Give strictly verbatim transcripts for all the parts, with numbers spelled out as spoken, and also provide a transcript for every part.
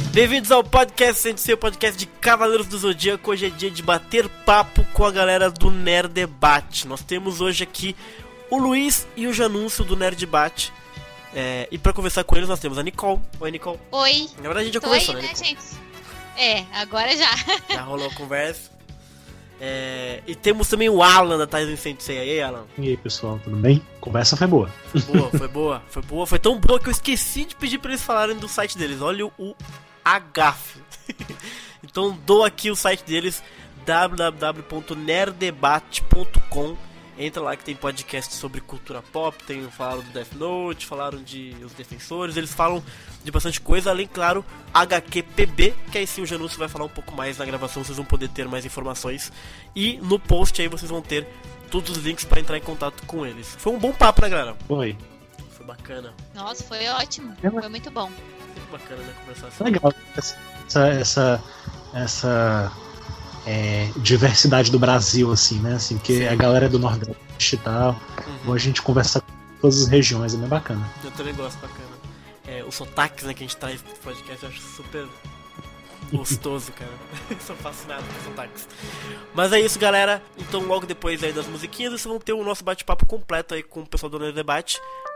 Bem-vindos ao podcast Sensei, o podcast de Cavaleiros do Zodíaco. Hoje é dia de bater papo com a galera do Nerd Debate. Nós temos hoje aqui o Luiz e o Janúncio do Nerd Debate. É, e pra conversar com eles nós temos a Nicole. Oi, Nicole. Oi. Na verdade a gente já Tô conversou, aí, né, né, Nicole? gente? É, agora já. Já rolou a conversa. É, e temos também o Alan da Tyson Sensei. E aí, Alan? E aí, pessoal, tudo bem? Conversa foi boa. Boa, foi boa, foi boa. Foi tão boa que eu esqueci de pedir pra eles falarem do site deles. Olha o agafe. Então dou aqui o site deles, w w w ponto nerd debate ponto com. Entra lá que tem podcast sobre cultura pop, tem, falaram do Death Note, falaram de Os Defensores, eles falam de bastante coisa, além, claro, H Q P B, que aí sim o Janúncio vai falar um pouco mais na gravação, vocês vão poder ter mais informações. E no post aí vocês vão ter todos os links para entrar em contato com eles. Foi um bom papo, né, galera? Foi. Foi bacana. Nossa, foi ótimo. É, Foi muito bom. Muito bacana, né, conversar assim. Legal essa, essa, essa é, diversidade do Brasil, assim, né? Assim, porque Sim. a galera é do Nordeste e tal. Uhum. Bom a gente conversar com todas as regiões, é bem bacana. Eu também gosto, bacana. É, os sotaques, né, que a gente traz pro podcast, eu acho super gostoso, cara. Sou fascinado com sotaques. Mas é isso, galera. Então, logo depois aí das musiquinhas, vocês vão ter o nosso bate-papo completo aí com o pessoal do Nerd Debate.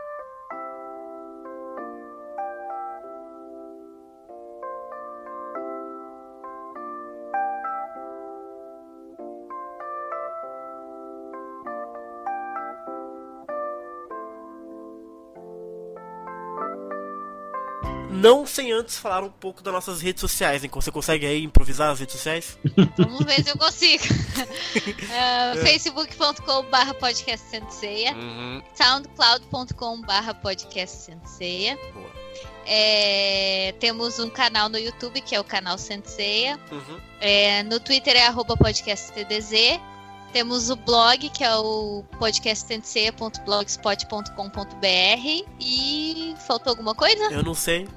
Não sem antes falar um pouco das nossas redes sociais, hein? Você consegue aí improvisar as redes sociais? Vamos ver se eu consigo. uh, facebook ponto com barra podcast Senseia, Uhum. soundcloud ponto com barra podcast Senseia. Boa. É, temos um canal no YouTube, que é o canal Senseia. Uhum. É, no Twitter é arroba podcast T D Z. Temos o blog, que é o podcast senseia ponto blogspot ponto com ponto b r. E faltou alguma coisa? Eu não sei.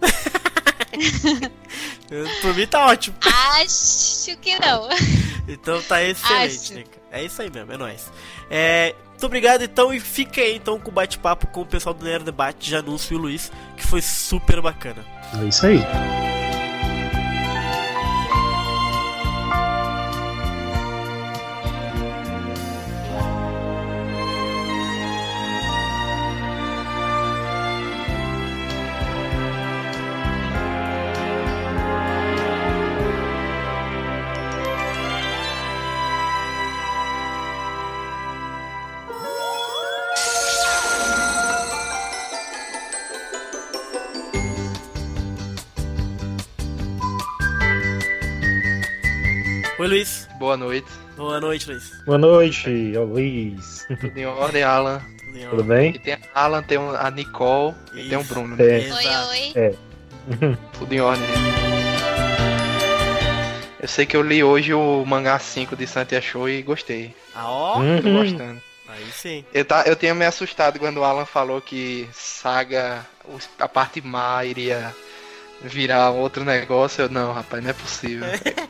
Eu, por mim tá ótimo. Acho que não. Então tá excelente, Acho. né, cara? É isso aí mesmo, é nóis. É, muito obrigado então, e fica aí então com o bate-papo com o pessoal do Nerd Debate, Janúncio e o Luiz, que foi super bacana. É isso aí. Oi, Luiz. Boa noite. Boa noite, Luiz. Boa noite, ô Luiz. Tudo em ordem, Alan? Tudo em Tudo ordem? bem? Aqui tem a Alan, tem a Nicole e Isso. tem o Bruno. Né? É. Exato. Oi, oi. Tudo em ordem. Eu sei que eu li hoje o mangá cinco de Santia Show e gostei. Ah, ó. Tô Uhum. gostando. Aí sim. Eu, tá, eu tinha me assustado quando o Alan falou que Saga, os- a parte má iria virar outro negócio. Eu, não, rapaz, não é possível.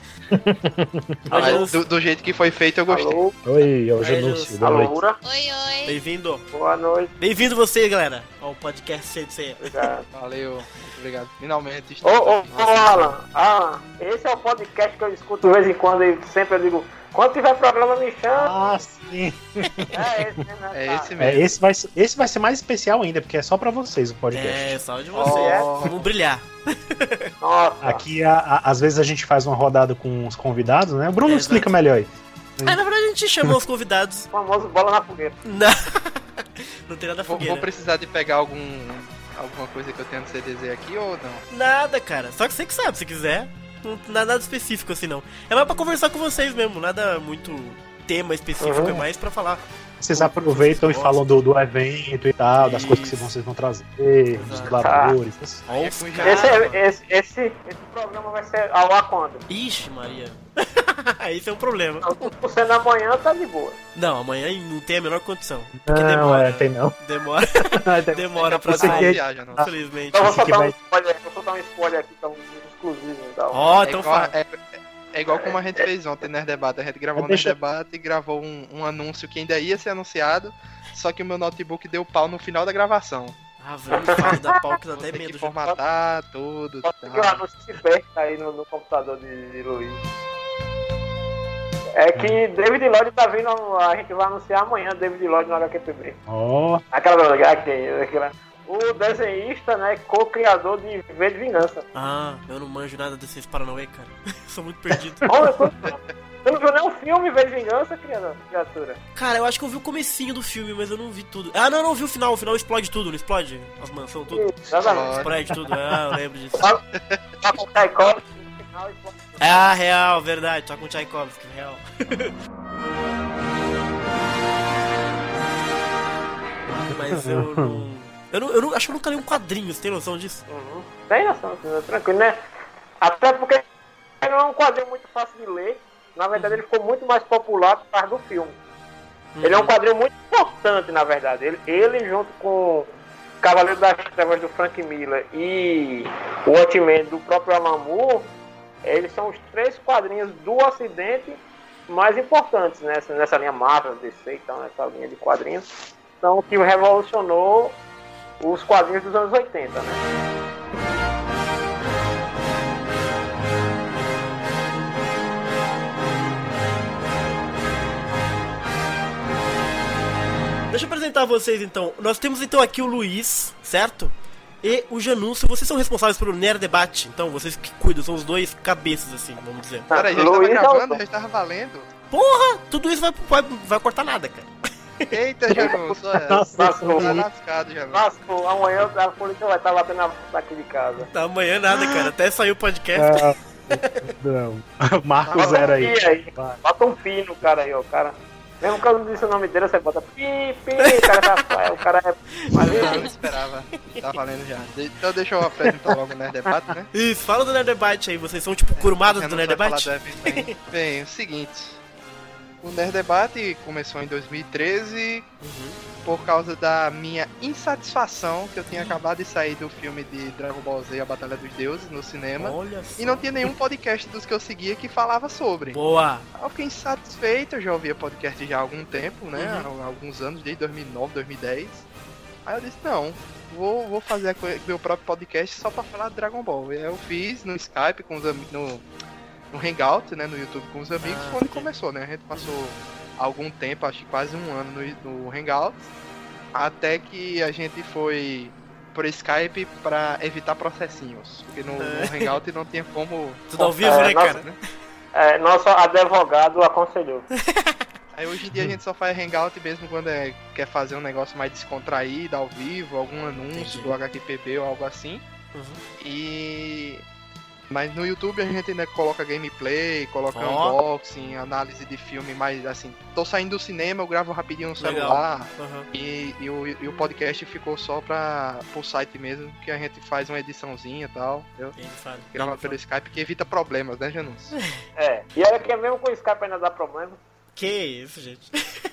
Mas do, do jeito que foi feito, eu gostei. Alô, Oi, é o Oi, Janúncio. Janúncio. Boa alô, noite. Ura? Oi, oi. Bem-vindo. Boa noite, Bem-vindo você, galera, ao podcast Sensei. obrigado. Valeu, muito obrigado. Finalmente Ô, estamos ô, aqui. ô, Alan, Alan, esse é o podcast que eu escuto de vez em quando e sempre eu digo, quando tiver programa me chama. Ah, sim. É esse, né? É cara? esse É, mesmo. esse, vai ser, esse vai ser mais especial ainda, porque é só pra vocês o podcast. É, só de você. Ó. Vamos brilhar. Nossa, Aqui, a- a- às vezes, a gente faz uma rodada com os convidados, né? O Bruno É, explica exato. melhor aí. Ah, na verdade a gente chamou os convidados. o famoso bola na fogueira. Não, não tem nada a Vou, fogueira. vou precisar de pegar algum alguma coisa que eu tenho no C D Z aqui ou não? Nada, cara. Só que você que sabe, se quiser. Não nada nada específico assim, não. É mais pra conversar com vocês mesmo. Nada muito tema específico. Uhum. É mais pra falar. Vocês aproveitam e falam do, do evento e tal, das coisas que Isso. vocês vão trazer, dos dubladores. essas- Ó, Aí é os com caras. Esse, é- esse, esse, esse programa vai ser ao ar quando? Ixi, Maria. Isso é um problema. Não, se for ser na manhã, tá de boa. Não, amanhã não tem a menor condição. Porque Não, demora. é, tem não. Demora, demora pra Você Não que- sair. viaja, não. Infelizmente. Então eu vou Esse aqui soltar vai- um spoiler, vou soltar um spoiler aqui, que é um exclusivo e tal. Ó, É então igual, fala. é, é igual como a gente fez ontem no Nerd Debate. A gente gravou um Nerd Deixa- Debate e gravou um, um anúncio que ainda ia ser anunciado, só que o meu notebook deu pau no final da gravação. Ah, velho, me fala da pau que dá até Tem medo. que já. formatar tudo. Só que o Tá. anúncio se perde aí no, no computador de, de Luiz. É que David Lloyd tá vindo, a gente vai anunciar amanhã David Lloyd no H Q P B. Ó, Aquela, aquela, aquela, o desenhista, né, co-criador de V de Vingança. Ah, eu não manjo nada desses Paranauê, cara. Sou muito perdido. Olha, tu, tu não viu nem o filme V de Vingança, criador- criatura? Cara, eu acho que eu vi o comecinho do filme, mas eu não vi tudo. Ah, não, não vi o final. O final explode tudo, não explode? As mansões, tudo. Exatamente. Explode tudo. Ah, eu lembro disso. Tá com o Tchaikovsky no final e pô, Ah, real, verdade. Tá com o Tchaikovsky, real. Mas eu não... Eu, não... eu não... acho que eu nunca li um quadrinho, você tem noção disso? Uhum. Tem noção, né? Tranquilo, né? Até porque ele não é um quadrinho muito fácil de ler. Na verdade, ele ficou muito mais popular por causa do filme. Ele é um quadrinho muito importante, na verdade. Ele, ele junto com Cavaleiro das Trevas do Frank Miller e o Watchmen do próprio Alan Moore, eles são os três quadrinhos do Ocidente mais importantes nessa, nessa linha Marvel, D C, então, nessa linha de quadrinhos. Então, que revolucionou os quadrinhos dos anos oitenta, né? Deixa eu apresentar vocês então. Nós temos então aqui o Luiz, certo? E o Janúncio. Vocês são responsáveis pelo Nerd Debate. Então, vocês que cuidam, são os dois cabeças, assim, vamos dizer. Peraí, já estava Luiz é o- gravando, já estava valendo. Porra! Tudo isso vai, vai, vai cortar nada, cara. Eita, Janus, olha. Nossa, Tá Senhora. lascado, Janus. Nossa, amanhã a polícia vai estar batendo na porta aqui de casa. Tá amanhã nada, cara. Até sair o podcast. ah, não. Marco Bota zero um aí. pi aí. Vai. Bota um pi no cara aí, ó. O cara. Mesmo que eu não disse o nome dele, você bota pi, pi, o cara tá. O cara é. Mas Eu não ele- esperava. Tá valendo já. De- Então deixa eu apresentar logo o Nerd Debate, né? Isso, fala do Nerd Debate aí. Vocês são tipo curmadas Já do não Nerd vai falar Debate? do evento ainda. Bem, é o seguinte. O Nerd Debate começou em dois mil e treze Uhum. por causa da minha insatisfação que eu tinha acabado de sair do filme de Dragon Ball Z, A Batalha dos Deuses, no cinema. Olha só. E não tinha nenhum podcast dos que eu seguia que falava sobre. Boa. Aí eu fiquei insatisfeito, eu já ouvia podcast já há algum tempo, né? Uhum. Há alguns anos, desde dois mil e nove, dois mil e dez. Aí eu disse, não, vou, vou fazer a co- meu próprio podcast só pra falar de Dragon Ball. E aí eu fiz no Skype, com os amigos, no, no Hangout, né? No YouTube com os amigos, Ah, quando ok. começou, né? A gente passou algum tempo, acho que quase um ano no, no Hangout, até que a gente foi por Skype pra evitar processinhos. Porque no, no Hangout não tinha como... Tudo ao vivo, É, né, nossa. cara? É, nosso advogado aconselhou. Aí hoje em dia a gente só faz hangout mesmo quando é, quer fazer um negócio mais descontraído, ao vivo, algum anúncio Entendi. do H Q P B ou algo assim. Uhum. E... Mas no YouTube a gente ainda coloca gameplay, coloca Ó. unboxing, análise de filme, mais assim... Tô saindo do cinema, eu gravo rapidinho no Legal. celular. Uhum. E, e, o, e o podcast ficou só pra, pro site mesmo, que a gente faz uma ediçãozinha e tal. Eu Quem fala? grava Quem pelo fala? Skype, que evita problemas, né, Janus? É. E olha que mesmo com o Skype ainda dá problema. Que isso, gente.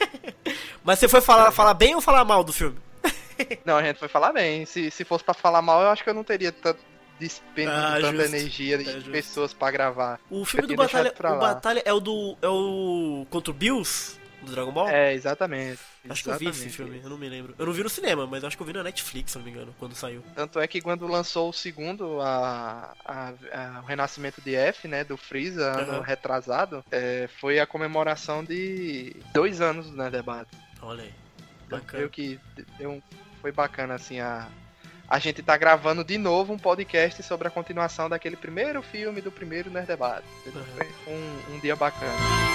Mas você foi falar, falar bem ou falar mal do filme? Não, a gente foi falar bem. Se, se fosse pra falar mal, eu acho que eu não teria tanto despendido Ah, tanta justo. energia de É, justo. pessoas pra gravar. O filme Eu do tinha Batalha, deixado pra o lá. Batalha é o do é o contra o Bills do Dragon Ball? É, exatamente. Acho que eu vi esse exatamente. filme, eu não me lembro. Eu não vi no cinema, mas acho que eu vi na Netflix, se não me engano, quando saiu. Tanto é que quando lançou o segundo, a, a- a- o Renascimento de F, né, do Freeza, ano Aham. retrasado, é, foi a comemoração de dois anos do Nerd Debate. Olha aí. Então, Bacana. creio que deu um- foi bacana, assim, a... A gente tá gravando de novo um podcast sobre a continuação daquele primeiro filme do primeiro Nerd Debate. Aham. Foi um, um dia bacana.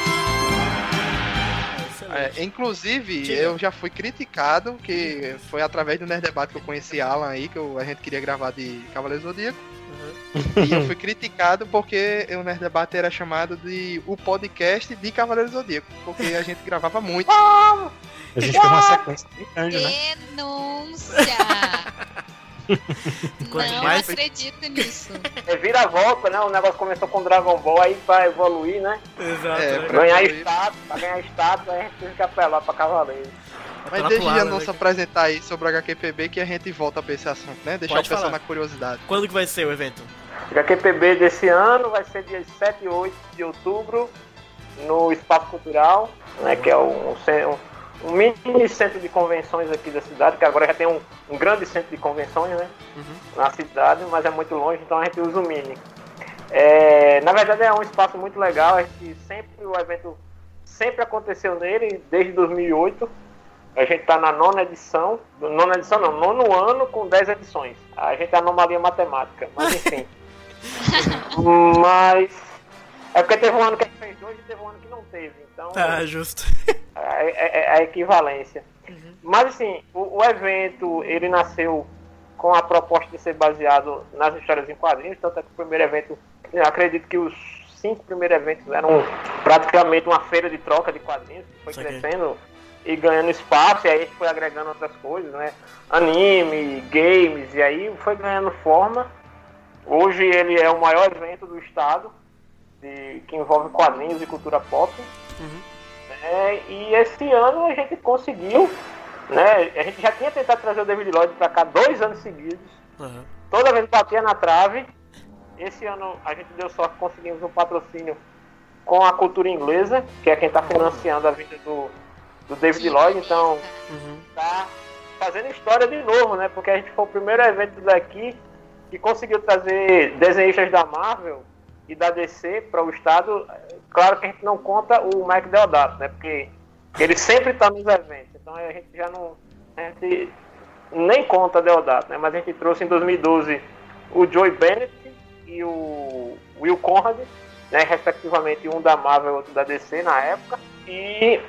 Excelente. É, inclusive, Diga. eu já fui criticado, que foi através do Nerd Debate que eu conheci Alan aí, que eu- a gente queria gravar de Cavaleiro Zodíaco. Uhum. E eu fui criticado porque o Nerd Debate era chamado de o podcast de Cavaleiro Zodíaco, porque a gente gravava muito. A gente tem uma sequência bem grande, né? Denúncia! Quanto Não mais- acredito nisso. É vira a volta, né? O negócio começou com Dragon Ball aí pra evoluir, né? Exato. É, né? pra- Ganhar evoluir. status, pra ganhar status, aí a gente tem que apelar pra Cavaleiro. Mas Apelar deixa pro o Alan, Janus né? apresentar aí sobre o H Q P B que a gente volta pra esse assunto, né? Deixar Pode o pessoal falar. na curiosidade. Quando que vai ser o evento? O H Q P B desse ano vai ser dia sete e oito de outubro no Espaço Cultural, né? Que é um, ce- um, um mini centro de convenções aqui da cidade, que agora já tem um, um grande centro de convenções, né? Uhum. Na cidade, mas é muito longe, então a gente usa o mini. É, na verdade é um espaço muito legal, a gente sempre, o evento sempre aconteceu nele, desde dois mil e oito. A gente está na nona edição, nona edição não, nono ano com dez edições. A gente é anomalia matemática, mas enfim. Mas é porque teve um ano que a gente fez dois e teve um ano que não teve, então... Ah, justo. É, é, é a equivalência. Uhum. Mas assim, o, o evento, ele nasceu com a proposta de ser baseado nas histórias em quadrinhos, tanto é que o primeiro evento, eu acredito que os cinco primeiros eventos eram praticamente uma feira de troca de quadrinhos, que foi okay. crescendo e ganhando espaço, e aí a gente foi agregando outras coisas, né? Anime, games, e aí foi ganhando forma. Hoje ele é o maior evento do estado, de, que envolve quadrinhos e cultura pop. Uhum. É, e esse ano a gente conseguiu, né? A gente já tinha tentado trazer o David Lloyd para cá dois anos seguidos. Uhum. Toda vez batia na trave. Esse ano a gente deu sorte, conseguimos um patrocínio com a cultura inglesa, que é quem está financiando a vinda do, do David Lloyd. Então, está uhum. fazendo história de novo, né? Porque a gente foi o primeiro evento daqui que conseguiu trazer desenhistas da Marvel e da D C para o estado. Claro que a gente não conta o Mike Deodato, né? Porque ele sempre está nos eventos. Então a gente já não... A gente nem conta Deodato, né? Mas a gente trouxe em dois mil e doze o Joey Bennett e o Will Conrad, né? Respectivamente um da Marvel e outro da D C na época. E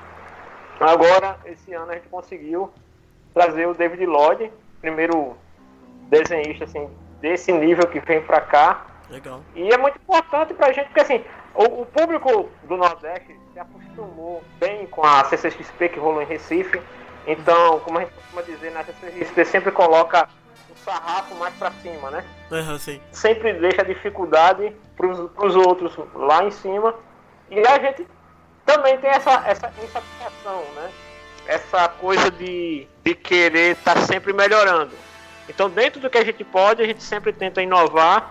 agora, esse ano, a gente conseguiu trazer o David Lloyd, primeiro desenhista assim, desse nível que vem para cá. Legal. E é muito importante pra gente, porque assim, o, o público do Nordeste se acostumou bem com a C C X P que rolou em Recife. Então, como a gente costuma dizer, na C C X P sempre coloca o sarrafo mais pra cima, né? Uhum, sim. Sempre deixa a dificuldade pros, pros outros lá em cima. E a gente também tem essa, essa insatisfação, né? Essa coisa de, de querer estar tá sempre melhorando. Então, dentro do que a gente pode, a gente sempre tenta inovar.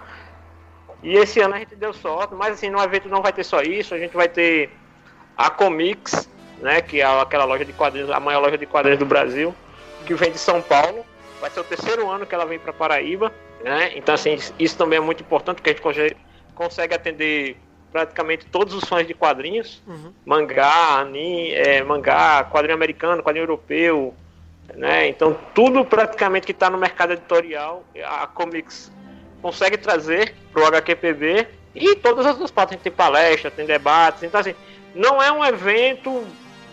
E esse ano a gente deu sorte, mas assim, no evento não vai ter só isso, a gente vai ter a Comics, né, que é aquela loja de quadrinhos, a maior loja de quadrinhos do Brasil, que vem de São Paulo. Vai ser o terceiro ano que ela vem para Paraíba, né? Então assim, isso também é muito importante, porque a gente consegue, consegue atender praticamente todos os fãs de quadrinhos, uhum. mangá, anime, é, mangá, quadrinho americano, quadrinho europeu, né? Então tudo praticamente que está no mercado editorial, a Comics consegue trazer para o H Q P B, e todas as outras partes, a gente tem palestra, tem debates, então assim, não é um evento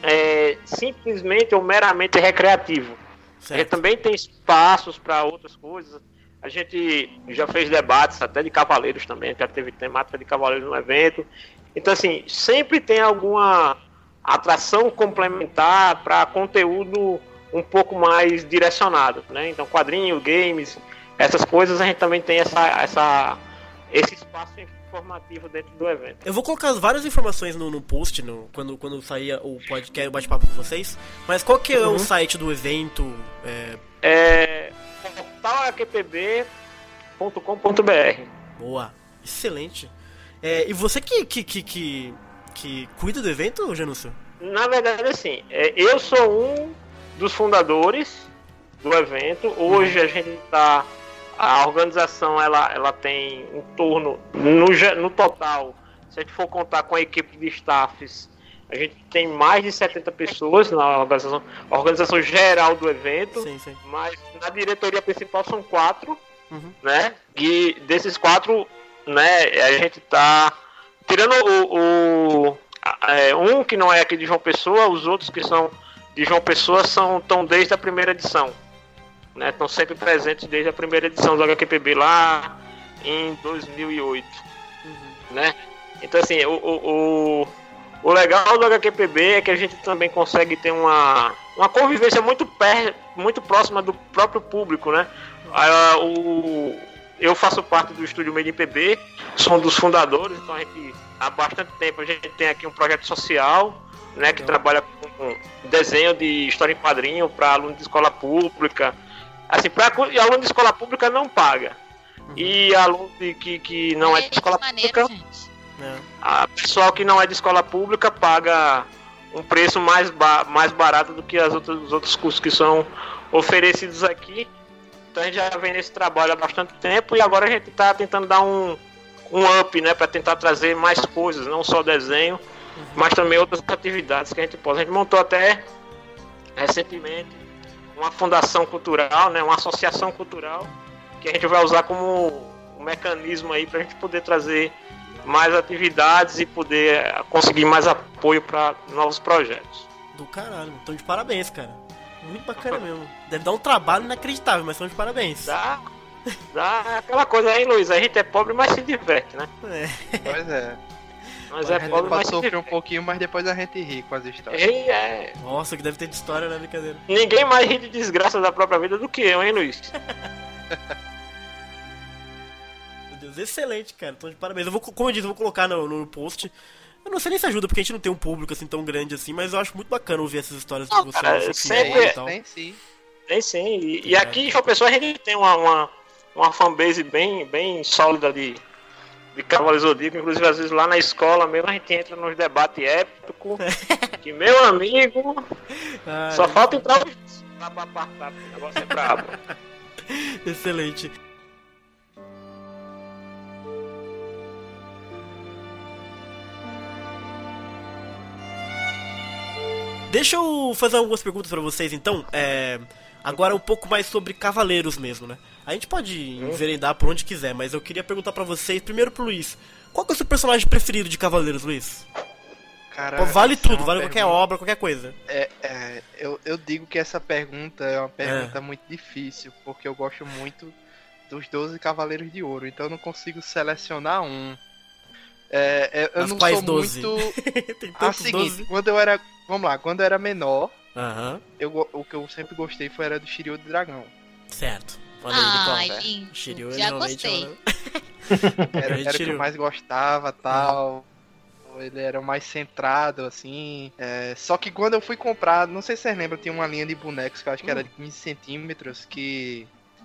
é, simplesmente ou meramente recreativo. Certo. A gente também tem espaços para outras coisas. A gente já fez debates até de cavaleiros também, já teve temática de cavaleiros no evento. Então assim, sempre tem alguma atração complementar para conteúdo um pouco mais direcionado, né? Então quadrinhos, games, essas coisas, a gente também tem essa, essa, esse espaço informativo dentro do evento. Eu vou colocar várias informações no, no post, no, quando, quando sair o podcast, o bate-papo com vocês. Mas qual que é uhum. o site do evento? É, é portal h q p b ponto com ponto b r. Boa, excelente. É, e você que, que, que, que, que cuida do evento, Janúcio? Na verdade, assim, é, eu sou um dos fundadores do evento. Hoje uhum. a gente está... A organização, ela, ela tem em torno, no, no total, se a gente for contar com a equipe de staffs, a gente tem mais de setenta pessoas na organização, a organização geral do evento, sim, sim. Mas na diretoria principal são quatro, uhum. né? E desses quatro, né, a gente tá tirando o, o é, um que não é aqui de João Pessoa, os outros que são de João Pessoa são, estão desde a primeira edição. Né, estão sempre presentes desde a primeira edição do H Q P B lá em dois mil e oito, uhum. né? Então assim, o, o, o, o legal do H Q P B é que a gente também consegue ter uma, uma convivência muito, per, muito próxima do próprio público, né? Ah, o, eu faço parte do estúdio Made in P B, sou um dos fundadores, então a gente, há bastante tempo a gente tem aqui um projeto social, né, que uhum. trabalha com desenho de história em quadrinho para alunos de escola pública. Assim, para aluno de escola pública não paga. Uhum. E aluno de, que, que não é, é de escola maneiro, pública, gente. A pessoal que não é de escola pública paga um preço mais, ba- mais barato do que as outras, os outros cursos que são oferecidos aqui. Então a gente já vem nesse trabalho há bastante tempo e agora a gente está tentando dar um, um up, né, para tentar trazer mais coisas, não só desenho, uhum. mas também outras atividades que a gente possa. A gente montou até recentemente uma fundação cultural, né, uma associação cultural, que a gente vai usar como um mecanismo aí para a gente poder trazer mais atividades e poder conseguir mais apoio para novos projetos. Do caralho, então de parabéns, cara. Muito bacana mesmo. Deve dar um trabalho inacreditável, mas são de parabéns. Dá, dá aquela coisa aí, Luiz, a gente é pobre, mas se diverte, né? É. Pois é. Mas a é gente pobre, mas pode se sofrer diverte. um pouquinho, mas depois a gente ri com as histórias. E é... Nossa, que deve ter de história, né, brincadeira. Ninguém mais ri de desgraça da própria vida do que eu, hein, Luiz? Meu Deus, excelente, cara. Então de parabéns. Eu vou, como eu disse, eu vou colocar no, no post. Eu não sei nem se ajuda, porque a gente não tem um público assim tão grande assim, mas eu acho muito bacana ouvir essas histórias Não, de vocês. cara, assim, sempre e é- tal. Tem sim. Tem sim. E, e aqui em João Pessoa a gente tem uma, uma, uma fanbase bem, bem sólida de, de Cavaleiros do Zodíaco. Inclusive, às vezes lá na escola mesmo a gente entra nos debates épicos. Que meu amigo, Ah, só falta entrar os lá pra apartar, porque o negócio é brabo. excelente. Deixa eu fazer algumas perguntas pra vocês, então. É, agora um pouco mais sobre Cavaleiros mesmo, né? A gente pode enveredar por onde quiser, mas eu queria perguntar pra vocês, primeiro pro Luiz. Qual que é o seu personagem preferido de Cavaleiros, Luiz? Cara, Pô, vale essa é tudo, uma vale qualquer pergunta- obra, qualquer coisa. É, é, eu, eu digo que essa pergunta é uma pergunta muito difícil, porque eu gosto muito dos doze Cavaleiros de Ouro, então eu não consigo selecionar um. É, é, eu Mas não quais sou doze? muito. Tem Ah, tantos seguinte, doze. quando eu era. Vamos lá, quando eu era menor, Aham, eu, go- o que eu sempre gostei foi era do Shiryu do Dragão. certo. Olha aí, Ai, Nicole. lindo. Shiryu, ele Já realmente gostei. é uma- Era, Grande era o que Shiryu. eu mais gostava tal. Ele era o mais centrado, assim. É, só que quando eu fui comprar, não sei se vocês lembram, tinha uma linha de bonecos que eu acho que era de quinze centímetros, que.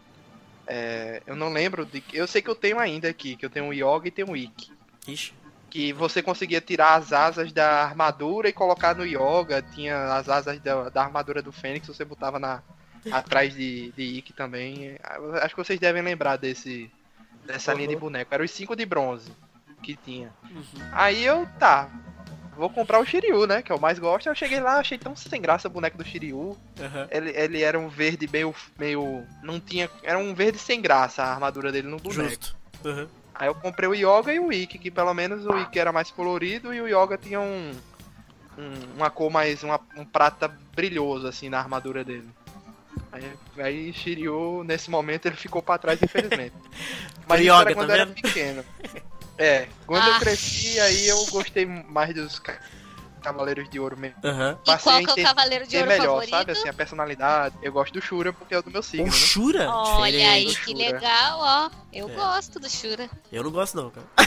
É, eu não lembro de. Eu sei que eu tenho ainda aqui, que eu tenho o Yoga e tenho o Ikki. Ixi. Que você conseguia tirar as asas da armadura e colocar no Yoga. Tinha as asas da, da armadura do Fênix, você botava na, atrás de, de Ikki também. Acho que vocês devem lembrar desse, dessa Uhum. linha de boneco. Era os cinco de bronze que tinha. Uhum. Aí eu, tá, vou comprar o Shiryu, né, que eu mais gosto. Eu cheguei lá, achei tão sem graça o boneco do Shiryu. Aham. Ele, ele era um verde meio, meio, não tinha, era um verde sem graça a armadura dele no boneco. Justo. Aham. Aí eu comprei o Yoga e o Ikki, que pelo menos o Ikki era mais colorido e o Yoga tinha um, um- uma cor mais, uma- um prata brilhoso assim na armadura dele. Aí, aí Shiryu, nesse momento, ele ficou pra trás, infelizmente. Mas isso Yoga, era quando tá eu era vendo? pequeno. É, quando Ah. eu cresci, aí eu gostei mais dos ca- Cavaleiros de Ouro mesmo. Aham. E Passei qual a que é o entender Cavaleiro de Ouro melhor, favorito? sabe? Assim, a personalidade. Eu gosto do Shura porque é o do meu signo, O né? Shura? Olha aí, Diferente. que Shura. legal, ó. Eu É. gosto do Shura. Eu não gosto não, cara.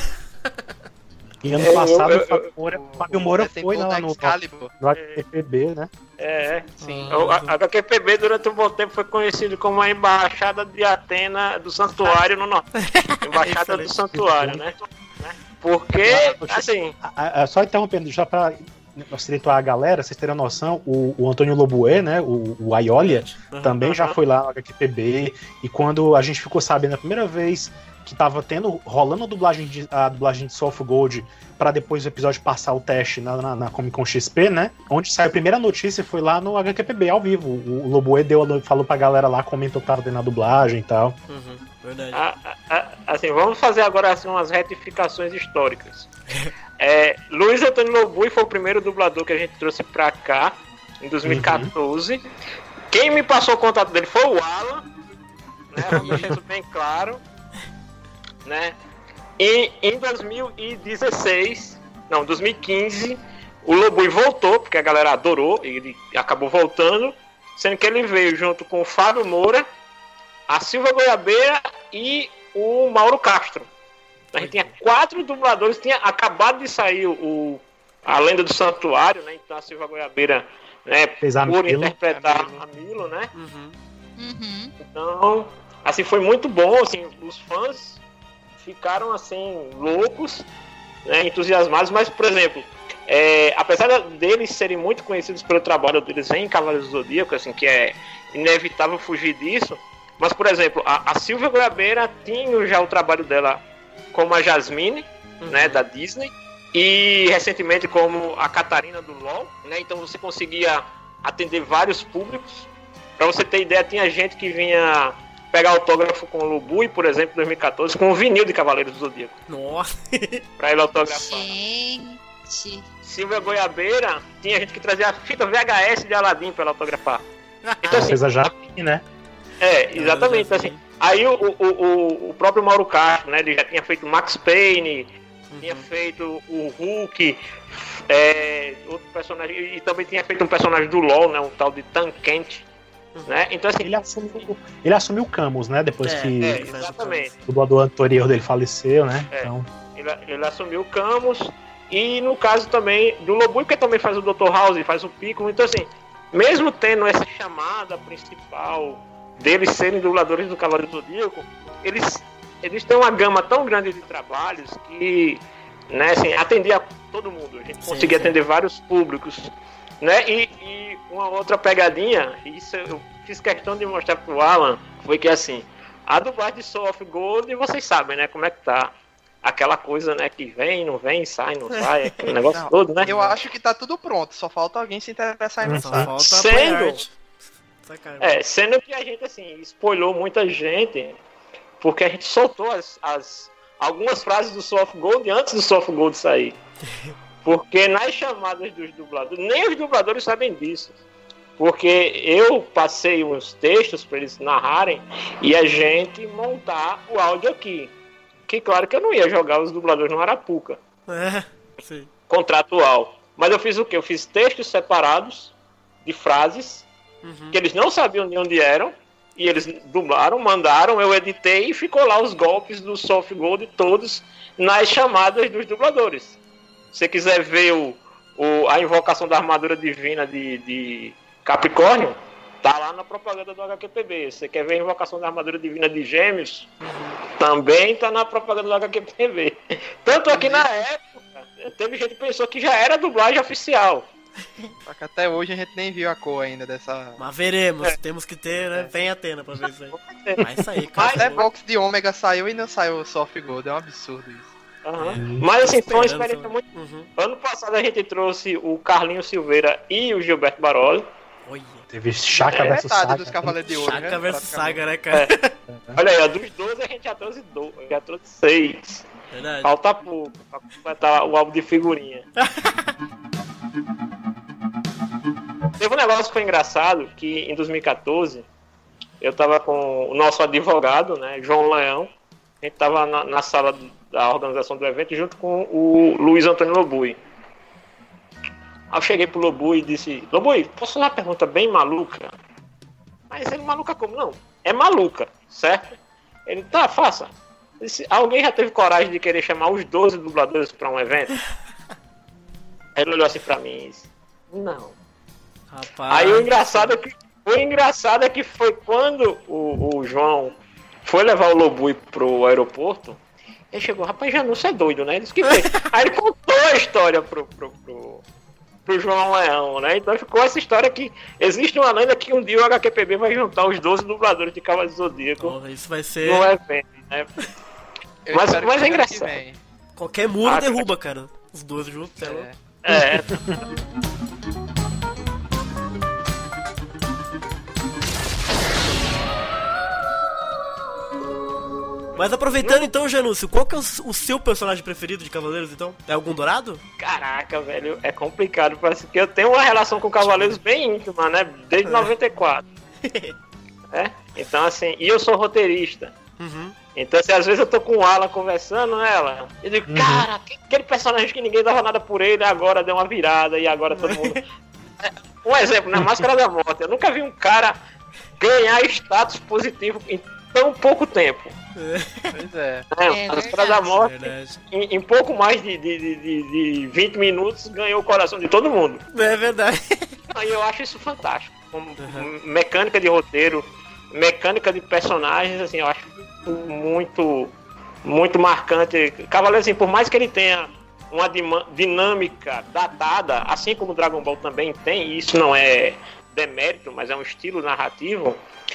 E ano Eu- passado eu- o Fábio Moura, O- Fábio Moura você tem foi todo lá o no, Excalibur. no H T P B, né? É, Sim. O- a a H Q P B durante um bom tempo foi conhecido como a Embaixada de Atena do Santuário no Norte. Embaixada do Excelente. Santuário, né? Né? Porque, assim, Ah, ah, só interrompendo, já pra situar a galera, vocês terem noção, o, o Antônio Lobuê, né, o, o Aiolia, Aham. também já Aham. foi lá no H Q P B, e quando a gente ficou sabendo a primeira vez que tava tendo, rolando a dublagem de, a dublagem de Soul of Gold, pra depois do episódio passar o teste na, na, na Comic Con X P, né, onde saiu a primeira notícia foi lá no H Q P B, ao vivo, o, o Lobuê deu, a- falou pra galera lá, comentou que tava tendo a dublagem e tal. Uhum, verdade. a- a- a- assim, vamos fazer agora assim, umas retificações históricas. É, Luiz Antônio Lobui foi o primeiro dublador que a gente trouxe pra cá, em dois mil e quatorze. Quem me passou o contato dele foi o Alan, né? Vamos deixar isso bem claro. Né? E em dois mil e dezesseis, não, dois mil e quinze, o Lobui voltou, porque a galera adorou, e ele acabou voltando, sendo que ele veio junto com o Fábio Moura, a Silva Goiabeira e o Mauro Castro. A gente tinha quatro dubladores, tinha acabado de sair o, a Lenda do Santuário, né? Então a Silva Goiabeira, né, Fez a por Milo. interpretar A Milo. a Milo, né? Uhum. Uhum. Então, assim, foi muito bom, assim, os fãs ficaram, assim, loucos, né, entusiasmados, mas, por exemplo, é, apesar deles serem muito conhecidos pelo trabalho deles em Cavaleiros do Zodíaco, assim, que é inevitável fugir disso, mas, por exemplo, a, a Silvia Goiabeira tinha já o trabalho dela como a Jasmine, uhum. né, da Disney, e recentemente como a Catarina do LoL, né, então você conseguia atender vários públicos. Pra você ter ideia, tinha gente que vinha pegar autógrafo com o Lobui, por exemplo, em dois mil e catorze, com o vinil de Cavaleiros do Zodíaco. Nossa! Pra ele autografar. Gente! Silvia Goiabeira, tinha gente que trazia a fita V H S de Aladdin pra ela autografar. Então, assim, fez a Japim, né? É, exatamente. Então, assim, aí o, o, o, o próprio Mauro Castro, né, ele já tinha feito Max Payne, uhum. tinha feito o Hulk, é, outro personagem, e também tinha feito um personagem do LoL, né, um tal de Tan Kent. Né? Então, assim, ele assumiu, ele assumiu o Camus, né? Depois é, que é, exatamente. o dublador anterior dele faleceu, né? É, então... ele, ele assumiu o Camus. E no caso também do Lobui, que também faz o doutor House, faz o Piccolo. Então, assim, mesmo tendo essa chamada principal deles serem dubladores do Cavaleiro do Zodíaco, eles, eles têm uma gama tão grande de trabalhos que, né, assim, atendia todo mundo. A gente sim, conseguia sim. atender vários públicos. Né? E, e uma outra pegadinha, isso eu fiz questão de mostrar pro Alan, foi que assim, a dublagem de Soul of Gold, vocês sabem, né, como é que tá aquela coisa, né, que vem, não vem, sai, não sai, aquele negócio não, todo, né? Eu acho que tá tudo pronto, só falta alguém se interessar em lançar. Falta sendo, é, sendo que a gente, assim, spoilou muita gente, porque a gente soltou as, as, algumas frases do Soul of Gold antes do Soul of Gold sair. Porque nas chamadas dos dubladores, nem os dubladores sabem disso. Porque eu passei uns textos para eles narrarem e a gente montar o áudio aqui. Que claro que eu não ia jogar os dubladores no Arapuca. É, sim. Contratual. Mas eu fiz o quê? Eu fiz textos separados de frases uhum. que eles não sabiam de onde eram. E eles dublaram, mandaram, eu editei e ficou lá os golpes do Soft Gold todos nas chamadas dos dubladores. Se você quiser ver o, o, a invocação da armadura divina de, de Capricórnio, tá lá na propaganda do H Q P B. Se você quer ver a invocação da armadura divina de Gêmeos, também tá na propaganda do H Q P B. Tanto aqui na época, teve gente que pensou que já era dublagem oficial. Só que até hoje a gente nem viu a cor ainda dessa... Mas veremos, é. temos que ter, né? Vem Atena pra ver isso aí. Vai sair, cara. Até box de Ômega saiu e não saiu o Soft Gold, é um absurdo isso. Uhum. Mas assim, foi uma experiência muito. Uhum. Ano passado a gente trouxe o Carlinhos Silveira e o Gilberto Baroli. Olha. Teve Chaka é versus Saga. Dos Cavaleiros de Ouro, Chaka né? versus Saga, né, cara? É. Olha aí, ó, dos doze a gente já trouxe doze, já trouxe seis. Verdade. Falta pouco pra completar o álbum de figurinha. Teve um negócio que foi engraçado, que em dois mil e catorze eu tava com o nosso advogado, né, João Leão. A gente tava na, na sala da organização do evento junto com o Luiz Antônio Lobui. Aí eu cheguei pro Lobui e disse: Lobui, posso fazer uma pergunta bem maluca? Mas ele maluca como? Não, é maluca, certo? Ele, tá, faça. Disse, alguém já teve coragem de querer chamar os doze dubladores pra um evento? Aí ele olhou assim pra mim e disse: não. Rapaz. Aí o engraçado é que, o engraçado é que foi quando o, o João foi levar o Lobui pro aeroporto. Ele chegou, rapaz, Janus é doido, né? Ele disse que fez. Aí ele contou a história pro, pro, pro, pro João Leão, né? Então ficou essa história que existe uma lenda que um dia o H Q P B vai juntar os doze dubladores de Cavaleiros do Zodíaco. Porra, isso vai ser... no evento, né? Mas, mas é engraçado. Qualquer muro ah, derruba, cara. Os doze juntos, é. É. é. Mas aproveitando então, Janúcio, qual que é o seu personagem preferido de Cavaleiros, então? É algum dourado? Caraca, velho, é complicado. Parece que eu tenho uma relação com Cavaleiros bem íntima, né? Desde noventa e quatro. É? Então, assim, e eu sou roteirista. Uhum. Então, assim, às vezes eu tô com o Alan conversando, né, Alan? Eu digo, uhum. cara, aquele personagem que ninguém dava nada por ele, agora deu uma virada e agora todo mundo... Um exemplo, na Máscara da Morte, eu nunca vi um cara ganhar status positivo em tão pouco tempo. Pois é. É, é a Máscara da Morte, em, em pouco mais de, de, de, de vinte minutos, ganhou o coração de todo mundo. É verdade. E eu acho isso fantástico. Como uhum. mecânica de roteiro, mecânica de personagens, assim, eu acho muito, muito marcante. Cavaleiro, assim, por mais que ele tenha uma dinâmica datada, assim como o Dragon Ball também tem, e isso não é demérito, mas é um estilo narrativo, uhum.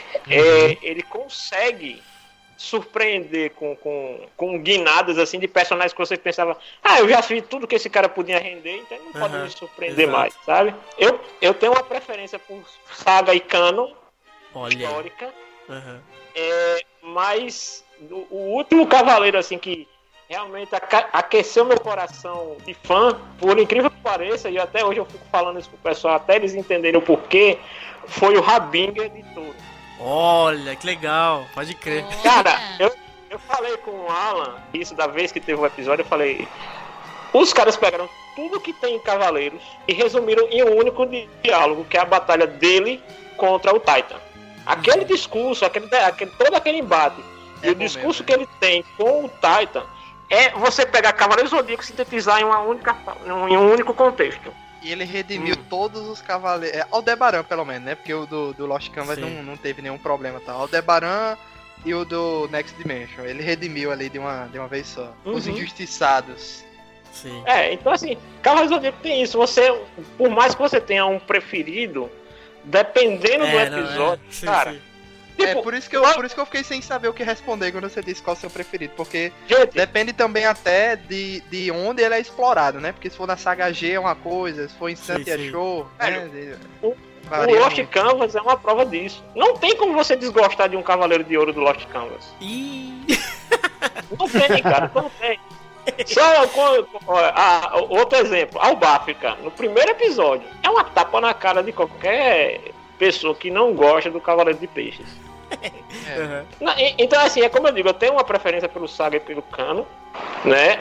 é, ele consegue surpreender com, com, com guinadas assim de personagens que você pensava, ah, eu já fiz tudo que esse cara podia render, então ele não pode uhum. me surpreender Exato. mais, sabe? Eu, eu tenho uma preferência por saga e canon Olha. histórica, uhum. é, mas o, o último Cavaleiro assim que realmente aqueceu meu coração de fã, por incrível que pareça, e até hoje eu fico falando isso pro pessoal, até eles entenderem o porquê, foi o Rabinger de Touro. Olha, que legal, pode crer. Cara, eu, eu falei com o Alan, isso da vez que teve o um episódio, eu falei, os caras pegaram tudo que tem em Cavaleiros e resumiram em um único diálogo, que é a batalha dele contra o Titan. Aquele discurso, aquele, aquele, todo aquele embate, é e o discurso mesmo, que ele tem com o Titan, é você pegar Cavaleiros Zodíaco e sintetizar em, uma única, em um único contexto. E ele redimiu hum. todos os cavaleiros. É, Aldebaran, pelo menos, né? Porque o do, do Lost Canvas não, não teve nenhum problema, tá? Aldebaran e o do Next Dimension. Ele redimiu ali de uma, de uma vez só. Uhum. Os injustiçados. Sim. É, então assim, Cavaleiros Zodíaco tem isso. Você, por mais que você tenha um preferido, dependendo é, do episódio, não, é. sim, cara. Sim. Tipo, é, por isso, que eu, por isso que eu fiquei sem saber o que responder quando você disse qual é o seu preferido. Porque gente, depende também até de, de onde ele é explorado, né? Porque se for na saga G é uma coisa, se for em Santia Show, né? É, o, o Lost muito. Canvas é uma prova disso. Não tem como você desgostar de um Cavaleiro de Ouro do Lost Canvas. Ih. Não tem, cara, não tem. Só com, com, a, outro exemplo, Albaf, cara, no primeiro episódio, é uma tapa na cara de qualquer pessoa que não gosta do Cavaleiro de Peixes. É. Uhum. Não, então assim, é como eu digo, eu tenho uma preferência pelo saga e pelo cano, né?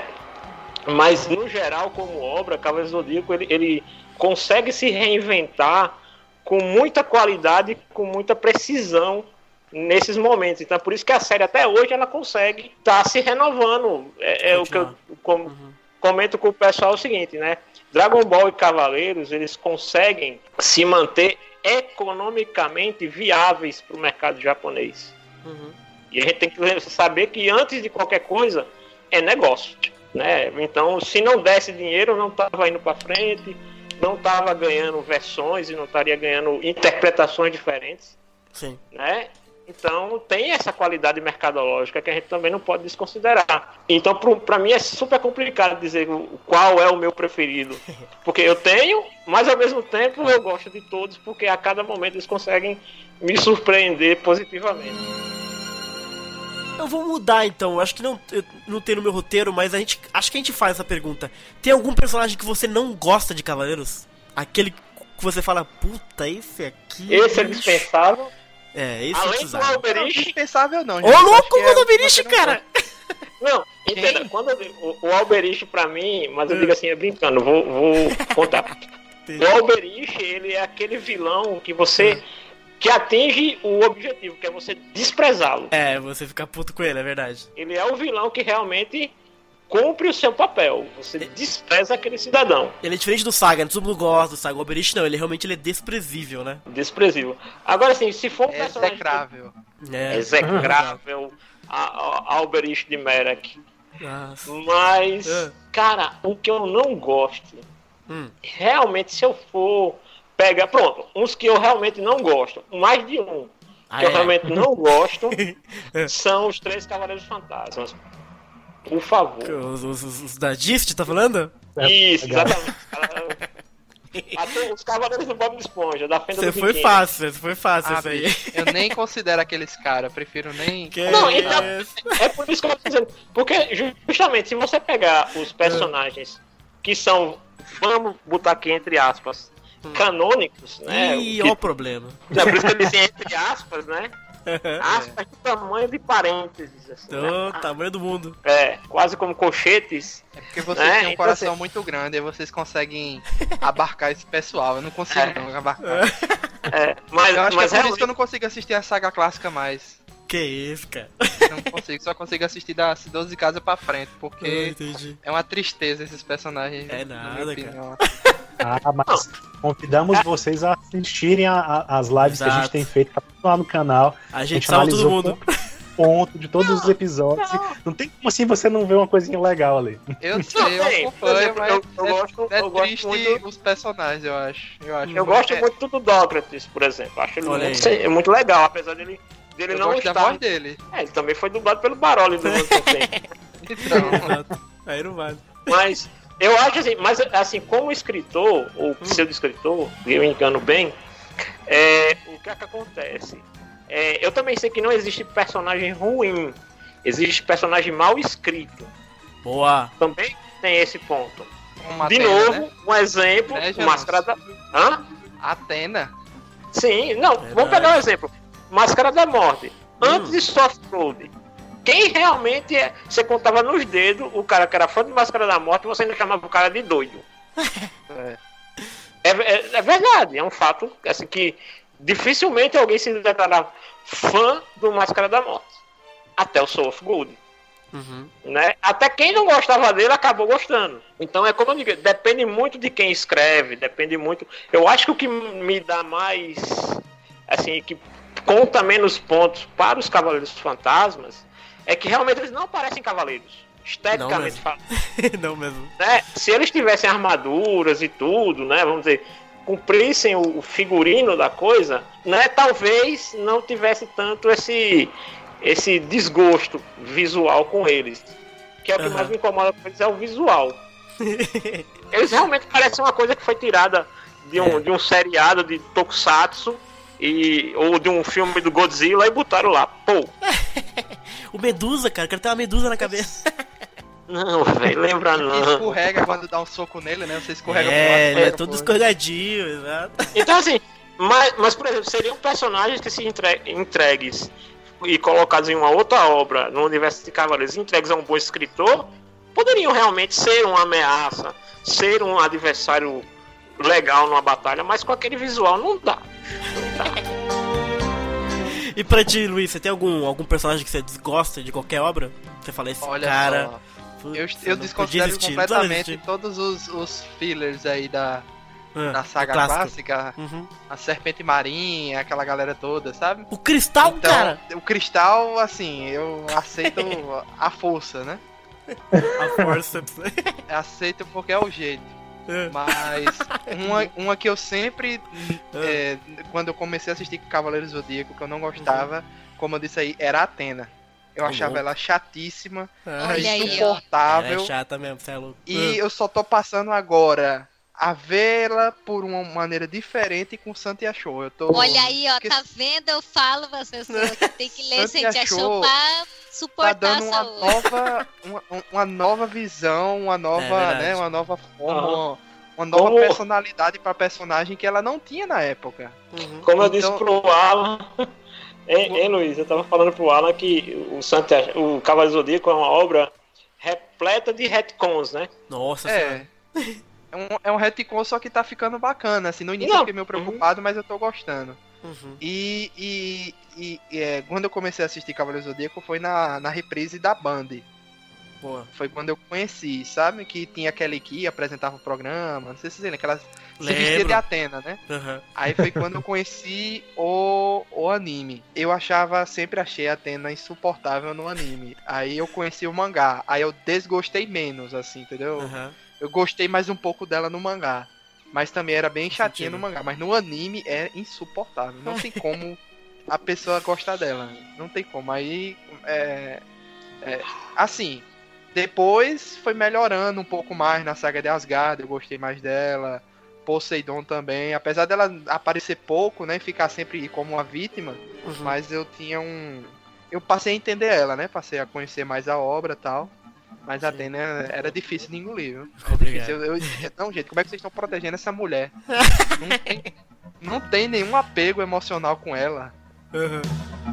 Mas no geral, como obra, Cavaleiro Zodíaco ele, ele consegue se reinventar com muita qualidade, com muita precisão nesses momentos. Então é por isso que a série até hoje ela consegue estar tá se renovando. É, é o que eu com, uhum. comento com o pessoal é o seguinte, né? Dragon Ball e Cavaleiros, eles conseguem se manter economicamente viáveis para o mercado japonês. Uhum. E a gente tem que saber que antes de qualquer coisa é negócio, né? Então, se não desse dinheiro, não estava indo para frente, não estava ganhando versões e não estaria ganhando interpretações diferentes. Sim. Né? Então, tem essa qualidade mercadológica que a gente também não pode desconsiderar. Então, para mim é super complicado dizer qual é o meu preferido. Porque eu tenho, mas ao mesmo tempo eu gosto de todos, porque a cada momento eles conseguem me surpreender positivamente. Eu vou mudar então, acho que não, não tem no meu roteiro, mas a gente, acho que a gente faz essa pergunta. Tem algum personagem que você não gosta de Cavaleiros? Aquele que você fala, puta, esse aqui... Esse é dispensável. É, esse além do Alberish, não, dispensável não. Ô, louco, o Alberish, cara! Não, entenda, quando eu digo, o, o Alberish pra mim, mas eu digo assim, é brincando, vou, vou contar. O Alberish, ele é aquele vilão que você... que atinge o objetivo, que é você desprezá-lo. É, você fica puto com ele, é verdade. Ele é o vilão que realmente cumpre o seu papel. Você ele... despreza aquele cidadão. Ele é diferente do Saga, todo mundo gosta do Saga. O Alberish não, ele realmente ele é desprezível, né? Desprezível. Agora, assim, se for um personagem... Execrável. É. Execrável. a, a Alberish de Merak. Nossa. Mas, é. cara, o que eu não gosto, hum. realmente, se eu for... Pega, pronto, uns que eu realmente não gosto, mais de um ah, que é? eu realmente não gosto, são os Três Cavaleiros Fantasmas. Por favor. Os, os, os da Gist, tá falando? Isso, exatamente. Até os Cavaleiros do Bob Esponja, da Fenda Você do foi Biquíni. fácil, você foi fácil ah, isso aí. Eu nem considero aqueles caras, prefiro nem... Que não, então, é por isso que eu tô dizendo. Porque, justamente, se você pegar os personagens que são, vamos botar aqui entre aspas, canônicos, né? Ih, que... ó o problema. Não, por isso que eu disse entre aspas, né? Aspas de tamanho de parênteses, assim, então, né? Tamanho do mundo. É, quase como colchetes. É porque vocês né? têm um coração então, muito grande e vocês conseguem abarcar esse pessoal. Eu não consigo é. não abarcar. É, mas, eu acho mas que é por isso que eu não consigo assistir a saga clássica mais. Que isso, cara? Eu não consigo, só consigo assistir das doze casas pra frente, porque é uma tristeza esses personagens. É nada, cara. Ah, mas convidamos é. vocês a assistirem a, a, as lives Exato. que a gente tem feito lá no canal. A gente, a gente salva todo mundo. Por, ponto de todos os episódios. Não. não tem como assim você não ver uma coisinha legal ali. Eu sei, eu acompanho, mas eu, eu é, gosto, é eu triste gosto muito... os personagens, eu acho. Eu, acho eu gosto é... muito do Dócrates, por exemplo. Acho ele muito, é muito legal, apesar dele, dele eu não gosto estar... da voz dele. É, ele também foi dublado pelo Baroli durante um tempo. Então... Aí não vale. Mas... Eu acho assim, mas assim, como escritor, ou pseudo-escritor, eu me engano bem, é, o que é que acontece? É, eu também sei que não existe personagem ruim, existe personagem mal escrito. Boa! Também tem esse ponto. Uma De Atena, novo, né? um exemplo, É, Máscara da... Hã? Atena. Sim, não, Verdade. vamos pegar um exemplo. Máscara da Morte. Antes Hum. de Soft Road, quem realmente é, você contava nos dedos o cara que era fã de Máscara da Morte, você ainda chamava o cara de doido. É. É, é, é verdade, é um fato assim, que dificilmente alguém se declarar fã do Máscara da Morte. Até o Soul of Gold. Uhum. Né? Até quem não gostava dele acabou gostando. Então é como eu digo, depende muito de quem escreve, depende muito. Eu acho que o que me dá mais, assim, que conta menos pontos para os Cavaleiros Fantasmas é que realmente eles não parecem cavaleiros, esteticamente falando. Não mesmo. Né? Se eles tivessem armaduras e tudo, né, vamos dizer, cumprissem o, o figurino da coisa, né, talvez não tivesse tanto esse esse desgosto visual com eles. Que é o que Uhum. mais me incomoda com eles, é o visual. Eles realmente parecem uma coisa que foi tirada de um, É. de um seriado de Tokusatsu e, ou de um filme do Godzilla e botaram lá. Pô, O Medusa, cara, quero ter uma Medusa na cabeça. não, velho, lembra E não. escorrega quando dá um soco nele, né? Você escorrega pro lado, É, ele é escorrega todo pro outro. escorregadio, exato. Então, assim, mas, mas por exemplo, seriam personagens que se entre, entregues e colocados em uma outra obra no universo de Cavaleiros, entregues a um bom escritor, poderiam realmente ser uma ameaça, ser um adversário legal numa batalha, mas com aquele visual não dá. Não dá. E pra ti, Luiz, você tem algum, algum personagem que você desgosta de qualquer obra? Você fala, esse Olha cara... só, putz, eu, não eu desconsidero podia existir, não precisava completamente existir. todos os, os fillers aí da, Ah, da saga clássico. clássica, Uhum. a Serpente Marinha, aquela galera toda, sabe? O Cristal, Então, cara! o Cristal, assim, eu aceito a força, né? A força. Eu aceito porque é o jeito. É. Mas uma, uma que eu sempre, é, quando eu comecei a assistir Cavaleiros do Zodíaco, que eu não gostava, como eu disse aí, era a Atena. Eu Tá achava louco. ela chatíssima, Olha aí, ó. Ela insuportável. é chata mesmo, você é louco. E eu só tô passando agora a vê-la por uma maneira diferente com Santia Show. Eu tô... Olha aí, ó, Porque tá vendo? Eu falo para as pessoas que tem que ler Santia Santia Show Show pra tá suportar dando a uma saúde. nova, uma, uma nova visão, uma nova, verdade. né, uma nova forma, Aham. uma nova Como- personalidade pra personagem que ela não tinha na época. Uhum. Como eu Então- disse pro Alan, hein, hein, Luiz, eu tava falando pro Alan que o, Santa, o Cavaleiro Zodíaco é uma obra repleta de retcons, né? Nossa senhora. É. É um, é um retcon, só que tá ficando bacana. Assim, no início Não. eu fiquei meio preocupado, mas eu tô gostando. Uhum. E, e, e- e, é, quando eu comecei a assistir Cavaleiro Zodíaco foi na, na reprise da Band. Boa. Foi quando eu conheci, sabe? Que tinha aquele que apresentava o programa, não sei se vocês lembram, aquela se vestia de Lembro. Atena, né? Uhum. Aí foi quando eu conheci o, o anime. Eu achava, sempre achei a Atena insuportável no anime. Aí eu conheci o mangá, aí eu desgostei menos, assim, entendeu? Uhum. Eu gostei mais um pouco dela no mangá. Mas também era bem Faz chatinha sentido. no mangá. Mas no anime é insuportável. Não tem como a pessoa gostar dela. Não tem como. Aí, é, é, assim, depois foi melhorando um pouco mais na saga de Asgard. Eu gostei mais dela. Poseidon também. Apesar dela aparecer pouco, né? Ficar sempre como uma vítima. Uhum. Mas eu tinha um... Eu passei a entender ela, né? Passei a conhecer mais a obra e tal. Mas a Sim. Atena era difícil de engolir, viu? Era Obrigado. difícil. Eu, eu, não, gente, como é que vocês estão protegendo essa mulher? não, tem, não tem nenhum apego emocional com ela. Uhum.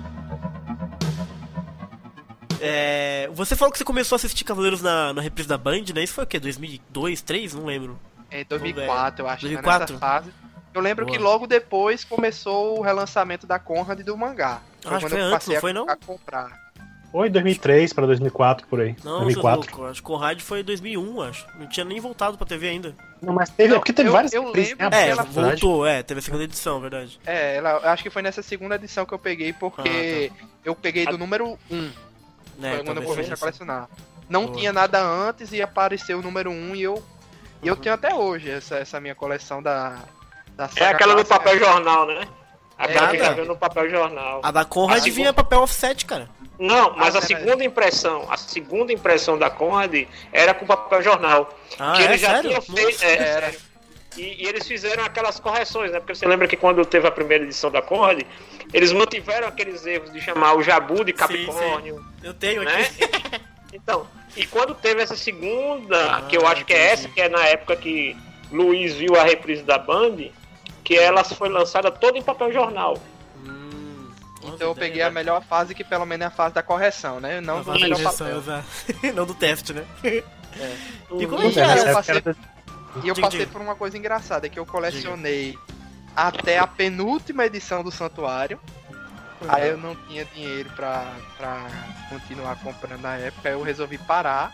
É, você falou que você começou a assistir Cavaleiros na, na reprise da Band, né? Isso foi o quê? dois mil e dois, dois mil e três? Não lembro. É dois mil e quatro, eu acho, dois mil e né, quatro? nessa fase. Eu lembro Boa. que logo depois começou o relançamento da Conrad e do mangá. Acho que quando foi eu antes, passei não a- foi, não? a comprar. Foi dois mil e três pra dois mil e quatro, por aí. Não, dois mil e quatro. louco, acho que Conrad foi dois mil e um, acho. Não tinha nem voltado pra T V ainda. Não, mas teve, Não, é porque teve eu- várias eu vezes, lembro né, É, ela na verdade. voltou, é, teve a segunda edição, verdade. É, ela, eu acho que foi nessa segunda edição que eu peguei, porque eu peguei do número um. É, Foi quando eu talvez comecei a seja. colecionar. Não Boa. tinha nada antes e apareceu o número um e eu. E eu tenho até hoje essa, essa minha coleção da. da É saga aquela do clássica. papel jornal, né? Aquela nada. que já veio no papel jornal. A da Conrad Ah, vinha papel offset, cara. Não, mas Ah, a é segunda impressão, a segunda impressão da Conrad era com papel jornal. Ah, que é? eles já Sério? tinham feito. Nossa. É, Era. sério. E, e eles fizeram aquelas correções, né? Porque você lembra que quando teve a primeira edição da Conrad, eles mantiveram aqueles erros de chamar o Jabu de Capricórnio, Eu tenho né? aqui. Então, e quando teve essa segunda, Ah, que eu acho que é essa, entendi. que é na época que Luiz viu a reprise da Band, que ela foi lançada toda em papel jornal. Hum, Então eu peguei a melhor fase, que pelo menos é a fase da correção, né? Não do melhor papel. Não do teste, né? E como é Pois que é, era? nessa eu época passei- era- E eu Diga, passei diga. por uma coisa engraçada, que eu colecionei até a penúltima edição do Santuário. Aí eu não tinha dinheiro pra, pra continuar comprando na época, aí eu resolvi parar.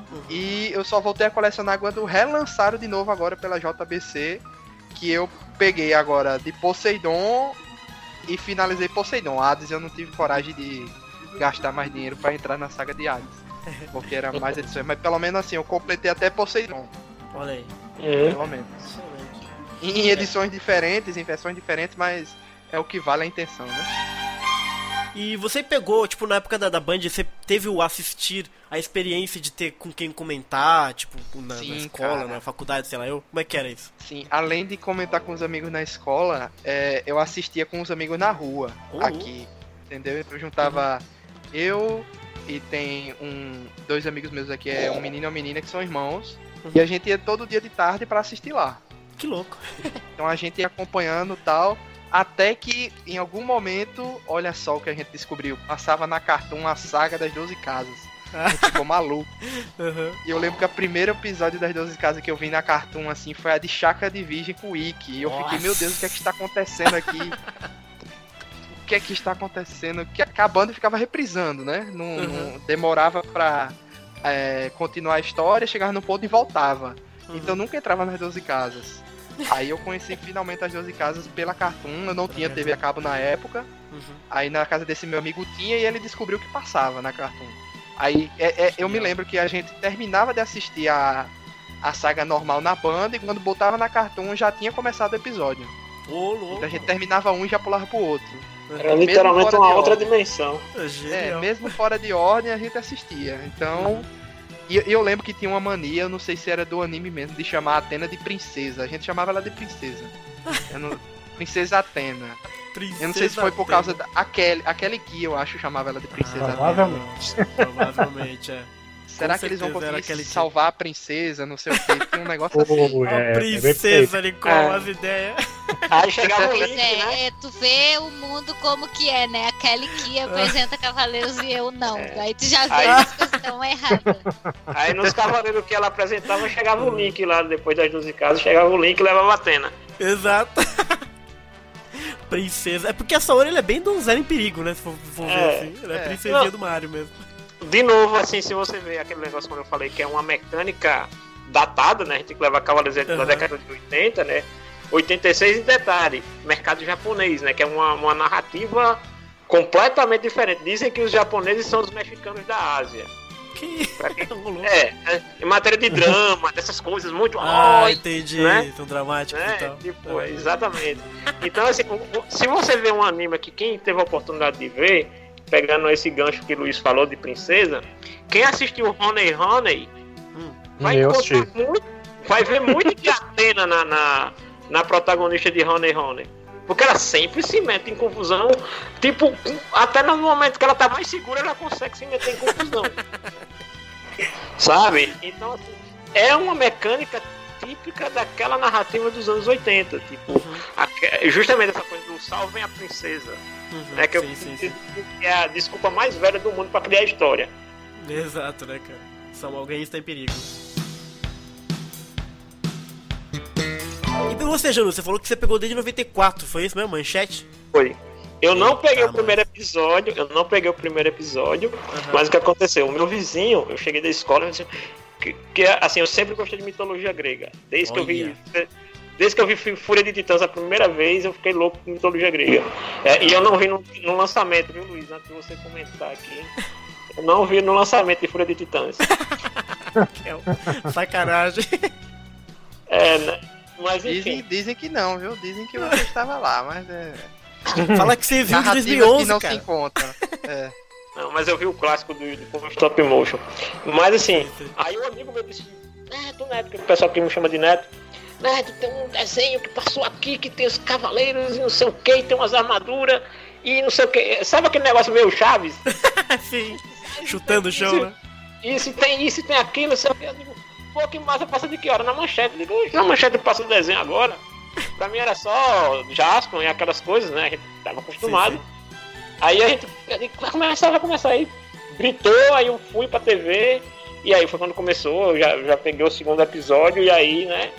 E eu só voltei a colecionar quando relançaram de novo agora pela J B C, que eu peguei agora de Poseidon e finalizei Poseidon. Hades eu não tive coragem de gastar mais dinheiro pra entrar na saga de Hades, porque era mais edições, mas pelo menos assim, eu completei até Poseidon, Olha aí. pelo menos. Excelente. Em edições diferentes, em versões diferentes, mas é o que vale a intenção, né? E você pegou, tipo, na época da, da Band, você teve o assistir, a experiência de ter com quem comentar, tipo, na, Sim, na escola, cara. na faculdade, sei lá eu? Como é que era isso? Sim, além de comentar com os amigos na escola, é, eu assistia com os amigos na rua, Uhum. aqui, entendeu? Eu juntava eu e tem um dois amigos meus aqui, é um menino e uma menina que são irmãos, Uhum. e a gente ia todo dia de tarde pra assistir lá. Que louco. Então a gente ia acompanhando e tal, até que em algum momento, olha só o que a gente descobriu, passava na Cartoon a saga das doze casas. A gente ficou maluco. Uhum. E eu lembro que o primeiro episódio das doze casas que eu vi na Cartoon, assim, foi a de Chácara de Virgem com o Ikki. E eu fiquei, Nossa. meu Deus, o que é que está acontecendo aqui? O que é que está acontecendo? Que acabando e ficava reprisando, né? Não, Uhum. não demorava pra é, continuar a história, chegava no ponto e voltava. Uhum. Então eu nunca entrava nas doze casas. Aí eu conheci finalmente as doze casas pela Cartoon, eu não tinha T V a cabo na época. Uhum. Aí na casa desse meu amigo tinha e ele descobriu que passava na Cartoon. Aí é, é, eu me lembro que a gente terminava de assistir a, a saga normal na Band e quando botava na Cartoon já tinha começado o episódio. Ô, louco. Então a gente terminava um e já pulava pro outro. Era literalmente fora uma de outra ordem. dimensão. É, É, genial. mesmo fora de ordem a gente assistia. Então. E e eu lembro que tinha uma mania, eu não sei se era do anime mesmo, de chamar a Atena de princesa. A gente chamava ela de princesa. Eu não- Princesa Atena. Eu não sei se foi por causa da. A Kelly, a Kelly Key, eu acho, chamava ela de princesa Atena. Provavelmente. Provavelmente, é. Será Com que eles vão certeza era conseguir Kelly Key. salvar a princesa? Não sei o que. Tem um negócio assim. Pô, A é, é bem princesa Nicole, É. as ideias. Aí chegava o Pois link, né? é, é, tu vê o mundo como que é, né? A Kelly que apresenta Cavaleiros e eu não. Aí tu já vê Aí- as coisas estão erradas. Aí nos cavaleiros que ela apresentava, chegava o link lá, depois das doze casas, chegava o link e levava a Atena. Exato. Princesa. É porque a Saori ela é bem donzela em perigo, né? Se for, for ver É, assim. Ela é, é. princesinha Não. do Mario mesmo. De novo, assim, se você ver aquele negócio quando eu falei que é uma mecânica datada, né? A gente tem que levar Cavaleiros da Uhum. década de oitenta, né? oitenta e seis em detalhe, mercado japonês, né? Que é uma, uma narrativa completamente diferente. Dizem que os japoneses são os mexicanos da Ásia. Que rolou. É, é, em matéria de drama, dessas coisas muito. Ah, "Ai", entendi. né? Tão dramático né? e tal. Tipo, Ah. exatamente. Então, assim, o- o- se você vê um anime aqui, quem teve a oportunidade de ver, pegando esse gancho que o Luiz falou de princesa, quem assistiu Honey Honey vai Eu encontrar assisti. muito, vai ver muito de Atena na, na, na protagonista de Honey Honey. Porque ela sempre se mete em confusão, tipo, até no momento que ela tá mais segura, ela consegue se meter em confusão. Sabe? Então, assim, é uma mecânica típica daquela narrativa dos anos oitenta. Tipo, Uhum. aque- justamente essa coisa do salvem a princesa. Uhum. Né, que eu, Sim, sim, sim. é a desculpa mais velha do mundo pra criar história. Exato, né, cara? Só alguém está em perigo. E você, Janu, você falou que você pegou desde noventa e quatro, foi isso mesmo? Manchete? Foi. Eu não Eita, peguei o mano. primeiro episódio, eu não peguei o primeiro episódio, Uhum. mas o que aconteceu? O meu vizinho, eu cheguei da escola, eu disse, que, que assim, eu sempre gostei de mitologia grega. Desde que eu vi. Desde que eu vi Fúria de Titãs a primeira vez, eu fiquei louco com mitologia grega. É, e eu não vi no, no lançamento, viu, Luiz? Antes de você comentar aqui. Eu não vi no lançamento de Fúria de Titãs. Sacanagem. É, né? Mas enfim. Dizem, dizem que não, viu? Dizem que você estava lá, mas é. Fala que você viu de dois mil e Narrativas onze, que não cara. se encontram. É. Não, mas eu vi o clássico do, do stop motion. Mas assim, Sim, sim. aí um amigo meu disse, Neto, Neto, que o pessoal que me chama de Neto, Neto, tem um desenho que passou aqui, que tem os cavaleiros e não sei o que, tem umas armaduras e não sei o que. Sabe aquele negócio meio Chaves? Sim. Chutando o chão, né? Isso, tem isso, tem aquilo, não sei o que. Eu digo, pô, que massa, passa de que hora? Na manchete. Eu digo, "Hoje na manchete passa o desenho agora. Pra mim era só Jaspion e aquelas coisas, né? A gente tava acostumado. Sim, Aí a gente, eu digo, vai começar, vai começar. Aí gritou, aí eu fui pra T V. E aí foi quando começou, eu já, já peguei o segundo episódio. E aí, né,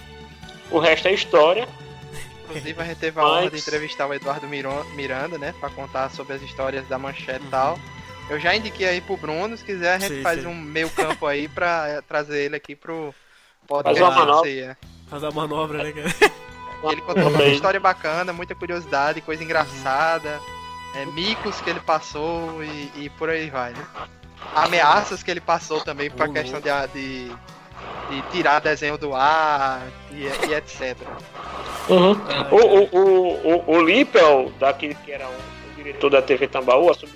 o resto é história. Inclusive a gente teve a honra Mas- de entrevistar o Eduardo Miron- Miranda, né? Pra contar sobre as histórias da manchete Uhum. e tal. Eu já indiquei aí pro Bruno, se quiser a gente Sim, faz sim. um meio campo aí pra eh, trazer ele aqui pro Faz podcast. uma manobra. Sei, é. Faz a manobra, né, cara? Ele contou muita história bacana, muita curiosidade, coisa engraçada, é, micos que ele passou e, e por aí vai, né? Ameaças que ele passou também pra Ô, questão de, de, de tirar desenho do ar e, e etcétera. Uhum. O, o, o, o, o Lippel, daqui, que era um, o diretor da T V Tambaú, a, sub,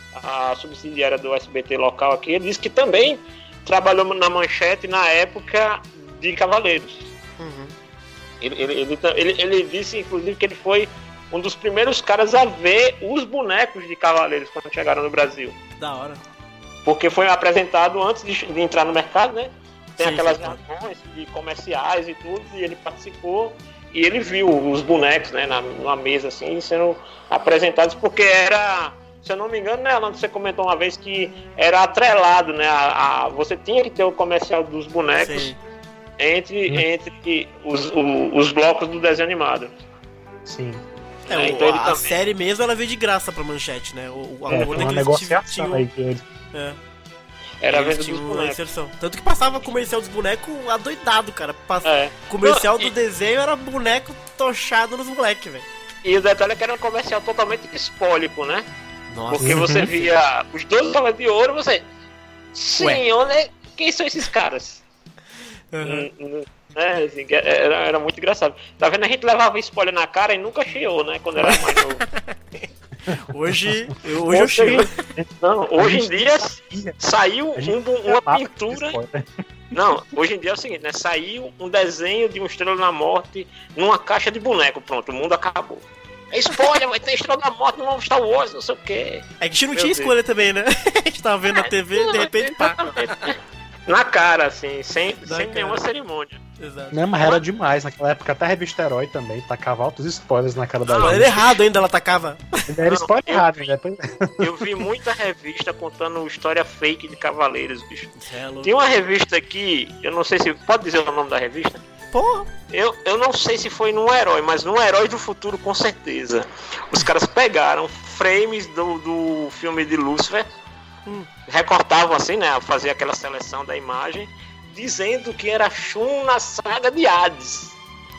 a subsidiária do S B T local aqui, ele disse que também trabalhou na manchete na época de Cavaleiros. Uhum. Ele, ele, ele, ele, ele disse, inclusive, que ele foi um dos primeiros caras a ver os bonecos de Cavaleiros quando chegaram no Brasil. Da hora. Porque foi apresentado antes de, de entrar no mercado, né? Tem Sim, aquelas sim, reuniões de comerciais e tudo, e ele participou e ele viu os bonecos, né, na, numa mesa assim, sendo apresentados, porque era, se eu não me engano, né, Alan, você comentou uma vez que era atrelado, né? A, a, você tinha que ter o comercial dos bonecos Sim. entre, Hum. entre os, o, os blocos do desenho animado. Sim. É, É, o- então ele a também- série mesmo, ela veio de graça pra manchete, né? O, o É, acordo foi é uma que eles negociação tinham- aí que eles. É. Era a Eles venda dos tinham uma bonecos. inserção. Tanto que passava comercial dos bonecos adoidado, cara. Pass... É. Comercial Não, do e- desenho era boneco tochado nos moleques, velho. E o detalhe é que era um comercial totalmente espólico, né? Nossa. Porque você via os doze dólares de ouro, você. Senhor, né? Quem são esses caras? Uhum. Hum, hum, É, assim, era, era muito engraçado. Tá vendo? A gente levava spoiler na cara e nunca chiou, né? Quando era mais novo. Hoje, eu, hoje eu chego. Não, hoje em dia saiu A gente um- uma amava pintura. esse spoiler. Não, hoje em dia é o seguinte, né? Saiu um desenho de um Estrela da Morte numa caixa de boneco. Pronto, o mundo acabou. É spoiler, vai ter Estrela da Morte no novo Star Wars, não sei o quê. É que a gente não Meu tinha Deus. escolha também, né? A gente tava vendo na T V, de repente, pá. Na cara, assim, sem, Na sem cara. nenhuma cerimônia. Exato. Não, mas era demais. Naquela época até a revista Herói também tacava altos spoilers na cara da Não, gente. era errado ainda, ela tacava. Ainda era Não, spoiler eu- errado, né? Eu vi muita revista contando história fake de Cavaleiros, bicho. É, louco. Tem uma revista aqui, eu não sei se. Pode dizer o nome da revista? Porra. Eu, eu não sei se foi num herói, mas num Herói do Futuro com certeza. Os caras pegaram frames do, do filme de Lucifer, Hum. recortavam assim, né? Fazia aquela seleção da imagem, dizendo que era Shun na saga de Hades.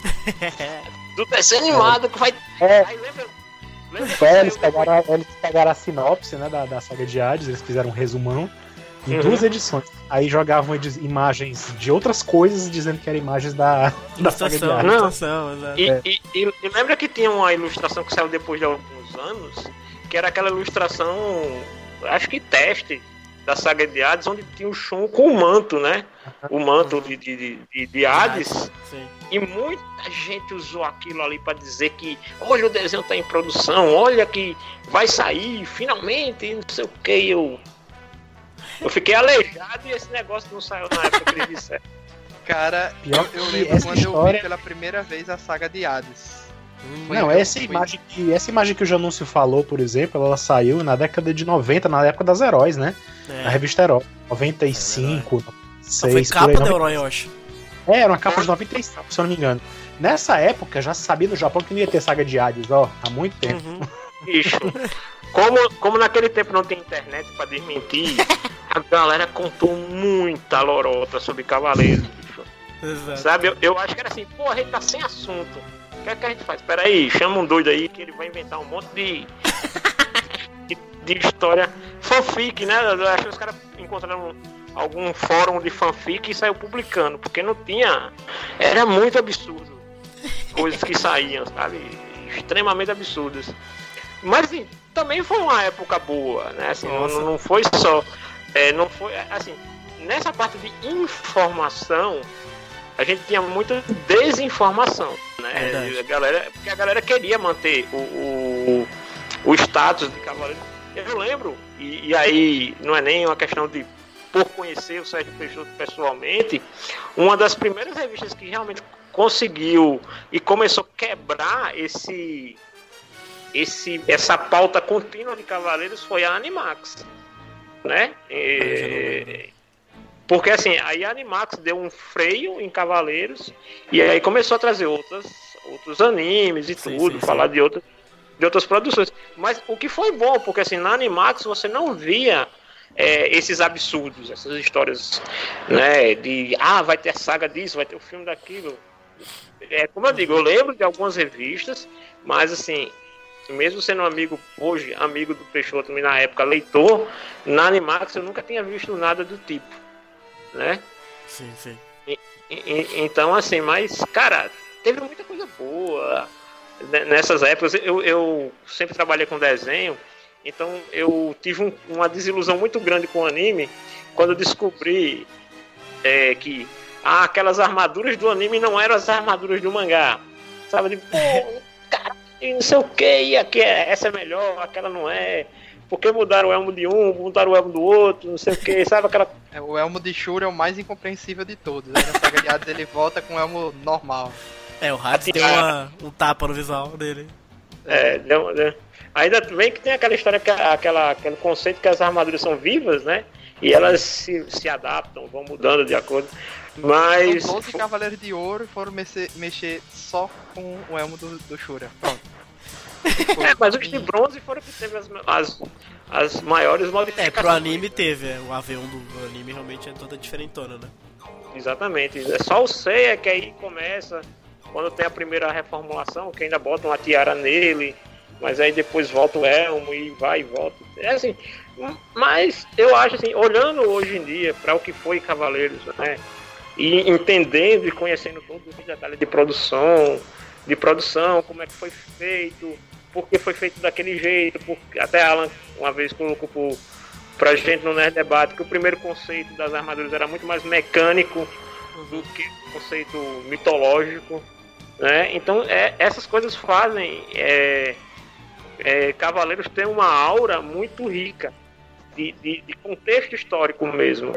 Do desenho animado que vai. É. Aí lembra. lembra que É, eles saiu depois- pegaram, eles pegaram a sinopse, né, da, da saga de Hades, eles fizeram um resumão em Uhum. duas edições. Aí jogavam edi- imagens de outras coisas, dizendo que eram imagens da, da saga de Ilustração, Hades. Não. ilustração, exato. E, É. e- e- e lembra que tinha uma ilustração que saiu depois de alguns anos, que era aquela ilustração, acho que teste, da saga de Hades, onde tinha o Shun com o manto, né? O manto de, de, de, de Hades. Sim. E muita gente usou aquilo ali pra dizer que, olha, o desenho tá em produção, olha que vai sair, finalmente, não sei o que. Eu, eu fiquei aleijado e esse negócio não saiu na época que eles disseram. Cara, Pior eu, eu que lembro essa quando eu história- vi pela primeira vez a saga de Hades. Foi- Não, essa foi- imagem, que, essa imagem que o Janúncio falou, por exemplo, ela saiu na década de noventa, na época das Heróis, né? Na É. revista Herói. noventa e cinco, Só foi noventa e seis, por capa aí, da noventa Herói, eu acho. É, era uma capa de noventa e cinco, se eu não me engano. Nessa época, já sabia no Japão que não ia ter saga de Hades, ó, há muito tempo. Uhum. Bicho, como, como naquele tempo não tem internet pra desmentir, a galera contou muita lorota sobre Cavaleiros, bicho. Exato. Sabe, eu, eu acho que era assim, pô, a gente tá sem assunto. O que é que a gente faz? Pera aí, chama um doido aí que ele vai inventar um monte de, de, de história fanfic, né? Eu acho que os caras encontraram algum fórum de fanfic e saiu publicando, porque não tinha... Era muito absurdo. Coisas que saíam, sabe? Extremamente absurdas. Mas assim, também foi uma época boa, né? Assim, não, não foi só... É, não foi... Assim, nessa parte de informação, a gente tinha muita desinformação, né? A galera, porque a galera queria manter o, o, o status de Cavaleiro. Eu lembro, e, e aí não é nem uma questão de por conhecer o Sérgio Peixoto pessoalmente, uma das primeiras revistas que realmente conseguiu e começou a quebrar esse, esse, essa pauta contínua de Cavaleiros foi a Animax, né? E, porque assim, aí a Animax deu um freio em Cavaleiros e aí começou a trazer outras, outros animes e sim, tudo, sim, falar sim. de outras de outras produções. Mas o que foi bom, porque assim, na Animax você não via é, esses absurdos, essas histórias, né, de, ah, vai ter a saga disso, vai ter o filme daquilo. É, como eu digo, eu lembro de algumas revistas, mas assim, mesmo sendo um amigo, hoje, amigo do Peixoto, na época, leitor, na Animax eu nunca tinha visto nada do tipo, né? Sim, sim. E, e, então, assim, mas, cara, teve muita coisa boa nessas épocas. Eu, eu sempre trabalhei com desenho, então eu tive um, uma desilusão muito grande com o anime quando eu descobri é, que ah, aquelas armaduras do anime não eram as armaduras do mangá, sabe? De, pô, cara, não sei o que, e aqui é, essa é melhor, aquela não é, porque mudaram o elmo de um, mudaram o elmo do outro, não sei o que, sabe aquela... É, o elmo de Shura é o mais incompreensível de todos, né? Na saga de Hades ele volta com o elmo normal. É, o Hades deu uma, um tapa no visual dele. É, deu, deu. Ainda bem que tem aquela história, que, aquela, aquele conceito que as armaduras são vivas, né? E elas se, se adaptam, vão mudando de acordo. Mas... São doze Cavaleiros de Ouro e foram mexer, mexer só com o elmo do, do Shura. Pronto. É, mas os de bronze foram que teve as, as, as maiores modificações. É, pro anime teve, é, o A V um do anime realmente é toda diferentona, né? Exatamente. É só o Seiya que aí começa... Quando tem a primeira reformulação, que ainda botam uma tiara nele, mas aí depois volta o elmo e vai e volta. É assim, mas eu acho assim, olhando hoje em dia para o que foi Cavaleiros, né? E entendendo e conhecendo todos os detalhes de produção, de produção, como é que foi feito, por que foi feito daquele jeito, porque até Alan uma vez colocou por, pra gente no Nerd Debate que o primeiro conceito das armaduras era muito mais mecânico do que o conceito mitológico. Né? Então é, essas coisas fazem é, é, Cavaleiros ter uma aura muito rica de, de, de contexto histórico mesmo.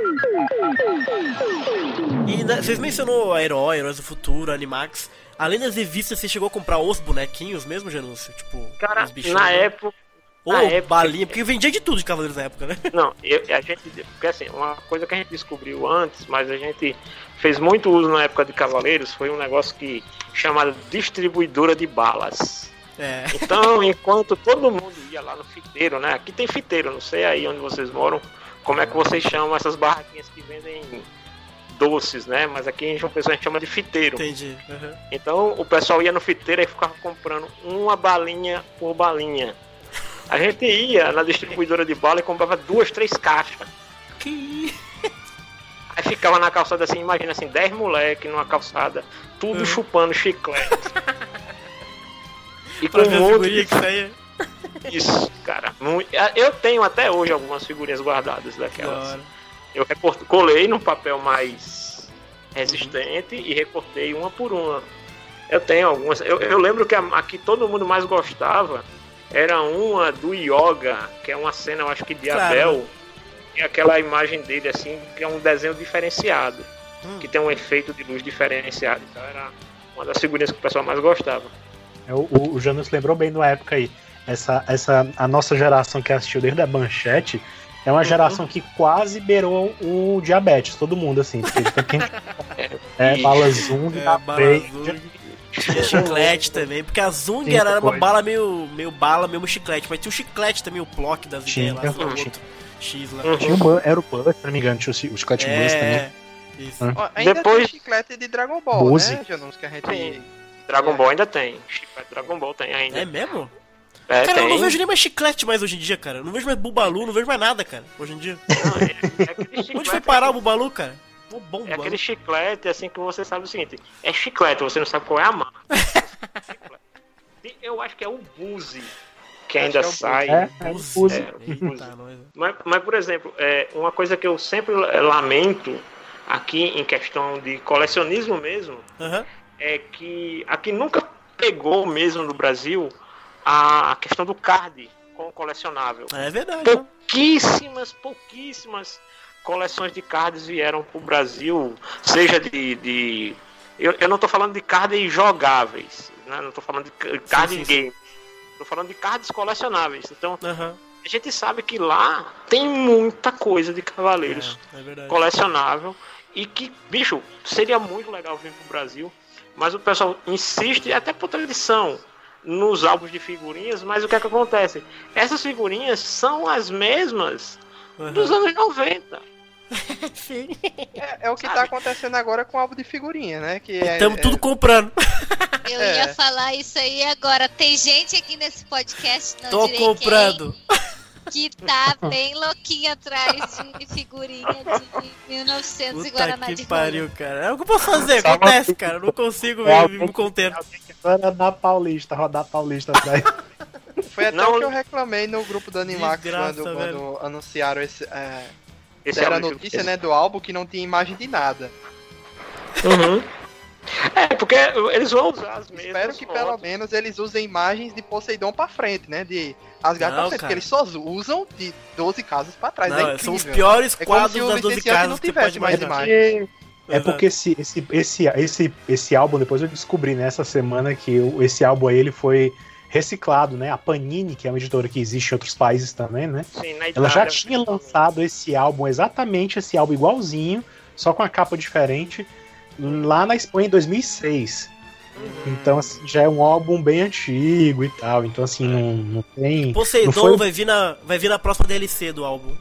E né, vocês mencionou a Herói, Heróis do Futuro, Animax. Além das revistas, você chegou a comprar os bonequinhos mesmo, Janúncio? Tipo, cara, os bichinhos, na né? época ou na época, balinha, porque vendia de tudo de Cavaleiros na época, né? Não, eu, a gente, porque assim, uma coisa que a gente descobriu antes, mas a gente fez muito uso na época de Cavaleiros, foi um negócio que chamado distribuidora de balas. É. Então, enquanto todo mundo ia lá no fiteiro, né? Aqui tem fiteiro, não sei aí onde vocês moram, como é que vocês chamam essas barraquinhas que vendem doces, né? Mas aqui em João Pessoa a gente chama de fiteiro. Entendi. Uhum. Então, o pessoal ia no fiteiro e ficava comprando uma balinha por balinha. A gente ia na distribuidora de bala e comprava duas, três caixas. Que... Aí ficava na calçada assim, imagina assim, dez moleque numa calçada, tudo uhum. chupando chiclete. E com um monte de... que saia. Isso, cara. Muito... Eu tenho até hoje algumas figurinhas guardadas daquelas. Eu recortei, colei num papel mais resistente uhum. e recortei uma por uma. Eu tenho algumas. Eu, eu lembro que a, a que todo mundo mais gostava era uma do Yoga, que é uma cena, eu acho que de claro. Abel, e aquela imagem dele assim, que é um desenho diferenciado, hum. que tem um efeito de luz diferenciado. Então era uma das figurinhas que o pessoal mais gostava. O, o, o Janus lembrou bem da época aí. Essa, essa, a nossa geração que assistiu desde a Manchete é uma geração uhum. que quase beirou o diabetes, todo mundo, assim. Porque tem é, bala zoom é, na bala veia. zoom. Tinha chiclete também, porque a Zung Tinha era uma coisa. bala meio, meio bala, meio chiclete, mas tinha o chiclete também, o Plock das Tinha. ideias lá, sei lá, o Tinha. outro X lá. Uhum. Tinha o Buzz, era o Buzz, se não me engano, tinha o, chi- o chiclete Buzz também. É, isso. Hã? Ó, ainda Depois- tem chiclete de Dragon Ball, Buzi. né, Janus? Que a gente... Tem. Dragon Ball ainda tem. Chiclete Dragon Ball tem ainda. É mesmo? É, Cara, eu não tem. vejo nem mais chiclete mais hoje em dia, cara. Eu não vejo mais Bubalu, não vejo mais nada, cara, hoje em dia. Não, é, é aquele chiclete, Onde foi parar o Bubalu, cara? Mó bom É Bubalu. aquele chiclete assim que você sabe o seguinte: é chiclete, você não sabe qual é a marca. E eu acho que é o Buzi que Acho ainda que é o sai. É, é o Buzz. Buzz. É, Eita, nós. Mas, mas, por exemplo, é, uma coisa que eu sempre lamento aqui em questão de colecionismo mesmo Aham. é que aqui nunca pegou mesmo no Brasil a questão do card com colecionável. É verdade, né? Pouquíssimas, pouquíssimas coleções de cards vieram pro Brasil, seja de... de eu, eu não tô falando de cards jogáveis, né? Não tô falando de cards sim, sim. game. Tô falando de cards colecionáveis. Então, Aham. a gente sabe que lá tem muita coisa de cavaleiros É, é verdade. colecionável e que, bicho, seria muito legal vir pro Brasil, mas o pessoal insiste, até por tradição, nos álbuns de figurinhas, mas o que é que acontece? Essas figurinhas são as mesmas Aham. dos anos noventa. Sim. É, é o que Sabe? tá acontecendo agora com o álbum de figurinha, né? Que é, Estamos é- tudo comprando. Eu É. ia falar isso aí agora. Tem gente aqui nesse podcast, não Tô direi comprando. quem, que tá bem louquinha atrás de figurinha de mil e novecentos e Puta Guaraná que de pariu, cara. É o que eu posso fazer, Só acontece, uma- cara. Eu não consigo É me, alguém me que- conter. Alguém que era da Paulista, rodar Paulista atrás. Foi até Não- o que eu reclamei no grupo do Animax Desgraça, quando, velho. quando anunciaram esse. É, Esse deram a álbum de notícia, figurinhas. né, do álbum que não tinha imagem de nada. Uhum. É, porque eles vão usar as mesmas Espero que pelo fotos. menos eles usem imagens de Poseidon pra frente, né? De Asgard Não, pra frente, cara. porque eles só usam de doze casas pra trás. Não, é incrível. são os piores É como quadros se o das doze licenciante casas não que você pode tivesse mais imaginar. imagem. É porque esse, esse, esse, esse, esse álbum, depois eu descobri nessa semana que o- esse álbum aí ele foi reciclado, né? A Panini, que é uma editora que existe em outros países também, né? Sim, na Ela já Itália, tinha lançado esse álbum, exatamente esse álbum igualzinho, só com a capa diferente, lá na Espanha em dois mil e seis. Então, assim, já é um álbum bem antigo e tal. Então, assim, não, não tem. não Poseidon foi- vai, vir na, vai vir na próxima D L C do álbum.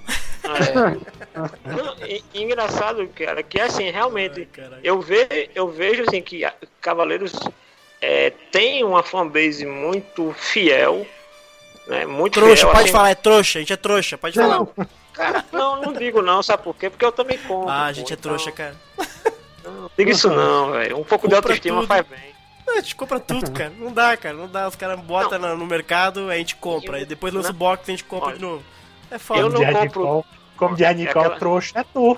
É. Não, e- e engraçado, cara, que assim, realmente, Ai, caralho. eu, ve, eu vejo assim que a- Cavaleiros é, tem uma fanbase muito fiel, né? Muito Trouxa, fiel. pode assim, falar, é trouxa, a gente é trouxa, pode falar. Cara, não, não digo não, sabe por quê? Porque eu também compro. Ah, a pô, gente é então, trouxa, cara. Não diga isso não, velho. Um pouco de Compra autoestima tudo. faz bem. A gente compra tudo, cara. Não dá, cara. Não dá. Os caras botam no, no mercado, a gente compra. Eu- E depois lança o não. box e a gente compra Olha, de novo. É foda. eu Como não de compro- Nicole, como de Nicole, aquela- trouxa é tu.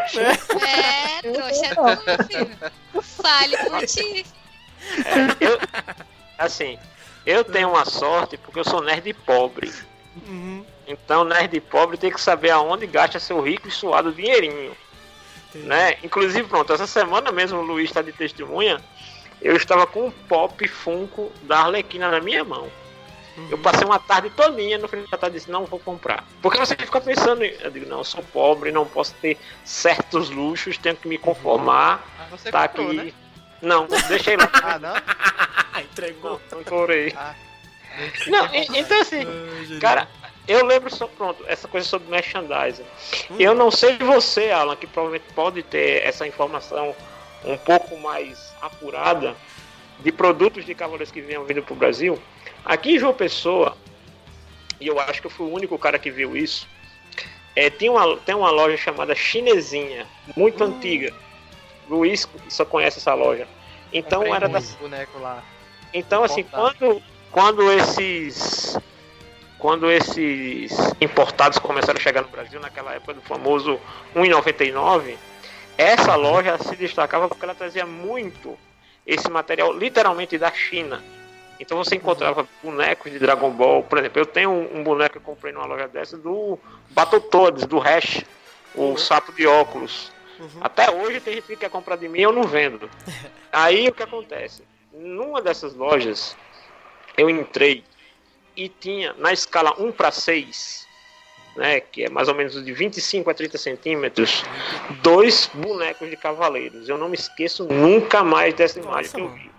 É, trouxa é tu, filho. Fale por ti. É, eu, assim, eu tenho uma sorte porque eu sou nerd pobre. Uhum. Então, nerd pobre tem que saber aonde gasta seu rico e suado dinheirinho. Entendi. Né? Inclusive, pronto, essa semana mesmo o Luiz está de testemunha. Eu estava com um pop Funko da Arlequina na minha mão. Uhum. Eu passei uma tarde todinha, no final da tarde disse, não vou comprar. Porque você fica pensando, eu digo, não, eu sou pobre, não posso ter certos luxos, tenho que me conformar. Mas você Tá comprou, aqui. né? Não, deixei lá. Ah, não? Ah, entregou. Não, não chorei. Ah. Não, e- então assim, Ai, gente. cara, eu lembro só, pronto, essa coisa sobre merchandising. Hum. Eu não sei de você, Alan, que provavelmente pode ter essa informação um pouco mais apurada de produtos de cavaleiros que vinham vindo pro Brasil. Aqui em João Pessoa, e eu acho que eu fui o único cara que viu isso, é, tem, uma, tem uma loja chamada Chinesinha, muito Hum. antiga. Luiz só conhece essa loja. Então Comprei era da, muito boneco lá. então, assim, Importado. quando, quando esses quando esses importados começaram a chegar no Brasil, naquela época do famoso um real e noventa e nove, essa loja se destacava porque ela trazia muito esse material, literalmente, da China. Então você encontrava bonecos de Dragon Ball, por exemplo, eu tenho um, um boneco que eu comprei numa loja dessa do Battletoads, do Hash, o sapo de óculos. Uhum. Até hoje tem gente que quer comprar de mim e eu não vendo. Aí o que acontece? Numa dessas lojas, eu entrei e tinha, na escala um para seis, né, que é mais ou menos de vinte e cinco a trinta centímetros, dois bonecos de cavaleiros. Eu não me esqueço nunca mais dessa imagem Nossa, que eu mano. vi.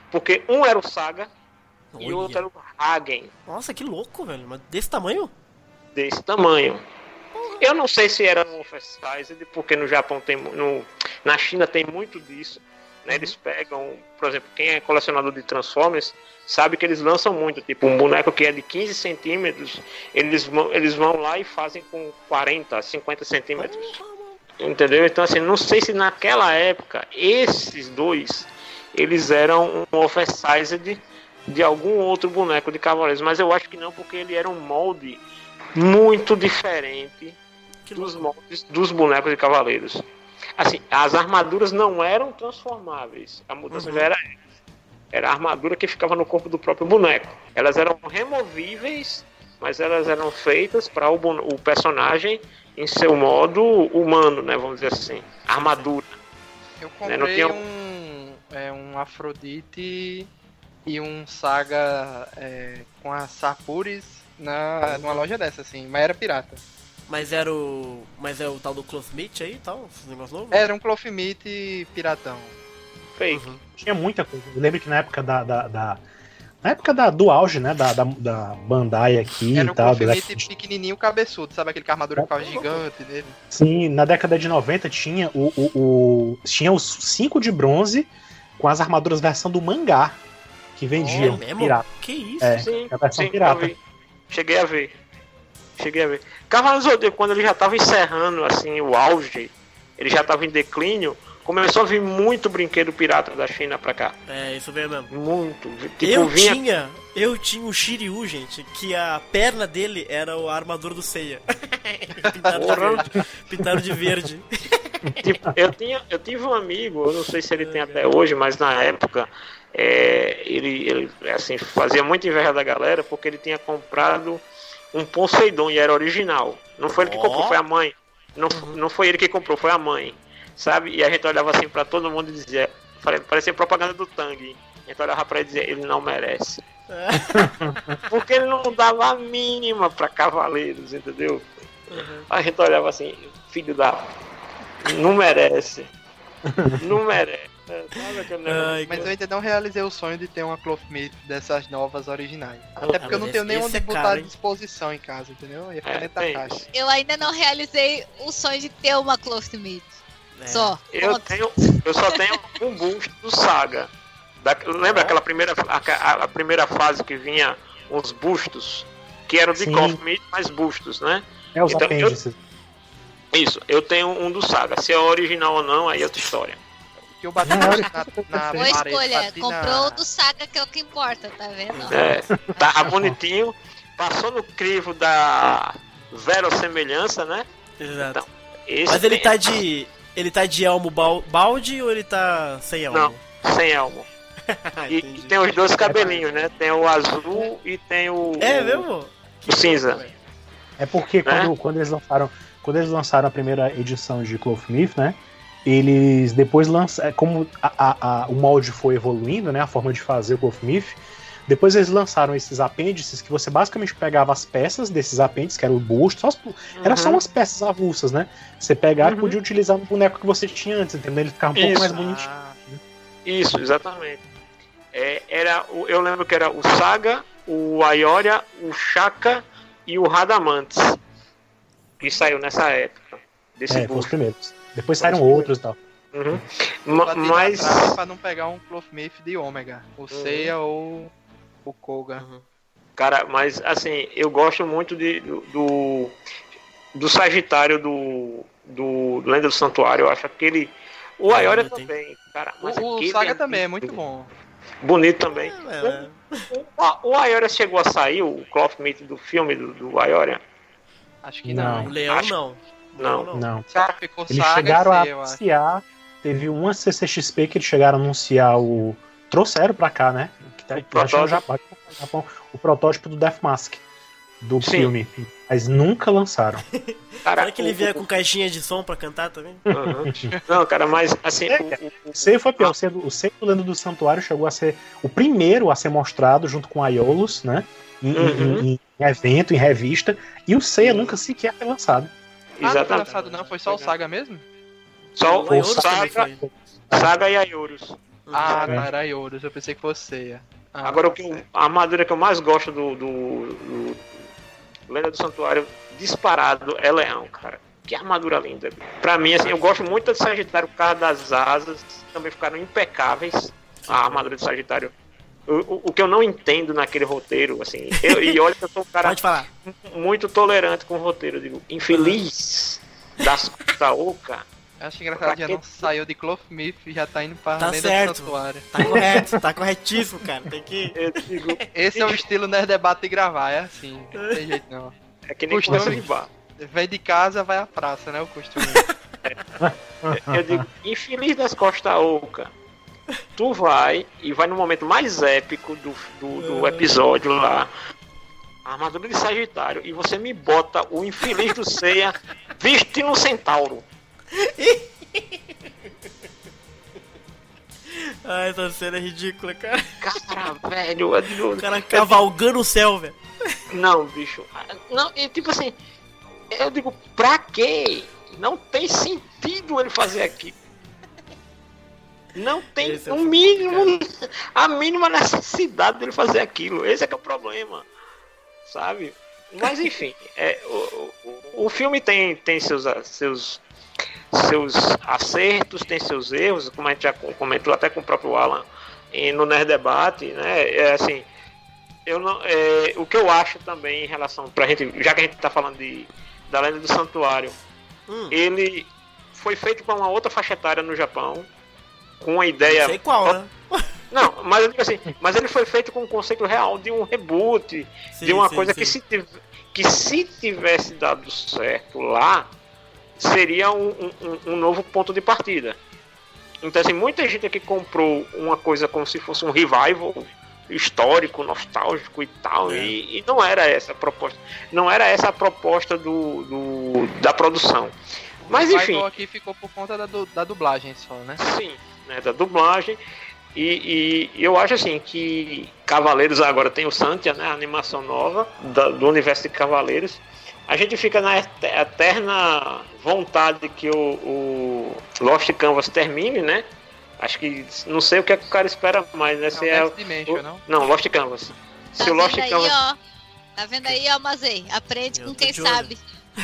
Porque um era o Saga Olha. e o outro era o Hagen. Nossa, que louco, velho. Mas desse tamanho? Desse tamanho. Eu não sei se era um oversized, porque no Japão tem. No, na China tem muito disso. Né? Eles pegam, por exemplo, quem é colecionador de Transformers sabe que eles lançam muito. Tipo, um boneco que é de quinze centímetros, eles vão, eles vão lá e fazem com quarenta, cinquenta centímetros. Entendeu? Então, assim, não sei se naquela época esses dois eles eram um oversized de algum outro boneco de Cavaleiros, mas eu acho que não, porque ele era um molde muito diferente dos moldes dos bonecos de Cavaleiros. Assim, as armaduras não eram transformáveis, a mudança uhum. já era era a armadura que ficava no corpo do próprio boneco. Elas eram removíveis, mas elas eram feitas para o, o personagem em seu modo humano, né, vamos dizer assim, armadura. Eu comprei né, tinha... um, é, um Afrodite e um Saga é, com as Sarpuris na, numa loja dessa, assim, mas era pirata. Mas era o. Mas é o tal do Clothmith aí e tal? Esse negócio novo? Era um Clothmith piratão. Fake. Uhum. Tinha muita coisa. Eu lembro que na época da. da, da na época da, do auge, né? Da, da, da Bandai aqui era e tal. Era um Clothmith pequenininho cabeçudo, sabe? Aquele que a armadura ficava gigante dele. Sim, na década de noventa tinha o, o, o. Tinha os cinco de bronze com as armaduras versão do mangá. Que vendiam. Oh, é mesmo? Pirata. Que isso? É, sim, a versão sim, pirata. Cheguei a ver. Cheguei a ver. Cavaleiros do Zodíaco, quando ele já estava encerrando assim, o auge, ele já estava em declínio, começou a vir muito brinquedo pirata da China pra cá. É, isso veio mesmo. Muito. Tipo, eu vinha... tinha, eu tinha o Shiryu, gente, que a perna dele era a armadura do Seiya. Pintado de verde. Pintado de verde. Tipo, eu, tinha, eu tive um amigo, eu não sei se ele tem até hoje, mas na época é, ele, ele assim, fazia muita inveja da galera porque ele tinha comprado um Poseidon e era original. Não foi ele que Oh. comprou, foi a mãe. Não, Uhum. não foi ele que comprou, foi a mãe. Sabe? E a gente olhava assim pra todo mundo e dizia, parecia propaganda do Tang. A gente olhava pra ele e dizia, ele não merece. Porque ele não dava a mínima pra Cavaleiros, entendeu? Uhum. A gente olhava assim, filho da... Não merece. Não merece. Sabe aquele negócio? Ai, Mas eu cara. ainda não realizei o sonho de ter uma Clothmith dessas novas originais. Até porque Ah, eu não mas tenho esse- nem esse onde é botar caro, à hein? disposição em casa, entendeu? Ia ficar É, dentro da tem caixa. isso. Eu ainda não realizei o sonho de ter uma Clothmith. É. Só. Eu, Ponto. tenho, eu só tenho um boost do Saga. Da, lembra aquela primeira, a, a primeira fase que vinha uns bustos? Que eram de Sim. Clothmith, mais bustos, né? É os Então, apêndices. Isso, eu tenho um do Saga. Se é original ou não, aí é outra história. Que eu bati Não, na, olha, na, na Boa parede, escolha. bati Comprou na... o do Saga, que é o que importa, tá vendo? É, tá bonitinho. Passou no crivo da verossemelhança, né? Exato. Então, esse Mas ele tem- tá de. Ele tá de elmo bal- balde ou ele tá sem elmo? Não, sem elmo. Ah, E, entendi. e tem os dois cabelinhos, né? Tem o azul e tem o. É o- mesmo? O cinza. É porque quando, quando eles lançaram. Quando eles lançaram a primeira edição de Clothmith, né? Eles depois lançaram. Como a, a, a, o molde foi evoluindo, né? A forma de fazer o Clothmith. Depois eles lançaram esses apêndices que você basicamente pegava as peças desses apêndices, que era o busto, só as, era só Uhum. umas peças avulsas, né? Você pegava Uhum. e podia utilizar no boneco que você tinha antes, entendeu? Ele ficava um pouco Isso. mais bonitinho. Ah, Isso, exatamente. É, era, o- eu lembro que era o Saga, o Aioria, o Shaka e o Radamantes. Que saiu nessa época. Desse É, foram os boost. primeiros. Depois saíram outros e tal. Uhum. eu Ma- bati Mas. na trave pra não pegar um Clothmith de Ômega. O Seiya ou o Koga. Uhum. Cara, mas assim, eu gosto muito de, do, do, do Sagitário do, do Lenda do Santuário. Eu acho aquele. O Aioria bonito, hein? também, cara. Mas O, o aquele Saga também é muito bonito. bom. Bonito também. É, é. O, o Aioria chegou a sair, o Clothmith do filme do, do Aioria? Acho que Não. O não. leão Acho- não. Não. Leão Não. Cara, Ficou Eles Saga chegaram e a Seiya, eu acho. anunciar. Teve uma C C X P que eles chegaram a anunciar o. Trouxeram pra cá, né? Que tá, que acho que no Japão, no Japão, o protótipo do Death Mask do Sim. filme. Mas nunca lançaram. cara, Será que ele o- vier o- com caixinha de som pra cantar também? Uhum. Não, cara, mas assim. É, o- o- O Seiya foi pior. O Seiya, o Seiya do Lenda do Santuário chegou a ser o primeiro a ser mostrado junto com a Aiolos, né? Em, Uhum. em- em evento, em revista. E o Seiya nunca sequer foi lançado. Ah, não foi Exatamente. lançado não, foi só o Saga mesmo? Só O o Aioros também Saga, foi. Saga e Aioros. Ah, tá, era Yodas, eu pensei que fosse Seiya. Ah, Agora, o tá que eu- certo. a armadura que eu mais gosto do, do, do Lenda do Santuário, disparado, é Leão, cara. Que armadura linda. Pra mim, assim, eu gosto muito da de Sagitário por causa das asas, também ficaram impecáveis. A armadura de Sagitário. O, o, o que eu não entendo naquele roteiro, assim, eu, e olha que eu sou um cara Pode falar. muito tolerante com o roteiro, eu digo, infeliz das da Oca. Eu acho engraçado que já não saiu de Clothmith e já tá indo pra Tá Lenda certo. do Santuário. Tá correto, tá corretíssimo, cara. Tem que. Eu digo, Esse é o estilo Nerd Debate de gravar, é assim. Não tem jeito não. é que nem Costume. conversa de bar. Vem de casa, vai à praça, né? O costume. Eu digo, infeliz das Costa Oca. Tu vai e vai no momento mais épico do, do, do episódio lá. A armadura de Sagitário. E você me bota o infeliz do Seiya vestindo um centauro. Ah, essa cena é ridícula, cara. Cara, velho. Eu digo, O cara cavalgando o céu, velho. não, bicho. Não, e tipo assim. Eu digo, pra quê? Não tem sentido ele fazer aquilo. Não tem Esse é o o mínimo, a mínima necessidade dele fazer aquilo. Esse é que é o problema, sabe? Mas enfim, é, o, o, o filme tem, tem seus, seus, seus acertos, tem seus erros, como a gente já comentou até com o próprio Alan e no Nerd Debate, né? É assim, eu não, é, o que eu acho também em relação, pra gente, já que a gente tá falando de, da Lenda do Santuário, Hum, ele foi feito com uma outra faixa etária no Japão, com uma ideia. sei qual, né? Não, mas eu digo assim, mas ele foi feito com o conceito real de um reboot, Sim, de uma sim, coisa sim. que se, tiv- que se tivesse dado certo lá, seria um, um- um novo ponto de partida. Então assim, muita gente aqui comprou uma coisa como se fosse um revival histórico, nostálgico e tal, É. e, e não era essa a proposta. Não era essa a proposta do, do- da produção. Mas o enfim. Michael aqui ficou por conta da, du- da dublagem só, né? Sim, né, da dublagem. E, e eu acho assim que Cavaleiros agora tem o Santia, né, a animação nova da- do universo de Cavaleiros. A gente fica na ete- eterna vontade que o, o Lost Canvas termine, né? Acho que não sei o que, é que o cara espera mais, né? Se Não, é Next Dimension, o, não? não, Lost Canvas. Tá Se o Lost vendo aí, Canvas, ó? Tá vendo aí, ó, Mazei? Aprende Eu com tô quem de olho. sabe.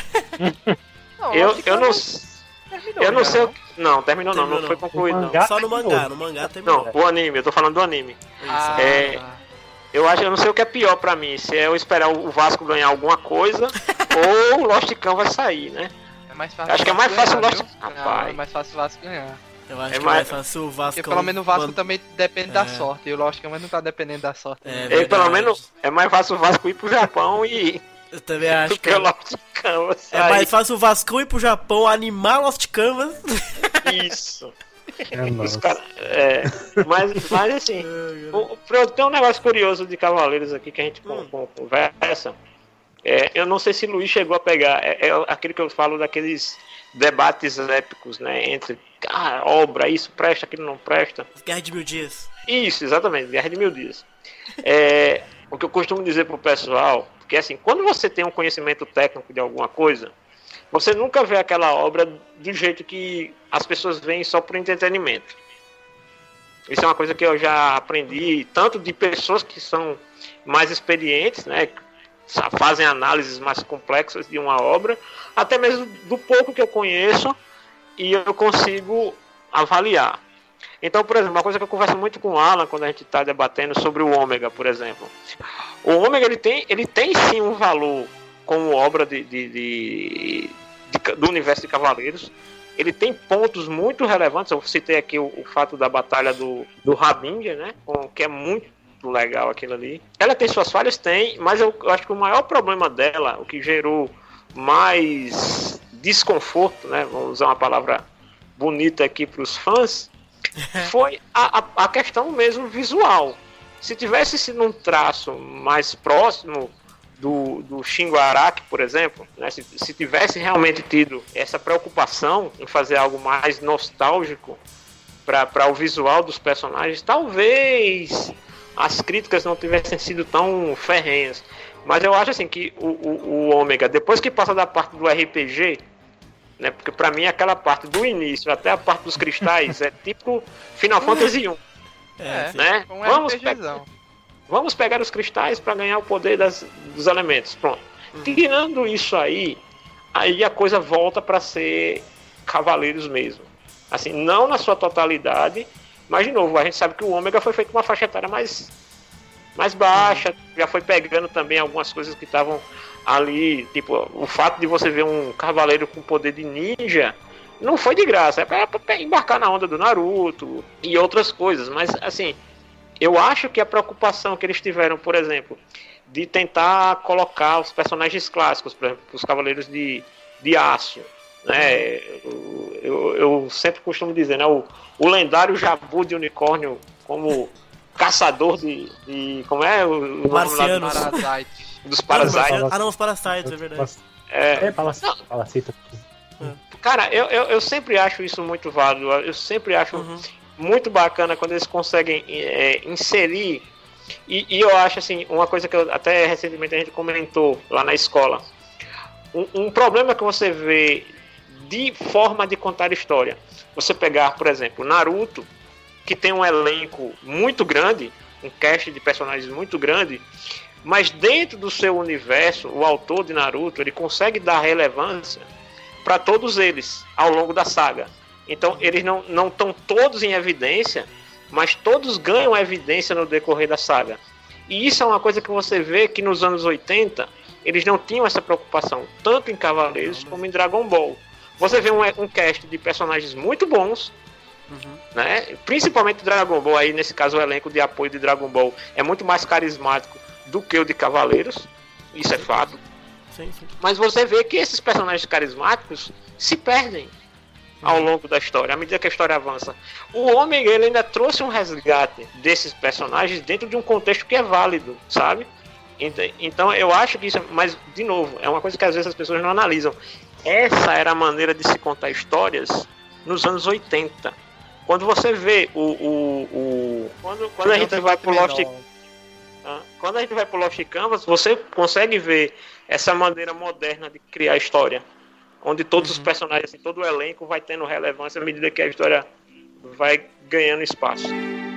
Não, eu, acho que eu não, terminou eu não já, sei o que, não terminou não, Terminou não foi não. concluído O não. mangá- Só no terminou. mangá, no mangá terminou. Não, o anime, eu tô falando do anime. Ah, É, tá. Eu acho, eu não sei o que é pior pra mim, se é eu esperar o Vasco ganhar alguma coisa ou o Lost Can vai sair, né? É mais fácil Acho que é mais Vasco fácil o ganhar, Lost- viu? Não, Rapaz. é mais fácil o Vasco ganhar. Eu acho É que mais- vai fácil o Vasco. Porque pelo menos o Vasco man- também depende da É. sorte. E o Lost Canvas não tá dependendo da sorte. É, né? É, verdade. pelo menos é mais fácil o Vasco ir pro Japão e Eu também acho do que que o Lost Can vai é sair. mais fácil o Vasco ir pro Japão, animar Lost Canvas. Isso. É, Os nossa. cara, é, mas, mas assim, o, o- tem um negócio curioso de Cavaleiros aqui que a gente con- Hum. con- conversa. É, eu não sei se o Luiz chegou a pegar. É, é aquele que eu falo daqueles debates épicos, né? Entre ah, obra, isso presta, aquilo não presta. Guerra de Mil Dias. Isso, exatamente, Guerra de Mil Dias. É, o que eu costumo dizer pro pessoal, porque assim, quando você tem um conhecimento técnico de alguma coisa, você nunca vê aquela obra do jeito que as pessoas veem só por entretenimento. Isso é uma coisa que eu já aprendi, tanto de pessoas que são mais experientes, né, que sa- fazem análises mais complexas de uma obra, até mesmo do pouco que eu conheço e eu consigo avaliar. Então, por exemplo, uma coisa que eu converso muito com o Alan quando a gente está debatendo sobre o Ômega, por exemplo. O Ômega ele tem, ele tem sim um valor como obra de, de, de, de- do universo de Cavaleiros. Ele tem pontos muito relevantes. Eu citei aqui o, o fato da batalha do, do Rabinger, né? Com- que é muito legal aquilo ali. Ela tem suas falhas? Tem, mas eu, eu acho que o maior problema dela, o que gerou mais desconforto, né? Vamos usar uma palavra bonita aqui para os fãs, foi a, a, a questão mesmo visual. Se tivesse sido um traço mais próximo do, do Shingo Araki, por exemplo, né, se, se tivesse realmente tido essa preocupação em fazer algo mais nostálgico para o visual dos personagens, talvez as críticas não tivessem sido tão ferrenhas. Mas eu acho assim que o, o, o Ômega, depois que passa da parte do R P G, né, porque para mim aquela parte do início até a parte dos cristais é tipo Final Fantasy um. É, né? um Vamos, RPGzão. pe vamos pegar os cristais para ganhar o poder das, dos elementos. Pronto. Uhum. Tirando isso aí, aí a coisa volta para ser Cavaleiros mesmo. Assim, não na sua totalidade, mas de novo, a gente sabe que o Ômega foi feito com uma faixa etária mais, mais baixa, uhum. já foi pegando também algumas coisas que estavam ali, tipo, o fato de você ver um cavaleiro com poder de ninja não foi de graça, é para embarcar na onda do Naruto e outras coisas, mas assim, eu acho que a preocupação que eles tiveram, por exemplo, de tentar colocar os personagens clássicos, por exemplo, os Cavaleiros de, de Aço, né? Eu, eu, eu sempre costumo dizer, né? O, o lendário Jabu de Unicórnio como caçador de, de como é? O, o Marcianos. Parasite. Dos Parasites. Ah, não, os Parasites, é verdade. É, é Palacita. Palacita. Cara, eu, eu, eu sempre acho isso muito válido. Eu sempre acho uhum. muito bacana quando eles conseguem é, inserir. E, e eu acho assim, uma coisa que eu, até recentemente a gente comentou lá na escola. Um, um problema que você vê de forma de contar história. Você pegar, por exemplo, Naruto, que tem um elenco muito grande, um cast de personagens muito grande, mas dentro do seu universo, o autor de Naruto, ele consegue dar relevância para todos eles ao longo da saga. Então, eles não estão todos em evidência, mas todos ganham evidência no decorrer da saga. E isso é uma coisa que você vê que nos anos oitenta, eles não tinham essa preocupação, tanto em Cavaleiros como em Dragon Ball. Você vê um, um cast de personagens muito bons, uhum. né? Principalmente Dragon Ball, aí nesse caso o elenco de apoio de Dragon Ball é muito mais carismático do que o de Cavaleiros, isso é fato. Sim, sim. Mas você vê que esses personagens carismáticos se perdem ao longo da história, à medida que a história avança. O Ômega, ele ainda trouxe um resgate desses personagens dentro de um contexto que é válido, sabe? Então eu acho que isso, mas de novo, é uma coisa que às vezes as pessoas não analisam. Essa era a maneira de se contar histórias nos anos oitenta. Quando você vê o... o, o quando, quando a gente vai pro Lost... Quando a gente vai pro Lost Canvas, você consegue ver essa maneira moderna de criar história. Onde todos uhum. os personagens, assim, todo o elenco vai tendo relevância à medida que a história vai ganhando espaço.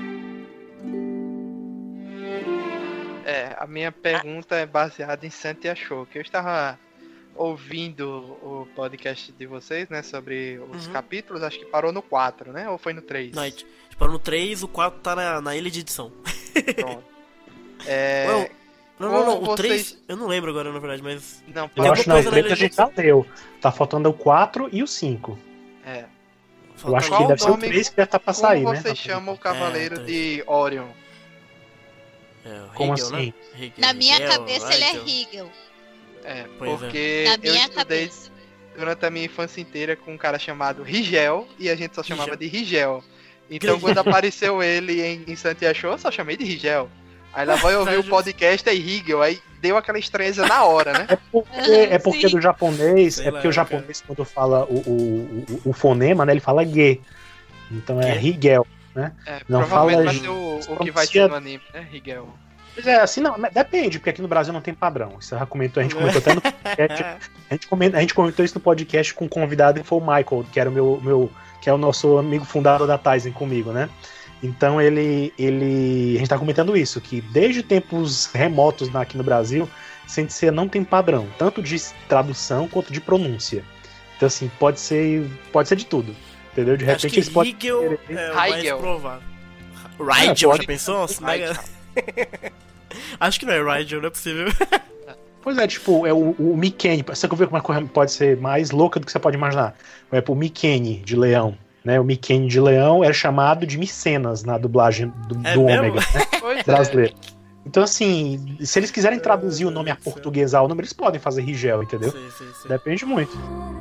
É, a minha pergunta é baseada em Santi Achou, que eu estava ouvindo o podcast de vocês, né, sobre os uhum. capítulos, acho que parou no quatro, né, ou foi no três? Não, a gente parou no três, o quatro tá na, na ilha de edição. Pronto. É... Well, não, não, não, o vocês... três, eu não lembro agora, na verdade, mas... Não, eu acho que não, o três a gente já deu. Tá faltando o quatro e o cinco. É. Eu acho que deve ser o três que já tá pra sair, né? Como você chama o Cavaleiro é, de Orion? É, o Como Hegel, assim? Né? Hegel, Na minha Hegel, cabeça ele é Hegel. Hegel. É, Pois porque Na eu minha estudei cabeça. durante a minha infância inteira com um cara chamado Rigel, e a gente só chamava Rigel. de Rigel. Então quando apareceu ele em, em Santi Achou, eu só chamei de Rigel. Aí lá vai ouvir o podcast, aí Hegel, aí deu aquela estranheza na hora, né? É porque, é porque do japonês, Sei é porque lá, o japonês, quando fala o, o, o, o fonema, né, ele fala ge. Então é Rigel, né? É, Não provavelmente fala vai de- ser o, o que pronuncia- vai ser no anime, né, Rigel? Pois é, assim, não, mas depende, porque aqui no Brasil não tem padrão. Isso já comentou, a gente comentou até no podcast. A gente, comenta, a gente comentou isso no podcast com um convidado que foi o Michael, que era o meu, meu que é o nosso amigo fundador da Tizen comigo, né? Então ele, ele. A gente tá comentando isso, que desde tempos remotos aqui no Brasil, Sensei não tem padrão, tanto de tradução quanto de pronúncia. Então, assim, pode ser. Pode ser de tudo. Entendeu? De Acho repente que eles podem. Hegel é o mais Hegel. provável. É, Rigel, pode- já pensou? Nossa, mega... Acho que não é Rigel, não é possível. Pois é, tipo, é o, o Mikeni. Você quer ver como uma coisa pode ser mais louca do que você pode imaginar? É o Mikeni de Leão. Né, o Mikeni de Leão era chamado de Micenas na dublagem do, É do mesmo? Ômega, né, Pois brasileiro. Então, assim, se eles quiserem traduzir o nome a Deus do céu. portuguesar o nome, eles podem fazer Rigel, entendeu? Sim, sim, sim. Depende muito.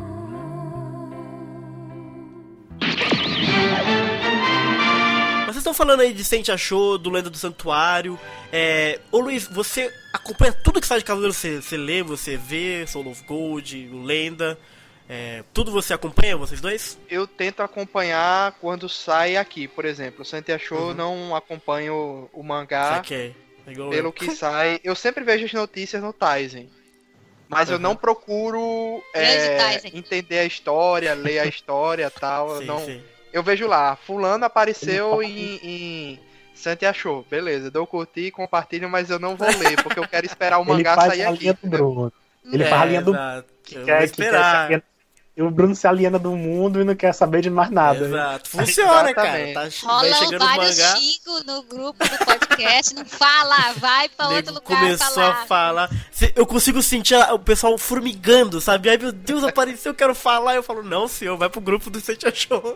Mas vocês estão falando aí de Sente Achou, do Lenda do Santuário. É... Ô Luiz, você acompanha tudo que sai de Cavaleiro? Você, você lê, você vê, Soul of Gold, o Lenda. É... Tudo você acompanha, vocês dois? Eu tento acompanhar quando sai aqui, por exemplo. O Santi Achou, Uhum. não acompanho o mangá. Saquei. É igual Pelo eu. que sai, eu sempre vejo as notícias no Tizen. Mas eu Uhum. não procuro Grande é, Tizen. entender a história, ler a história e tal. Eu, Sim, não, sim. eu vejo lá, fulano apareceu em, em Santi achou, beleza, dou curtir, compartilho, mas eu não vou ler, porque eu quero esperar o Ele mangá faz sair a aqui. linha do Bruno. Ele É, faz a linha do exato. que Eu quer, vou que quer se esperar. alienar. E o Bruno se aliena do mundo e não quer saber de mais nada. Exato. Funciona, cara. Exatamente. Tá, vai Rolam chegando o vários mangá. xingos no grupo do podcast. Não fala, vai pra O outro nego lugar começou falar. a falar. Cê- Eu consigo sentir a- o pessoal formigando, sabe? Ai meu Deus, apareceu, eu quero falar. Eu falo, não, senhor, vai pro grupo do Sente Achou.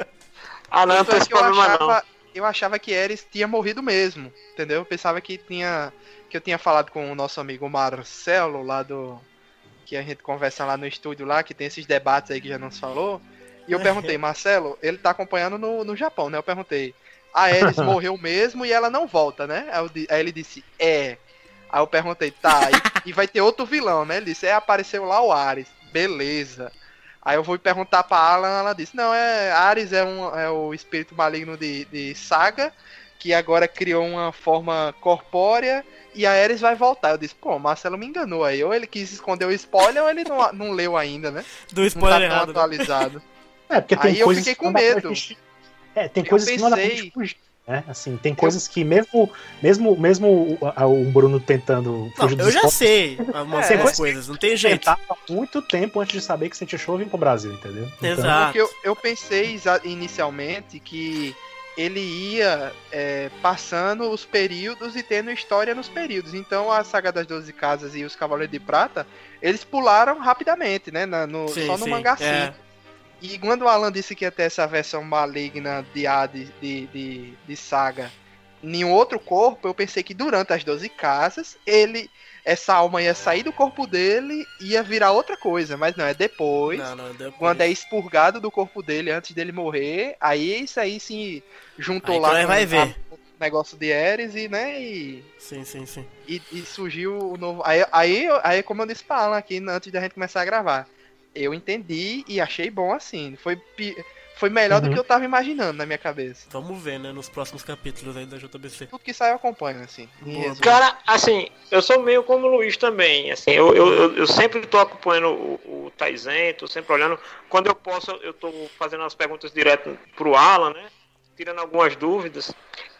Ah, não, não Tanto tem é esse que eu problema não. achava, eu achava que Ares tinha morrido mesmo, entendeu? Eu pensava que tinha. Que eu tinha falado com o nosso amigo Marcelo lá do. Que a gente conversa lá no estúdio lá, que tem esses debates aí que já nos falou. E eu perguntei, Marcelo, ele tá acompanhando no, no Japão, né? Eu perguntei, a Ares morreu mesmo e ela não volta, né? Aí, eu di- aí ele disse, é. Aí eu perguntei, tá, e, e vai ter outro vilão, né? Ele disse, é, apareceu lá o Ares. Beleza. Aí eu fui perguntar pra Alan, ela disse, não, é, Ares é, um, é o espírito maligno de, de Saga, que agora criou uma forma corpórea, e a Ares vai voltar. Eu disse, pô, o Marcelo me enganou aí. Ou ele quis esconder o spoiler, ou ele não, não leu ainda, né? Do Não spoiler tá tão errado. né? atualizado. É, porque tem Aí eu coisas fiquei que com não dá pra medo. gente- É, tem Eu coisas que não dá pra pensei- gente fugir, né? Assim, tem coisas que mesmo, mesmo, mesmo o, a- o Bruno tentando Não, fugir dos eu já spoilers, sei algumas É, algumas mas- coisas, não tem jeito. tentava há muito tempo antes de saber que Sente Show vinha pro Brasil, entendeu? Então, Exato. Porque eu, eu pensei exa- inicialmente que ele ia é, passando os períodos e tendo história nos períodos. Então a Saga das Doze Casas e os Cavaleiros de Prata, eles pularam rapidamente, né? na- no- Sim, só no sim, mangá é. cinco. E quando o Alan disse que ia ter essa versão maligna de Hades, de, de, de Saga em um outro corpo, eu pensei que durante as doze casas, ele, essa alma ia sair do corpo dele e ia virar outra coisa. Mas não, é depois. Não, não, depois. Quando é expurgado do corpo dele antes dele morrer, aí isso aí se juntou Aí lá que nós com vai a- ver. o negócio de Ares e, né, e, Sim, sim, sim. e, e surgiu o novo... Aí, aí, aí, como eu disse pra Alan aqui, antes da gente começar a gravar, eu entendi e achei bom assim, foi, pi- foi melhor do Uhum. que eu tava imaginando na minha cabeça. Vamos ver, né, nos próximos capítulos aí da J B C. Tudo que sai eu acompanho, assim. em Boa. resumo. Cara, assim, eu sou meio como o Luiz também, assim, eu, eu, eu, eu sempre tô acompanhando o, o Taizen, tô sempre olhando, quando eu posso, eu tô fazendo as perguntas direto pro Alan, né, tirando algumas dúvidas,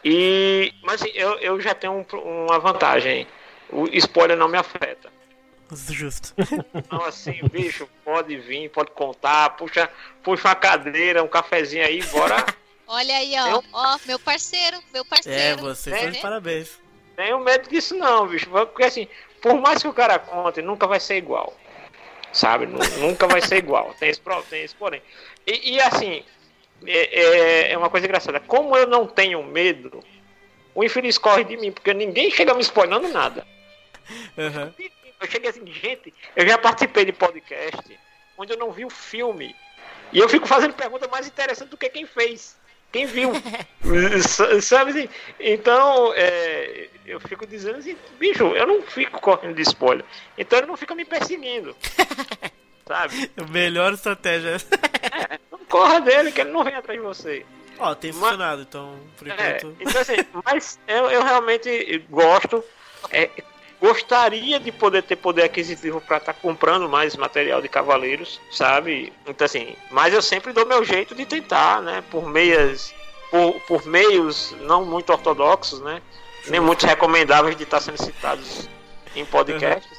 e, mas assim, eu, eu já tenho um- uma vantagem, o spoiler não me afeta. Justo. Então, assim, bicho, pode vir, pode contar, puxa, puxa uma cadeira, um cafezinho aí, bora. Olha aí, ó. Eu- Ó, meu parceiro, meu É, parceiro. você É, tá de né? parabéns. Tenho medo disso não, bicho, porque assim, por mais que o cara conte, nunca vai ser igual, sabe? Nu- Nunca vai ser igual, tem esse, pro- tem esse porém. E, e, assim, é, é- é uma coisa engraçada, como eu não tenho medo, o infeliz corre de mim, porque ninguém chega me spoilando nada. Aham. Eu cheguei assim, gente, eu já participei de podcast onde eu não vi o filme. E eu fico fazendo pergunta mais interessante do que quem fez. Quem viu. S- Sabe assim? Então, é, eu fico dizendo assim, bicho, eu não fico correndo de spoiler. Então ele não fica me perseguindo. Sabe? Melhor estratégia. Não corra dele, que ele não vem atrás de você. Ó, tem Mas- funcionado, então, por É, enquanto. então assim, mas eu, eu realmente gosto, é, gostaria de poder ter poder aquisitivo para estar comprando mais material de Cavaleiros, sabe? Então assim, mas eu sempre dou meu jeito de tentar, né? Por meias, por, por meios não muito ortodoxos, né? Nem muito recomendáveis de estar sendo citados em podcasts.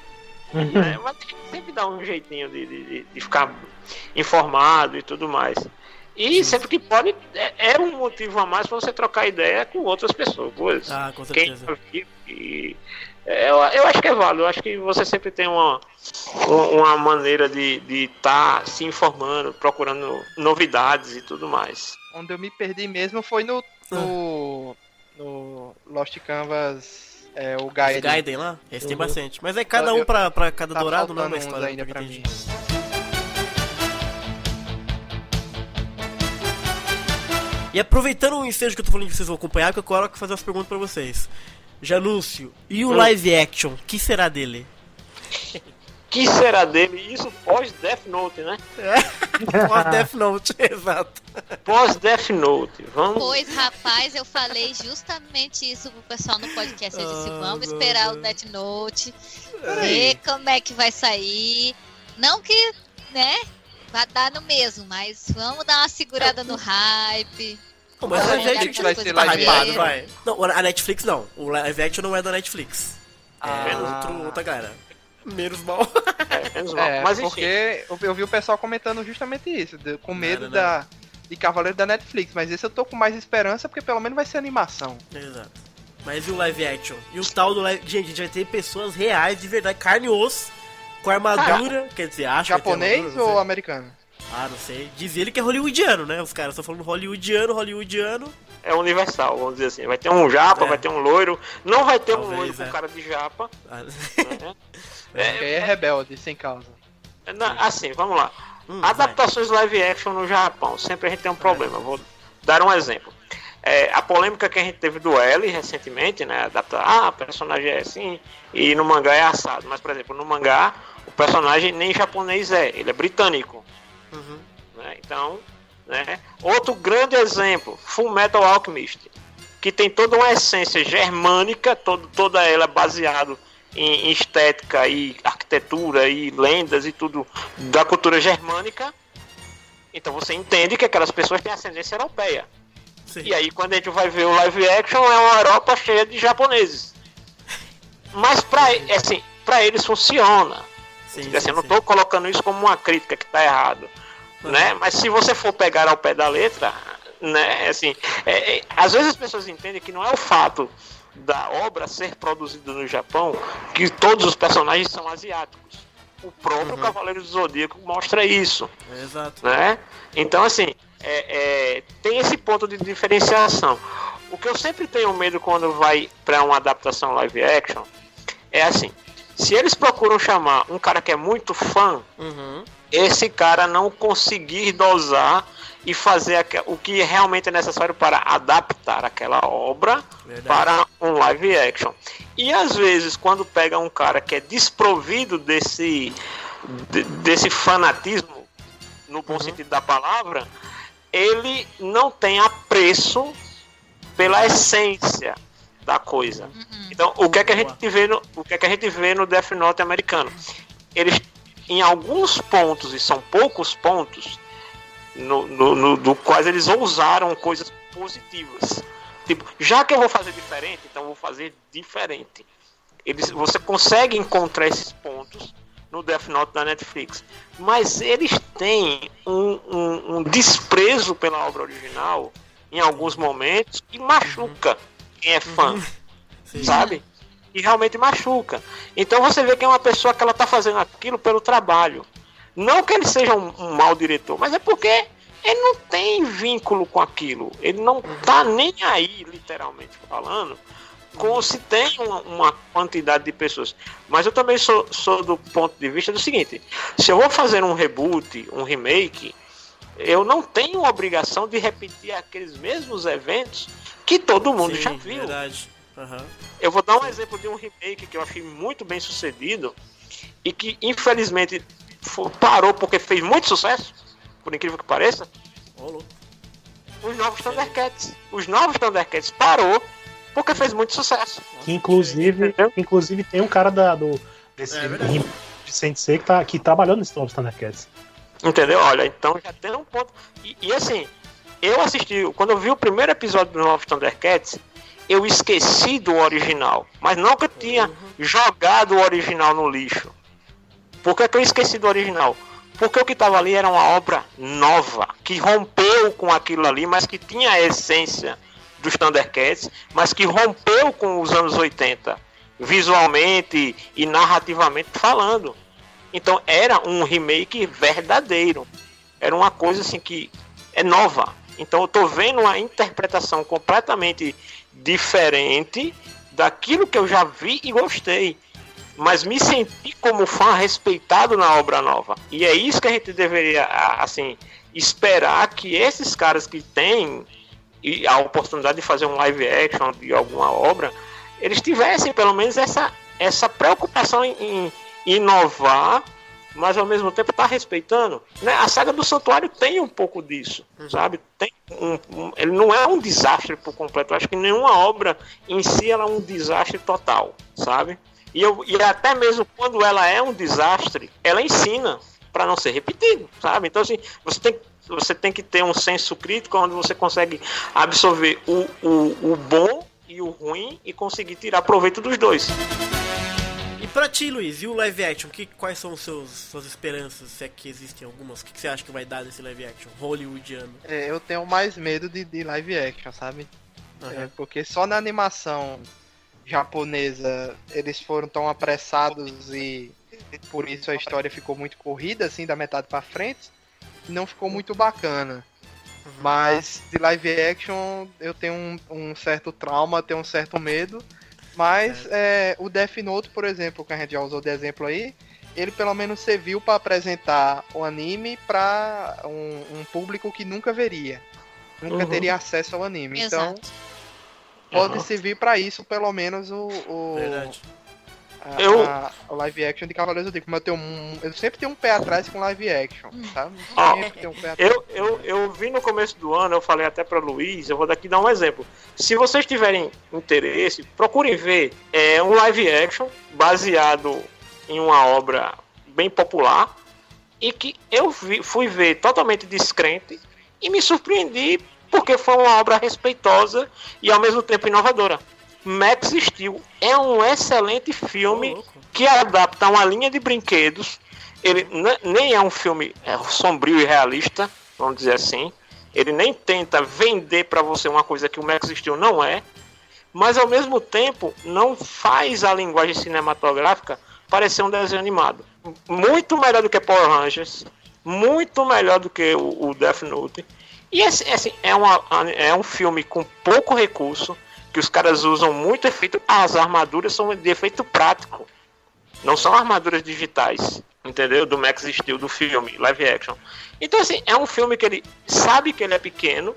Né? Mas tem que sempre dar um jeitinho de, de, de ficar informado e tudo mais. E sempre que pode, é, é um motivo a mais para você trocar ideia com outras pessoas. Ah, com Quem certeza. já viu, e eu, eu acho que é válido. Eu acho que você sempre tem uma, uma maneira de estar tá se informando, procurando novidades e tudo mais. Onde eu me perdi mesmo foi no, no, no Lost Canvas, é, o Os Gaiden. Gaiden lá, esse tem Uhum. bastante. Mas é cada Eu- um eu- pra, pra cada Tá dourado, não é uma faltando uns história. ainda pelo pra que eu mim. entendi. E aproveitando o ensejo que eu tô falando que vocês vão acompanhar, que eu quero fazer umas perguntas pra vocês. Janúncio, e o Hum. live action, o que será dele? Que será dele? Isso pós Death Note, né? Pós Death Note, exato. Pós Death Note. Vamos. Pois, rapaz, eu falei justamente isso pro pessoal no podcast. Eu disse, Ah, vamos meu esperar o Deus. Death Note, Peraí. ver como é que vai sair. Não que, né, vai dar no mesmo, mas vamos dar uma segurada no hype. Não, mas Ah, o live é, action é, vai coisa ser tá live hypado, action. vai. Não, a Netflix não. O live action não é da Netflix. É Ah. outro, outra galera. Menos mal. É, menos mal. É, Mas enfim, porque eu, eu vi o pessoal comentando justamente isso, de- com medo não. da de Cavaleiro da Netflix, mas esse eu tô com mais esperança porque pelo menos vai ser animação. Exato. Mas e o live action? E o tal do live... Gente, a gente vai ter pessoas reais, de verdade, carne e osso, com armadura, quer dizer, acho que vai ter Japonês armadura, não ou sei. americano? Ah, não sei. Diz ele que é hollywoodiano, né? Os caras estão falando hollywoodiano, hollywoodiano. é universal, vamos dizer assim. Vai ter um japa, É. vai ter um loiro. Não vai ter Talvez, um loiro é. com cara de japa. Ah, Né? Porque aí é rebelde, sem causa. É, na- assim, vamos lá. Hum, Adaptações live action no Japão. Sempre a gente tem um problema. Vou dar um exemplo. É, a polêmica que a gente teve do L recentemente, né? Adaptar, ah, o personagem é assim e no mangá é assado. Mas, por exemplo, no mangá, o personagem nem japonês é, ele é britânico. Uhum. Né? Então, né? Outro grande exemplo, Full Metal Alchemist, que tem toda uma essência germânica, todo, toda ela baseada em, em estética e arquitetura e lendas e tudo da cultura germânica. Então você entende que aquelas pessoas têm ascendência europeia. Sim. E aí quando a gente vai ver o live action é uma Europa cheia de japoneses. Mas pra, assim, pra eles funciona. Sim, Assim, sim, eu não sim. estou colocando isso como uma crítica que está errado, né? Mas se você for pegar ao pé da letra, né? Assim, é, é, às vezes as pessoas entendem que não é o fato da obra ser produzida no Japão que todos os personagens são asiáticos. O próprio Uhum. Cavaleiro do Zodíaco mostra isso, Exato. né? Então, assim, é, é, tem esse ponto de diferenciação. O que eu sempre tenho medo quando vai para uma adaptação live action é assim. Se eles procuram chamar um cara que é muito fã, Uhum. esse cara não conseguir dosar e fazer aque- o que realmente é necessário para adaptar aquela obra Verdade. para um live action. E às vezes, quando pega um cara que é desprovido desse, de- desse fanatismo, no bom Uhum. sentido da palavra, ele não tem apreço pela essência da coisa. Então, o que é que a Boa. gente vê no, o que é que a gente vê no Death Note americano? Eles, em alguns pontos, e são poucos pontos, no, no, no- do quais eles ousaram coisas positivas. Tipo, já que eu vou fazer diferente, então eu vou fazer diferente. Eles, você consegue encontrar esses pontos no Death Note da Netflix. Mas eles têm um, um, um desprezo pela obra original em alguns momentos que machuca quem é fã. Sim. Sabe? E realmente machuca. Então você vê que é uma pessoa que ela tá fazendo aquilo pelo trabalho. Não que ele seja um, um mau diretor, mas é porque ele não tem vínculo com aquilo. Ele não tá nem aí, literalmente falando, com se tem uma, uma quantidade de pessoas. Mas eu também sou, sou do ponto de vista do seguinte: se eu vou fazer um reboot, um remake, eu não tenho obrigação de repetir aqueles mesmos eventos que todo mundo Sim, já viu. Verdade. Aham. Eu vou dar um exemplo de um remake que eu achei muito bem sucedido e que infelizmente fo- parou porque fez muito sucesso, por incrível que pareça. Ô, louco. Os novos Thundercats. Os novos Thundercats parou porque fez muito sucesso. Que inclusive, Entendeu? inclusive tem um cara da, do, desse É verdade. rim- de Sensei que, tá, que trabalhou nesse novo Thundercats. Entendeu? Olha, então já tem um ponto. E, e assim, eu assisti, quando eu vi o primeiro episódio dos novos Thundercats, eu esqueci do original. Mas não que eu tinha jogado o original no lixo. Por que, que eu esqueci do original? Porque o que estava ali era uma obra nova, que rompeu com aquilo ali, mas que tinha a essência dos Thundercats, mas que rompeu com os anos oitenta, visualmente e narrativamente falando. Então era um remake verdadeiro. Era uma coisa assim que é nova. Então eu tô vendo uma interpretação completamente diferente daquilo que eu já vi e gostei. Mas me senti como fã respeitado na obra nova. E é isso que a gente deveria, assim, esperar que esses caras que têm a oportunidade de fazer um live action de alguma obra, eles tivessem pelo menos essa, essa preocupação em, em inovar, mas ao mesmo tempo tá respeitando, né? A saga do Santuário tem um pouco disso, sabe? Tem um, um, ele não é um desastre por completo. Eu acho que nenhuma obra em si ela é um desastre total, sabe? E, eu, e até mesmo quando ela é um desastre, ela ensina para não ser repetido, sabe? Então assim, você tem você tem que ter um senso crítico onde você consegue absorver o, o, o bom e o ruim e conseguir tirar proveito dos dois. E pra ti, Luiz, e o live action? Que, quais são os seus, suas esperanças, se é que existem algumas? O que, que você acha que vai dar nesse live action hollywoodiano? É, eu tenho mais medo de, de live action, sabe? Uhum. É, porque só na animação japonesa eles foram tão apressados e por isso a história ficou muito corrida, assim, da metade pra frente, e não ficou muito bacana. Mas de live action eu tenho um, um certo trauma, tenho um certo medo. Mas é, o Death Note, por exemplo, que a gente já usou de exemplo aí, ele pelo menos serviu para apresentar o anime para um, um público que nunca veria, nunca Uhum. teria acesso ao anime. Exato. Então pode Uhum. servir para isso, pelo menos o, o, Verdade. a, Eu- a- o live action de Cavaleiros do Zodíaco. Mas eu, tenho um, eu sempre tenho um pé atrás com live action, tá? Ó, Sempre tenho um pé atrás. Eu, eu, eu vi no começo do ano, eu falei até para Luiz, eu vou daqui dar um exemplo. Se vocês tiverem interesse, procurem ver é, um live action baseado em uma obra bem popular e que eu vi, fui ver totalmente descrente e me surpreendi porque foi uma obra respeitosa e ao mesmo tempo inovadora. Max Steel é um excelente filme Ô, louco. que adapta uma linha de brinquedos. Ele n- nem é um filme é, sombrio e realista, vamos dizer assim. Ele nem tenta vender para você uma coisa que o Max Steel não é, mas ao mesmo tempo não faz a linguagem cinematográfica parecer um desenho animado. Muito melhor do que Power Rangers, muito melhor do que o, o Death Note. E esse, esse é, uma, é um filme com pouco recurso, que os caras usam muito efeito. As armaduras são de efeito prático, não são armaduras digitais, entendeu? Do Max Steel, do filme, live action. Então, assim, é um filme que ele sabe que ele é pequeno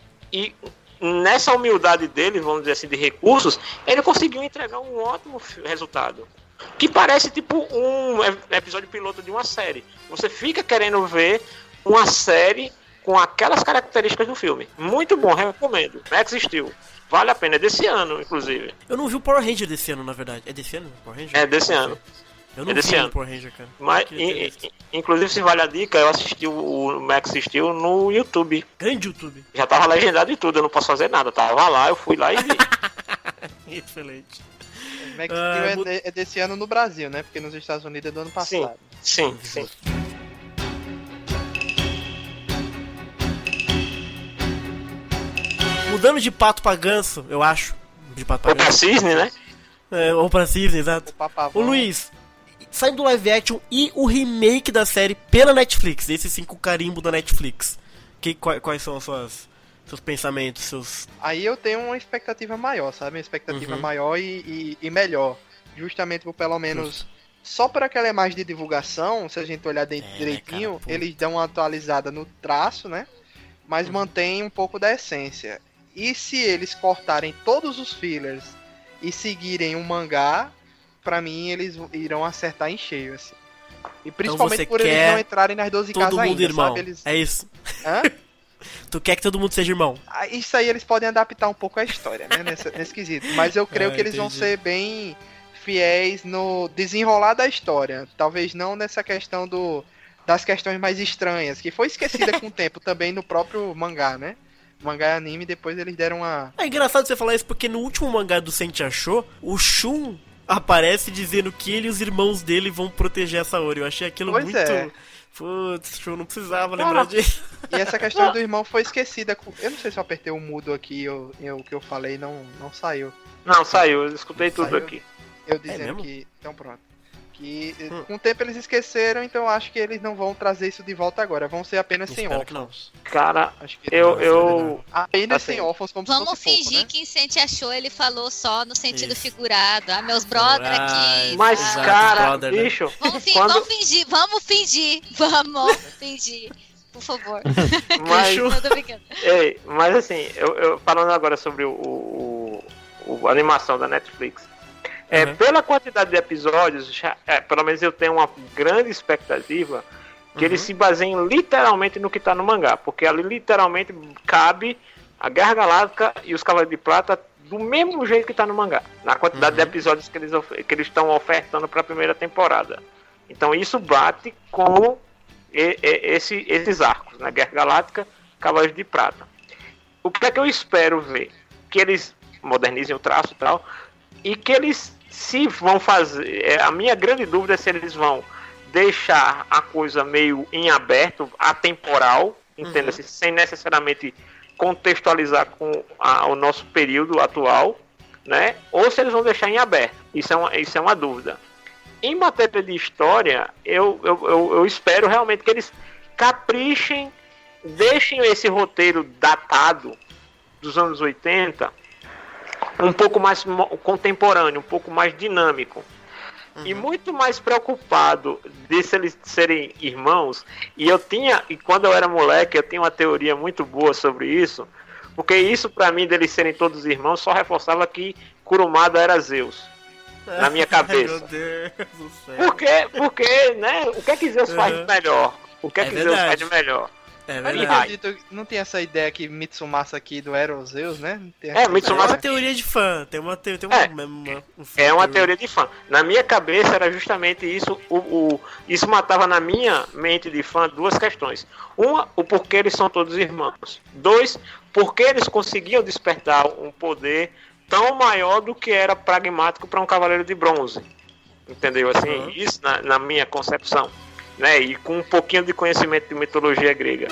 e nessa humildade dele, vamos dizer assim, de recursos, ele conseguiu entregar um ótimo fi- resultado. Que parece tipo um ep- episódio piloto de uma série. Você fica querendo ver uma série com aquelas características do filme. Muito bom, recomendo. Max Steel. Vale a pena, é desse ano, inclusive. Eu não vi o Power Ranger desse ano, na verdade. É desse ano? Power Ranger? É desse ano. Eu não é desse vi ano. o Power Ranger, cara. Mas, Queria ter in- visto. in- inclusive, se vale a dica, eu assisti o, o Max Steel no YouTube. Grande YouTube. Já tava legendado e tudo, eu não posso fazer nada. Tava lá, eu fui lá e vi. Excelente. Max Ah, Steel é, mu- de- é desse ano no Brasil, né? Porque nos Estados Unidos é do ano Sim, passado. sim, sim. Mudando de pato pra ganso, eu acho. De pato pra Ou pra ganso. Cisne, né? É, ou pra cisne, exato. O Papavão. Ô Luiz, saindo do live action e o remake da série pela Netflix, esse sim com o carimbo da Netflix. Que, quais, quais são os suas, seus pensamentos, seus... Aí eu tenho uma expectativa maior, sabe? Uma expectativa Uhum. maior e, e, e melhor. Justamente por pelo menos. Só por aquela imagem de divulgação, se a gente olhar de, É, direitinho, cara, pô. eles dão uma atualizada no traço, né? Mas Uhum. mantém um pouco da essência. E se eles cortarem todos os fillers e seguirem o mangá, pra mim eles irão acertar em cheio, assim. E principalmente você por eles quer não entrarem nas doze Todo casas mundo ainda, irmão. sabe? Eles... É isso. Hã? Tu quer que todo mundo seja irmão. Ah, isso aí eles podem adaptar um pouco a história, né? Nesse, nesse quesito. Mas eu creio Ah, que eles vão entendi. ser bem fiéis no desenrolar da história. Talvez não nessa questão do das questões mais estranhas, que foi esquecida com o tempo também no próprio mangá, né? Mangá e anime, depois eles deram uma... É engraçado você falar isso porque no último mangá do Senti Achou, o Shun aparece dizendo que ele e os irmãos dele vão proteger a Saori. Eu achei aquilo Pois muito... é. Putz, Shun, não precisava Cara, lembrar disso. E essa questão do irmão foi esquecida. Com... Eu não sei se eu apertei o mudo aqui, ou eu, o que eu falei não, não saiu. Não, saiu, eu escutei tudo Saiu? aqui. Eu dizendo mesmo? que... Então pronto. Que Hum. com o tempo eles esqueceram, então eu acho que eles não vão trazer isso de volta agora. Vão ser apenas sem Espero que não. órfãos. Cara, Acho que eu. Não, eu... Apenas Assim, sem órfãos, como Vamos se fosse fingir pouco, né? que em Sente Achou ele falou só no sentido Isso. figurado. Ah, meus brother aqui. Mas, Exato, tá? cara, brother, né? bicho, Vamos, fi- quando- vamos fingir, vamos fingir, vamos fingir, por favor. mas, Não, tô brincando. ei, mas assim, eu, eu falando agora sobre o, o, o- a animação da Netflix. É, Uhum. pela quantidade de episódios, já, é, pelo menos eu tenho uma grande expectativa que Uhum. eles se baseiem literalmente no que tá no mangá, porque ali literalmente cabe a Guerra Galáctica e os Cavaleiros de Prata do mesmo jeito que tá no mangá, na quantidade de Uhum. episódios que eles of- que eles estão ofertando para a primeira temporada. Então isso bate com e, e, esse, esses arcos, né? Guerra Galáctica, Cavaleiros de Prata. O que é que eu espero ver? Que eles modernizem o traço e tal, e que eles se vão fazer... É, a minha grande dúvida é se eles vão deixar a coisa meio em aberto, atemporal, entenda-se, uhum. sem necessariamente contextualizar com a, o nosso período atual, né? Ou se eles vão deixar em aberto. Isso é uma, isso é uma dúvida. Em matéria de história, eu, eu, eu, eu espero realmente que eles caprichem, deixem esse roteiro datado dos anos oitenta um pouco mais contemporâneo, um pouco mais dinâmico. Uhum. E muito mais preocupado de se eles serem irmãos. E eu tinha, e quando eu era moleque, eu tinha uma teoria muito boa sobre isso, porque isso pra mim, deles serem todos irmãos, só reforçava que Kurumada era Zeus. Na minha cabeça. Meu Deus do céu. Porque, porque, né? O que é que Zeus uhum. faz de melhor? O que é, é que verdade. Zeus faz de melhor? É verdade. Não tem essa ideia que Mitsumasa aqui do Erozeus, né? É, Mitsumasa... é uma teoria de fã. Tem uma, tem, tem uma, é, uma, uma, um é uma teoria de fã. Na minha cabeça era justamente isso. O, o, isso matava na minha mente de fã duas questões. Uma, o porquê eles são todos irmãos. Dois, porque eles conseguiam despertar um poder tão maior do que era pragmático para um cavaleiro de bronze. Entendeu? Assim, uhum. isso na, na minha concepção. Né? E com um pouquinho de conhecimento de mitologia grega.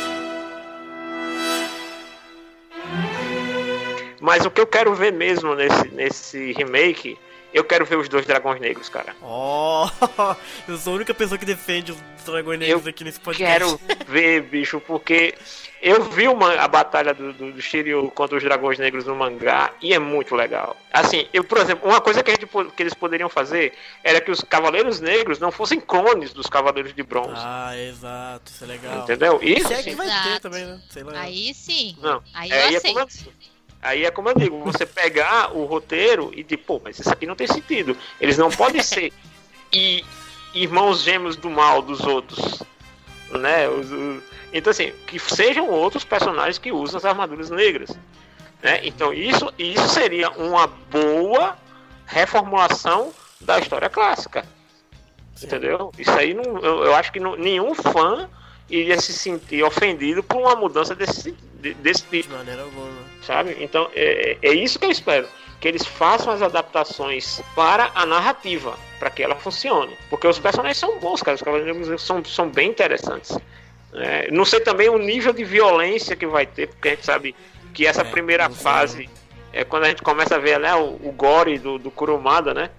Mas o que eu quero ver mesmo nesse, nesse remake, eu quero ver os dois dragões negros, cara. Oh, eu sou a única pessoa que defende os dragões negros eu aqui nesse podcast. Quero ver, bicho, porque eu vi uma, a batalha do, do, do Shiryu contra os dragões negros no mangá e é muito legal. Assim, eu, por exemplo, uma coisa que, a gente, que eles poderiam fazer era que os cavaleiros negros não fossem clones dos cavaleiros de bronze. Ah, exato, isso é legal. Entendeu? Isso é que vai ter também, né? Sei lá. Aí sim. Não. Aí é, eu aceito. É como, aí é como eu digo, você pegar o roteiro e dizer, pô, mas isso aqui não tem sentido. Eles não podem ser e, irmãos gêmeos do mal dos outros. Né? Os, os, então, assim, que sejam outros personagens que usam as armaduras negras. Né? Então, isso, isso seria uma boa reformulação da história clássica. Sim. Entendeu? Isso aí, não, eu, eu acho que não, nenhum fã iria se sentir ofendido por uma mudança desse, desse tipo. De maneira alguma. Sabe? Então, é, é isso que eu espero. Que eles façam as adaptações para a narrativa, para que ela funcione. Porque os personagens são bons, cara. Os cavaleiros são, são bem interessantes. É, não sei também o nível de violência que vai ter, porque a gente sabe que essa é, primeira fase é quando a gente começa a ver, né, o, o gore do, do Kurumada, né?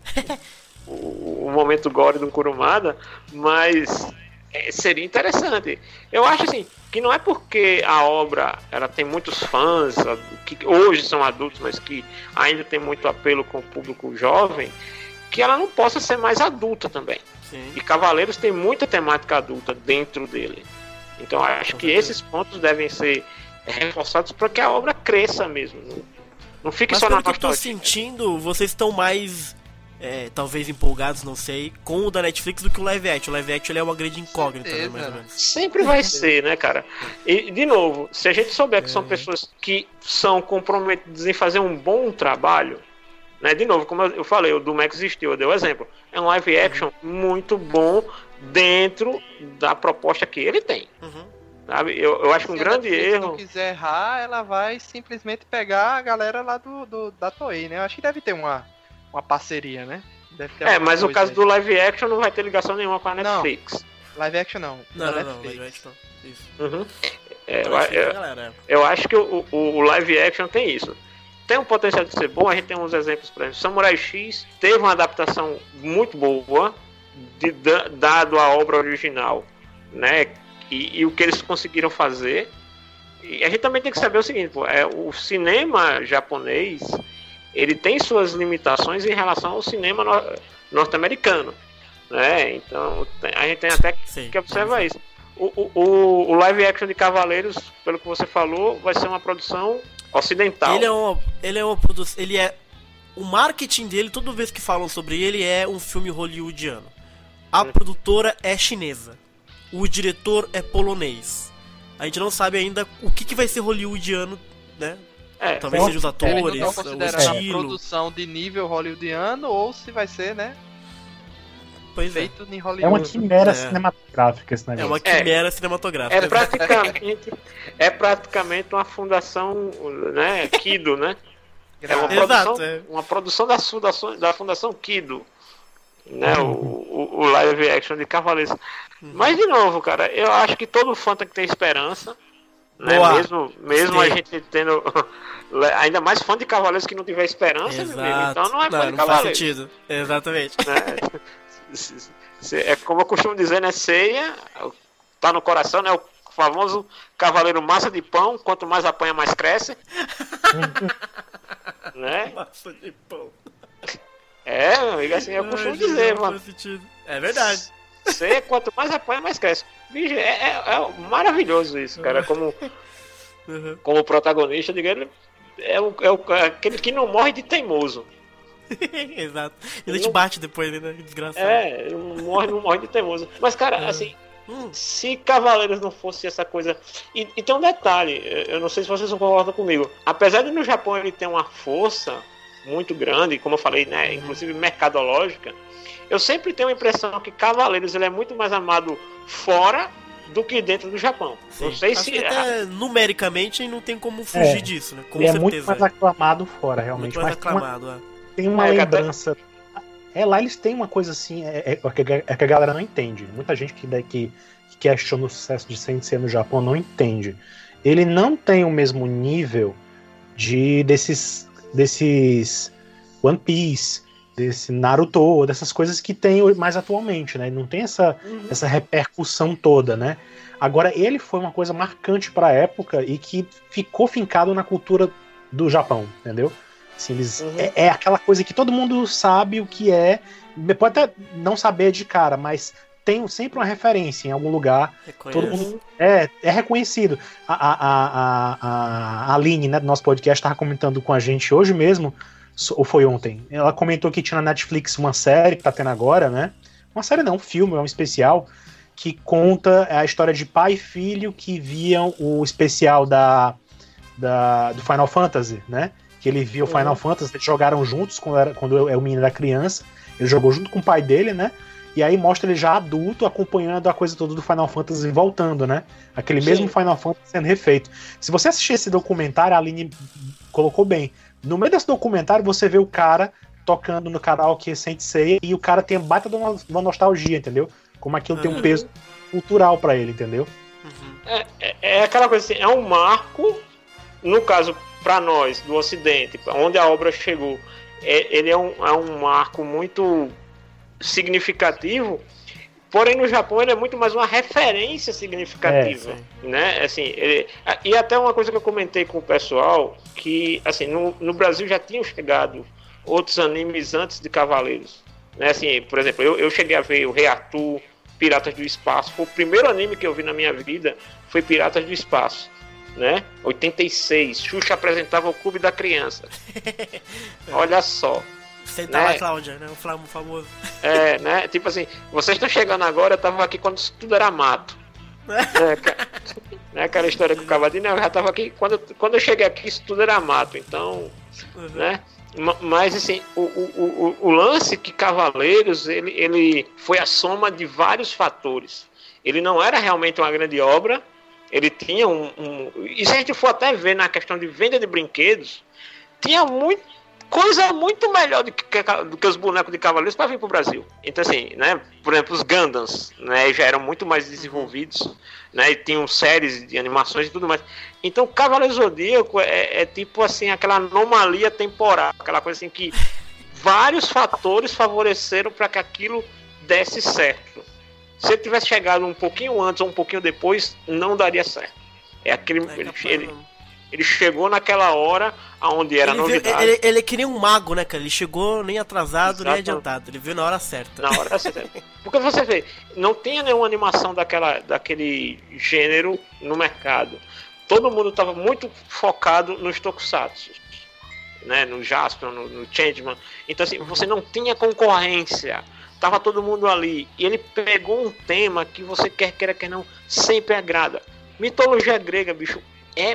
o, o momento gore do Kurumada, mas é, seria interessante. Eu acho assim que não é porque a obra ela tem muitos fãs que hoje são adultos, mas que ainda tem muito apelo com o público jovem, que ela não possa ser mais adulta também. Sim. E Cavaleiros tem muita temática adulta dentro dele. Então acho que esses pontos devem ser reforçados para que a obra cresça mesmo. Não, não fique Mas só na nostalgia. Mas pelo que eu tô sentindo, vocês estão mais, é, talvez empolgados, não sei, com o da Netflix do que o live action. O live action ele é uma grande incógnita, né, mais ou menos. Sempre vai ser, né, cara? E, de novo, se a gente souber que é. são pessoas que são comprometidas em fazer um bom trabalho, né, de novo, como eu falei, o do Max Steel, eu dei o exemplo. É um live action uhum. muito bom dentro da proposta que ele tem. Uhum. Sabe? Eu, eu acho que um grande erro. Se não quiser errar, ela vai simplesmente pegar a galera lá do, do da Toei, né? Eu acho que deve ter uma, uma parceria, né? Deve ter é, mas no caso aí. do live action não vai ter ligação nenhuma com a Netflix. Não, live action não. Não, não, não, live action não. Isso. Uhum. É, eu, eu, eu acho que o, o, o live action tem isso. Tem um potencial de ser bom, a gente tem uns exemplos para isso. Samurai X teve uma adaptação muito boa, de, dado a obra original, né? E, e o que eles conseguiram fazer. E a gente também tem que saber o seguinte, pô, é, o cinema japonês ele tem suas limitações em relação ao cinema no, norte-americano, né? Então a gente tem até sim, que observar sim. isso. O, o, o live action de Cavaleiros, pelo que você falou, vai ser uma produção ocidental. Ele é uma, ele é uma produção, ele é o marketing dele, toda vez que falam sobre ele é um filme hollywoodiano. A hum. produtora é chinesa. O diretor é polonês. A gente não sabe ainda o que, que vai ser hollywoodiano, né? É, talvez seja os atores, não o estilo. A produção de nível hollywoodiano ou se vai ser, né? Pois é. feito em Hollywood. É uma quimera É. cinematográfica esse É negócio. uma quimera cinematográfica. É praticamente, é praticamente uma fundação, né, Kido, né? É uma Exato, produção, é. uma produção da fundação, da fundação Kido, né? O, o, o live action de Cavaleiros. Mas de novo, cara, eu acho que todo fã tem que ter esperança, né? Boa. Mesmo, mesmo a Sim. gente tendo ainda mais fã de Cavaleiros que não tiver esperança, meu amigo, Exato. então não é fã não, de não faz Cavaleiros. sentido. Exatamente. Né? Se- É como eu costumo dizer, né? Ceia, tá no coração, né? O famoso cavaleiro massa de pão, quanto mais apanha, mais cresce. Né? Massa de pão. É, meu amigo, assim, eu Ai, costumo gente, dizer, não mano. faz sentido. É verdade. Ceia, quanto mais apanha, mais cresce. Bicho, é, é- é maravilhoso isso, cara. Como, Uhum. como protagonista, eu digo, ele é, o, é o- aquele que não morre de teimoso. Exato. E ele Não- te bate depois, né? Desgraçado. É, ele não morre, não morre de teimoso. Mas, cara, assim, Hum, se Cavaleiros não fosse essa coisa. E, e tem um detalhe, eu não sei se vocês concordam comigo. Apesar de no Japão ele ter uma força muito grande, como eu falei, né? Inclusive mercadológica, eu sempre tenho a impressão que Cavaleiros ele é muito mais amado fora do que dentro do Japão. Não sei acho se. que até numericamente não tem como fugir É, disso, né? Com Ele é certeza. muito mais aclamado fora, realmente. Muito mais Mas tem uma, aclamado, é. tem uma É, que até- lembrança. É, lá eles têm uma coisa assim, é, é, é que a- é que a galera não entende. Muita gente que, que, que questiona o sucesso de Sensei no Japão não entende. Ele não tem o mesmo nível de desses, desses One Piece, desse Naruto, dessas coisas que tem mais atualmente, né? Não tem essa, essa repercussão toda, né? Agora, ele foi uma coisa marcante para a época e que ficou fincado na cultura do Japão, entendeu? Assim, eles, Uhum. é, é aquela coisa que todo mundo sabe o que é, pode até não saber de cara, mas tem sempre uma referência em algum lugar. Reconheço. Todo mundo é, é reconhecido. A, a, a, a, a Aline, né, do nosso podcast, estava comentando com a gente hoje mesmo, ou foi ontem. Ela comentou que tinha na Netflix uma série que tá tendo agora, né? Uma série não, um filme, é um especial, que conta a história de pai e filho que viam o especial da, da, do Final Fantasy, né? Que ele viu o Final Fantasy, eles jogaram juntos quando, era, quando o menino era criança. Ele jogou junto com o pai dele, né? E aí mostra ele já adulto, acompanhando a coisa toda do Final Fantasy voltando, né? Aquele Sim. mesmo Final Fantasy sendo refeito. Se você assistir esse documentário, a Aline colocou bem. No meio desse documentário, você vê o cara tocando no karaokê Sensei e o cara tem baita de uma, uma nostalgia, entendeu? Como aquilo tem um Uhum. peso cultural pra ele, entendeu? Uhum. É, é- é aquela coisa assim, é um marco, no caso, para nós, do Ocidente, onde a obra chegou, é- ele é um, é um marco muito significativo, porém no Japão ele é muito mais uma referência significativa, É, sim. né? Assim, ele- e até uma coisa que eu comentei com o pessoal, que assim, no, no Brasil já tinham chegado outros animes antes de Cavaleiros, né? Assim, por exemplo, eu, eu cheguei a ver o Rei Arthur, Piratas do Espaço, foi o primeiro anime que eu vi na minha vida, foi Piratas do Espaço, né? oitenta e seis, Xuxa apresentava o Clube da Criança. Olha só. Senta Né? lá, Cláudia, né? O flam- famoso. É, né? Tipo assim, vocês estão chegando agora, eu tava aqui quando isso tudo era mato. né? ca- né? Aquela história com o Cavadinho, eu já tava aqui, quando, quando eu cheguei aqui, isso tudo era mato. Então, Uhum. né? Ma- Mas assim, o, o, o, o lance que Cavaleiros, ele, ele foi a soma de vários fatores. Ele não era realmente uma grande obra, ele tinha um, um... E se a gente for até ver na questão de venda de brinquedos, tinha muito, coisa muito melhor do que, do que os bonecos de Cavaleiros para vir para o Brasil. Então assim, né, por exemplo, os Gundams, né, já eram muito mais desenvolvidos, né, e tinham séries de animações e tudo mais. Então Cavaleiro Zodíaco é, é tipo assim, aquela anomalia temporal, aquela coisa assim que vários fatores favoreceram para que aquilo desse certo. Se ele tivesse chegado um pouquinho antes ou um pouquinho depois, não daria certo. É aquele, É ele, capaz, ele, não. ele chegou naquela hora onde era ele, viu- novidade. ele, ele é que nem um mago, né, cara? Ele chegou nem atrasado, nem Exato. adiantado. Ele viu na hora certa. Na hora certa. Porque você vê, não tinha nenhuma animação daquela, daquele gênero no mercado. Todo mundo estava muito focado nos tokusatsu, né? No Jaspion, no, no Changeman. Então assim, você não tinha concorrência. Tava todo mundo ali. E ele pegou um tema que você quer queira quer não, sempre agrada. Mitologia grega, bicho, é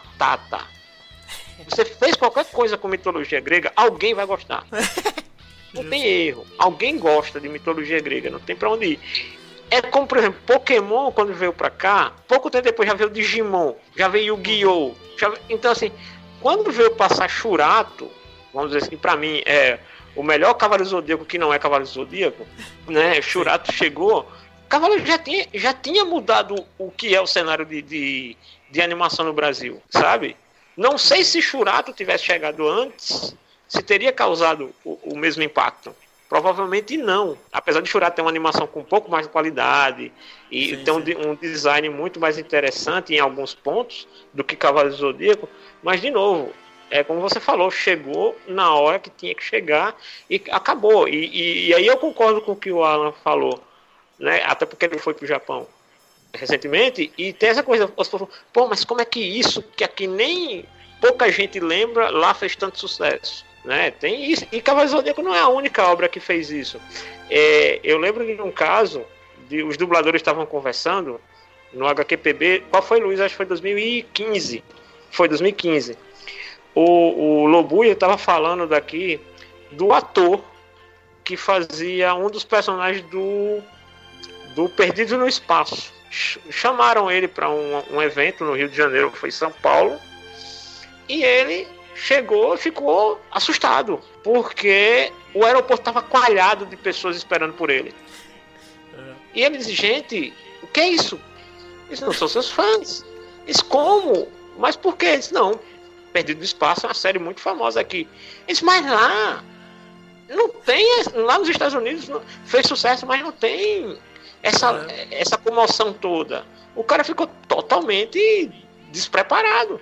batata. Você fez qualquer coisa com mitologia grega, alguém vai gostar. não tem erro. Alguém gosta de mitologia grega, não tem pra onde ir. É como, por exemplo, Pokémon, quando veio pra cá, pouco tempo depois já veio Digimon, já veio Yu-Gi-Oh! Já... Então, assim, quando veio passar Churato, vamos dizer assim, pra mim, é o melhor Cavaleiro Zodíaco que não é Cavaleiro Zodíaco, né? Churato chegou, Cavaleiro já tinha, já tinha mudado o que é o cenário de, de, de animação no Brasil, sabe? Não sei se Churato tivesse chegado antes, se teria causado o, o mesmo impacto. Provavelmente não. Apesar de Churato ter uma animação com um pouco mais de qualidade e sim, ter um, um design muito mais interessante em alguns pontos do que Cavaleiro Zodíaco, mas de novo, é como você falou, chegou na hora que tinha que chegar e acabou. E, e, e aí eu concordo com o que o Alan falou, né? Até porque ele foi pro Japão recentemente e tem essa coisa, pô, mas como é que isso, que aqui nem pouca gente lembra, lá fez tanto sucesso? Né? Tem isso. E Cavaleiro Zodíaco não é a única obra que fez isso. É, eu lembro de um caso, de, os dubladores estavam conversando no H Q P B. Qual foi, Luiz? Acho que foi dois mil e quinze. Foi dois mil e quinze. O, o Lobuya estava falando daqui do ator que fazia um dos personagens do, do Perdido no Espaço. Chamaram ele para um, um evento no Rio de Janeiro, que foi em São Paulo, e ele chegou e ficou assustado, porque o aeroporto estava coalhado de pessoas esperando por ele. Uhum. E ele disse, gente, o que é isso? Eles não são seus fãs. Eles como? Mas por quê? Eles não. Perdido no Espaço é uma série muito famosa aqui. Eles, mas lá não tem, lá nos Estados Unidos não, fez sucesso, mas não tem essa, uhum. essa comoção toda. O cara ficou totalmente despreparado.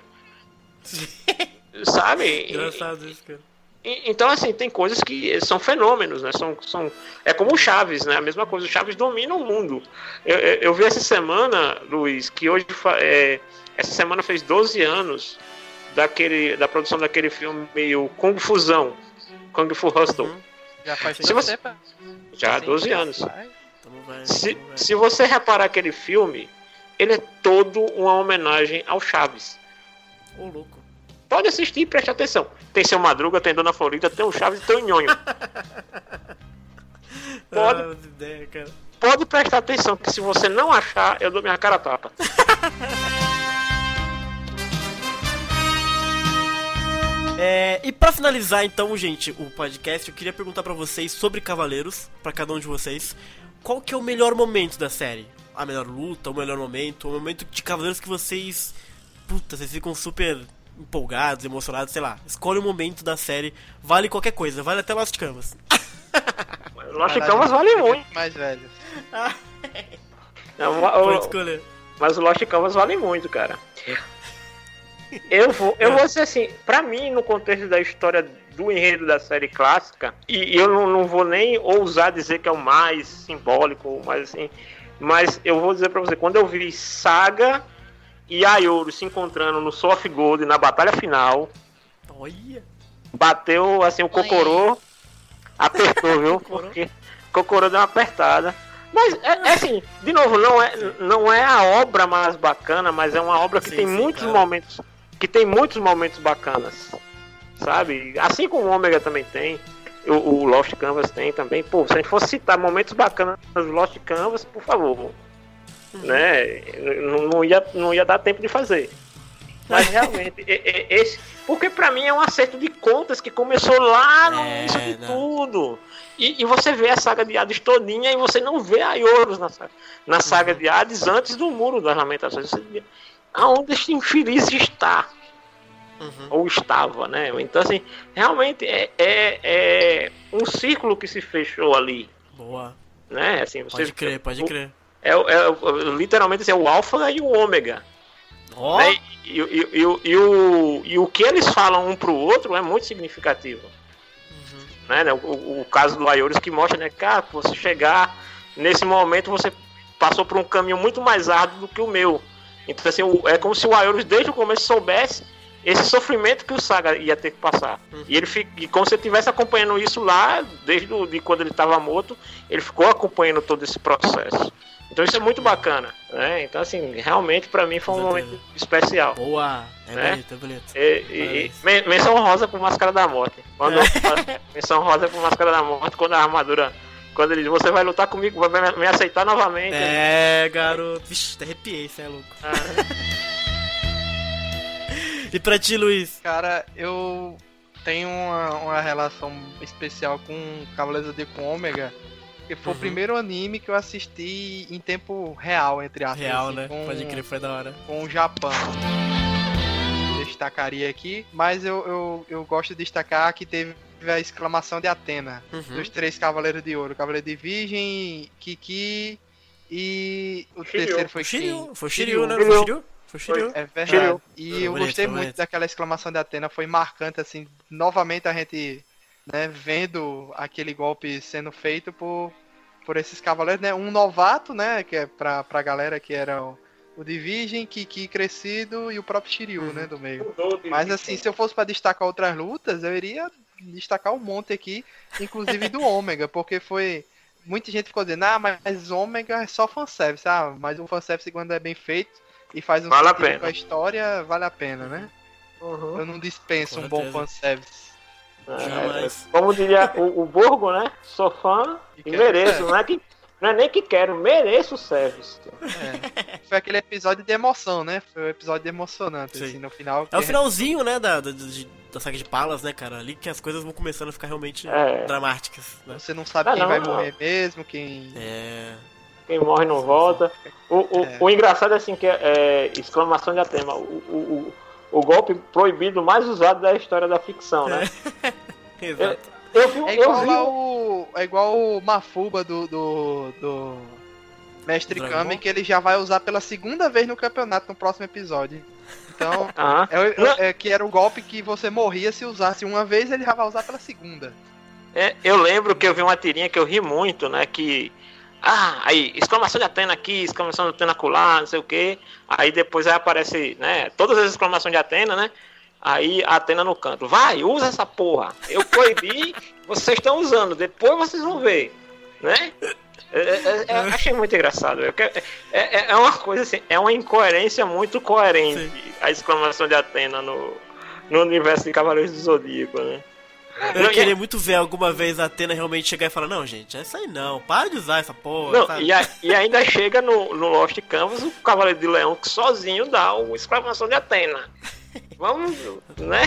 Sabe? Engraçado isso, cara. Então, assim, tem coisas que são fenômenos, né? São, são, é como o Chaves, né? A mesma coisa, o Chaves domina o mundo. Eu, eu, eu vi essa semana, Luiz, que hoje, é, essa semana fez doze anos daquele, da produção daquele filme meio Kung Fusão, Kung Fu Hustle. Uhum. Já faz se você, tempo? Já há doze anos. Vai, vai, se, se você reparar aquele filme, ele é todo uma homenagem ao Chaves. Ô, louco. Pode assistir e preste atenção. Tem Seu Madruga, tem Dona Florinda, tem o Chaves e tem o Nhonho. Pode, ah, ideia, cara. Pode prestar atenção, que se você não achar, eu dou minha cara a tapa. É, e pra finalizar então, gente, o podcast, eu queria perguntar pra vocês sobre Cavaleiros, pra cada um de vocês. Qual que é o melhor momento da série? A melhor luta, o melhor momento, o momento de Cavaleiros que vocês... Puta, vocês ficam super empolgados, emocionados, sei lá. Escolhe o momento da série, vale qualquer coisa, vale até Lost Canvas. Lost Canvas vale muito. Mais velho. Não, Pode o, escolher. Mas o Lost Canvas vale muito, cara. Eu vou, eu vou dizer assim, pra mim, no contexto da história do enredo da série clássica, e eu não, não vou nem ousar dizer que é o mais simbólico, mas assim, mas eu vou dizer pra você, quando eu vi Saga e Aioru se encontrando no Soul of Gold na batalha final, olha, bateu assim o Cocorô, apertou, viu? Porque Cocorô deu uma apertada. Mas é, é assim, de novo, não é, não é a obra mais bacana, mas é uma obra que sim, tem sim, muitos cara. momentos, que tem muitos momentos bacanas, sabe? Assim como o Ômega também tem, o, o Lost Canvas tem também. Pô, se a gente fosse citar momentos bacanas do Lost Canvas, por favor. Né? Não, não, ia, não ia dar tempo de fazer. Mas realmente, esse, porque pra mim é um acerto de contas que começou lá no é, início de não. tudo. E, e você vê a saga de Hades todinha e você não vê a Aioros na, na saga de Hades antes do Muro das Lamentações. Você vê aonde este infeliz está. Uhum. Ou estava, né? Então, assim, realmente é, é, é um círculo que se fechou ali. Boa. Né? Assim, você, pode crer, pode o, crer. É, é, literalmente assim, é o Alpha e o Ômega. Oh. Né? E, e, e, e, e, o, e o que eles falam um pro outro é muito significativo. Uhum. Né? O, o caso do Aioros que mostra, né, cara, você chegar nesse momento, você passou por um caminho muito mais árduo do que o meu. Então, assim, o, é como se o Aioros desde o começo soubesse esse sofrimento que o Saga ia ter que passar. Uhum. E ele fica, e como se ele estivesse acompanhando isso lá, desde o, de quando ele estava morto, ele ficou acompanhando todo esse processo. Então isso é muito bacana, né? Então assim, realmente pra mim foi um momento especial. Boa, é né? bonito, é bonito. E, e, e menção rosa pro Máscara da Morte. Quando é. Menção rosa pro Máscara da Morte, quando a armadura, quando ele diz, você vai lutar comigo, vai me aceitar novamente. É, garoto. Vixe, até arrepiei, você é louco. Ah. E pra ti, Luiz? Cara, eu tenho uma, uma relação especial com Cavaleiros do Zodíaco Ômega, que foi uhum. o primeiro anime que eu assisti em tempo real, entre aspas. Real, assim, né? com, Pode crer, foi da hora. Com o Japão. Destacaria aqui, mas eu, eu, eu gosto de destacar que teve a exclamação de Atena, uhum. dos três Cavaleiros de Ouro. Cavaleiro de Virgem, Kiki e o Shiryu. terceiro foi Shiryu. quem? Foi o Shiryu, né? Foi o Shiryu? Foi o Shiryu. É verdade. Shiryu. E foi eu bonito, gostei foi muito bonito. daquela exclamação de Atena, foi marcante, assim, novamente a gente, né, vendo aquele golpe sendo feito por, por esses cavaleiros, né, um novato, né, que é pra, pra galera que era o, o Division, Kiki crescido e o próprio Shiryu, uhum. né, do meio. Mas assim, se eu fosse pra destacar outras lutas, eu iria destacar um monte aqui, inclusive do Ômega, porque foi... Muita gente ficou dizendo, ah, mas Ômega é só fanservice, ah, mas o fanservice quando é bem feito e faz um vale sentido com a história, vale a pena, né? Uhum. Eu não dispenso Com um bom certeza. fanservice. É, como diria o, o Borgo, né? Sou fã e, e mereço, não é, que, não é nem que quero, mereço o service. É. Foi aquele episódio de emoção, né? Foi um episódio emocionante, Sim. assim, no final. É o finalzinho, né, da, da, de, da saga de Palas, né, cara? Ali que as coisas vão começando a ficar realmente É. dramáticas, né? Você não sabe Ah, quem não, vai não. morrer mesmo, quem... É... Quem morre não volta. O, o, É. o engraçado é assim que é, é exclamação de Atena, o, o, o, o golpe proibido mais usado da história da ficção, né? Exato. Eu, eu vi, É eu igual, vi ao, é igual o Mafuba do, do, do Mestre Dragon Kami, Ball? que ele já vai usar pela segunda vez no campeonato no próximo episódio. Então, ah, é, é, é que era o golpe que você morria se usasse uma vez, ele já vai usar pela segunda. é, eu lembro que eu vi uma tirinha que eu ri muito, né? Que. Ah, aí, exclamação de Atena aqui, exclamação de Atena acolá, não sei o que. Aí depois aí aparece, né? Todas as exclamações de Atena, né? Aí a Atena no canto, vai, usa essa porra. Eu proibi, vocês estão usando, depois vocês vão ver, né? É, é, é, achei muito engraçado. Eu quero, é, é uma coisa assim, é uma incoerência muito coerente. Sim. A exclamação de Atena no, no universo de Cavaleiros do Zodíaco, né? Eu não, queria é... muito ver alguma vez a Atena realmente chegar e falar, não, gente, é isso aí não, para de usar essa porra. Não, e, a, e ainda chega no, no Lost Canvas o Cavaleiro de Leão que sozinho dá uma exclamação de Atena. Vamos, né?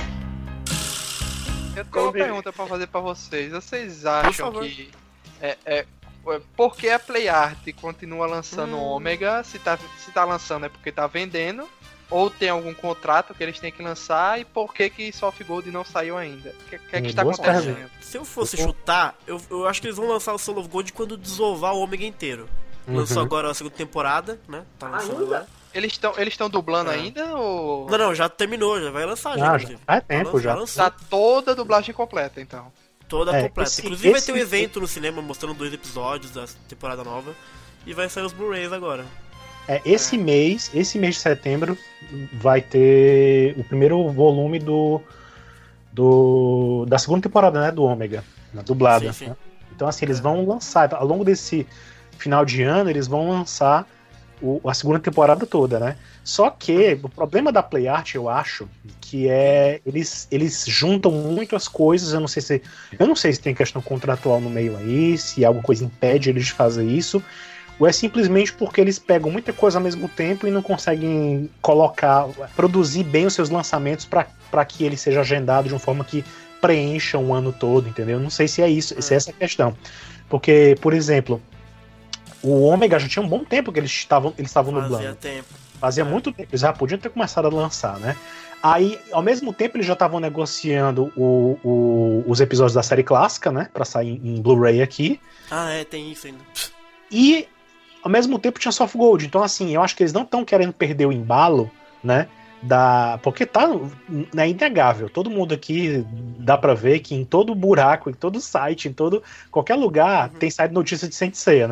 Eu tenho uma pergunta pra fazer pra vocês. Vocês acham que é, é, por que a PlayArt continua lançando hum. Ômega? Se tá, se tá lançando é porque tá vendendo? Ou tem algum contrato que eles têm que lançar? E por que que Soft Gold não saiu ainda? O que, que é que está acontecendo? Cara, se eu fosse eu... chutar, eu, eu acho que eles vão lançar o Soul of Gold quando desovar o Ômega inteiro. Uhum. Lançou agora a segunda temporada, né? Tá lançando agora. Eles estão eles estão dublando é. ainda ou... Não, não, já terminou, já vai lançar. Já, já, já faz tempo já. Tá toda a dublagem completa, então. Toda é, completa. esse, Inclusive esse... vai ter um evento no cinema mostrando dois episódios da temporada nova. E vai sair os Blu-rays agora. É, esse é. mês, esse mês de setembro, vai ter o primeiro volume do, do da segunda temporada, né, do Ômega, na dublada. Sim, sim. Né? Então, assim, eles é. vão lançar, ao longo desse final de ano, eles vão lançar o, a segunda temporada toda, né? Só que o problema da PlayArt, eu acho, que é eles, eles juntam muito as coisas. Eu não sei se eu não sei se tem questão contratual no meio aí, se alguma coisa impede eles de fazer isso. Ou é simplesmente porque eles pegam muita coisa ao mesmo tempo e não conseguem colocar, produzir bem os seus lançamentos para que ele seja agendado de uma forma que preencha um ano todo, entendeu? Não sei se é isso, se é essa a questão. Porque, por exemplo, o Ômega já tinha um bom tempo que eles estavam eles estavam dublando. Fazia tempo. Fazia é. muito tempo, eles já podiam ter começado a lançar, né? Aí, ao mesmo tempo, eles já estavam negociando o, o, os episódios da série clássica, né? Pra sair em, em Blu-ray aqui. Ah, é, tem isso ainda. E ao mesmo tempo tinha Soft Gold. Então, assim, eu acho que eles não estão querendo perder o embalo, né? Da... Porque tá é inegável. Todo mundo aqui dá pra ver que em todo buraco, em todo site, em todo qualquer lugar, uhum. tem saído notícia de Saint Seiya, né?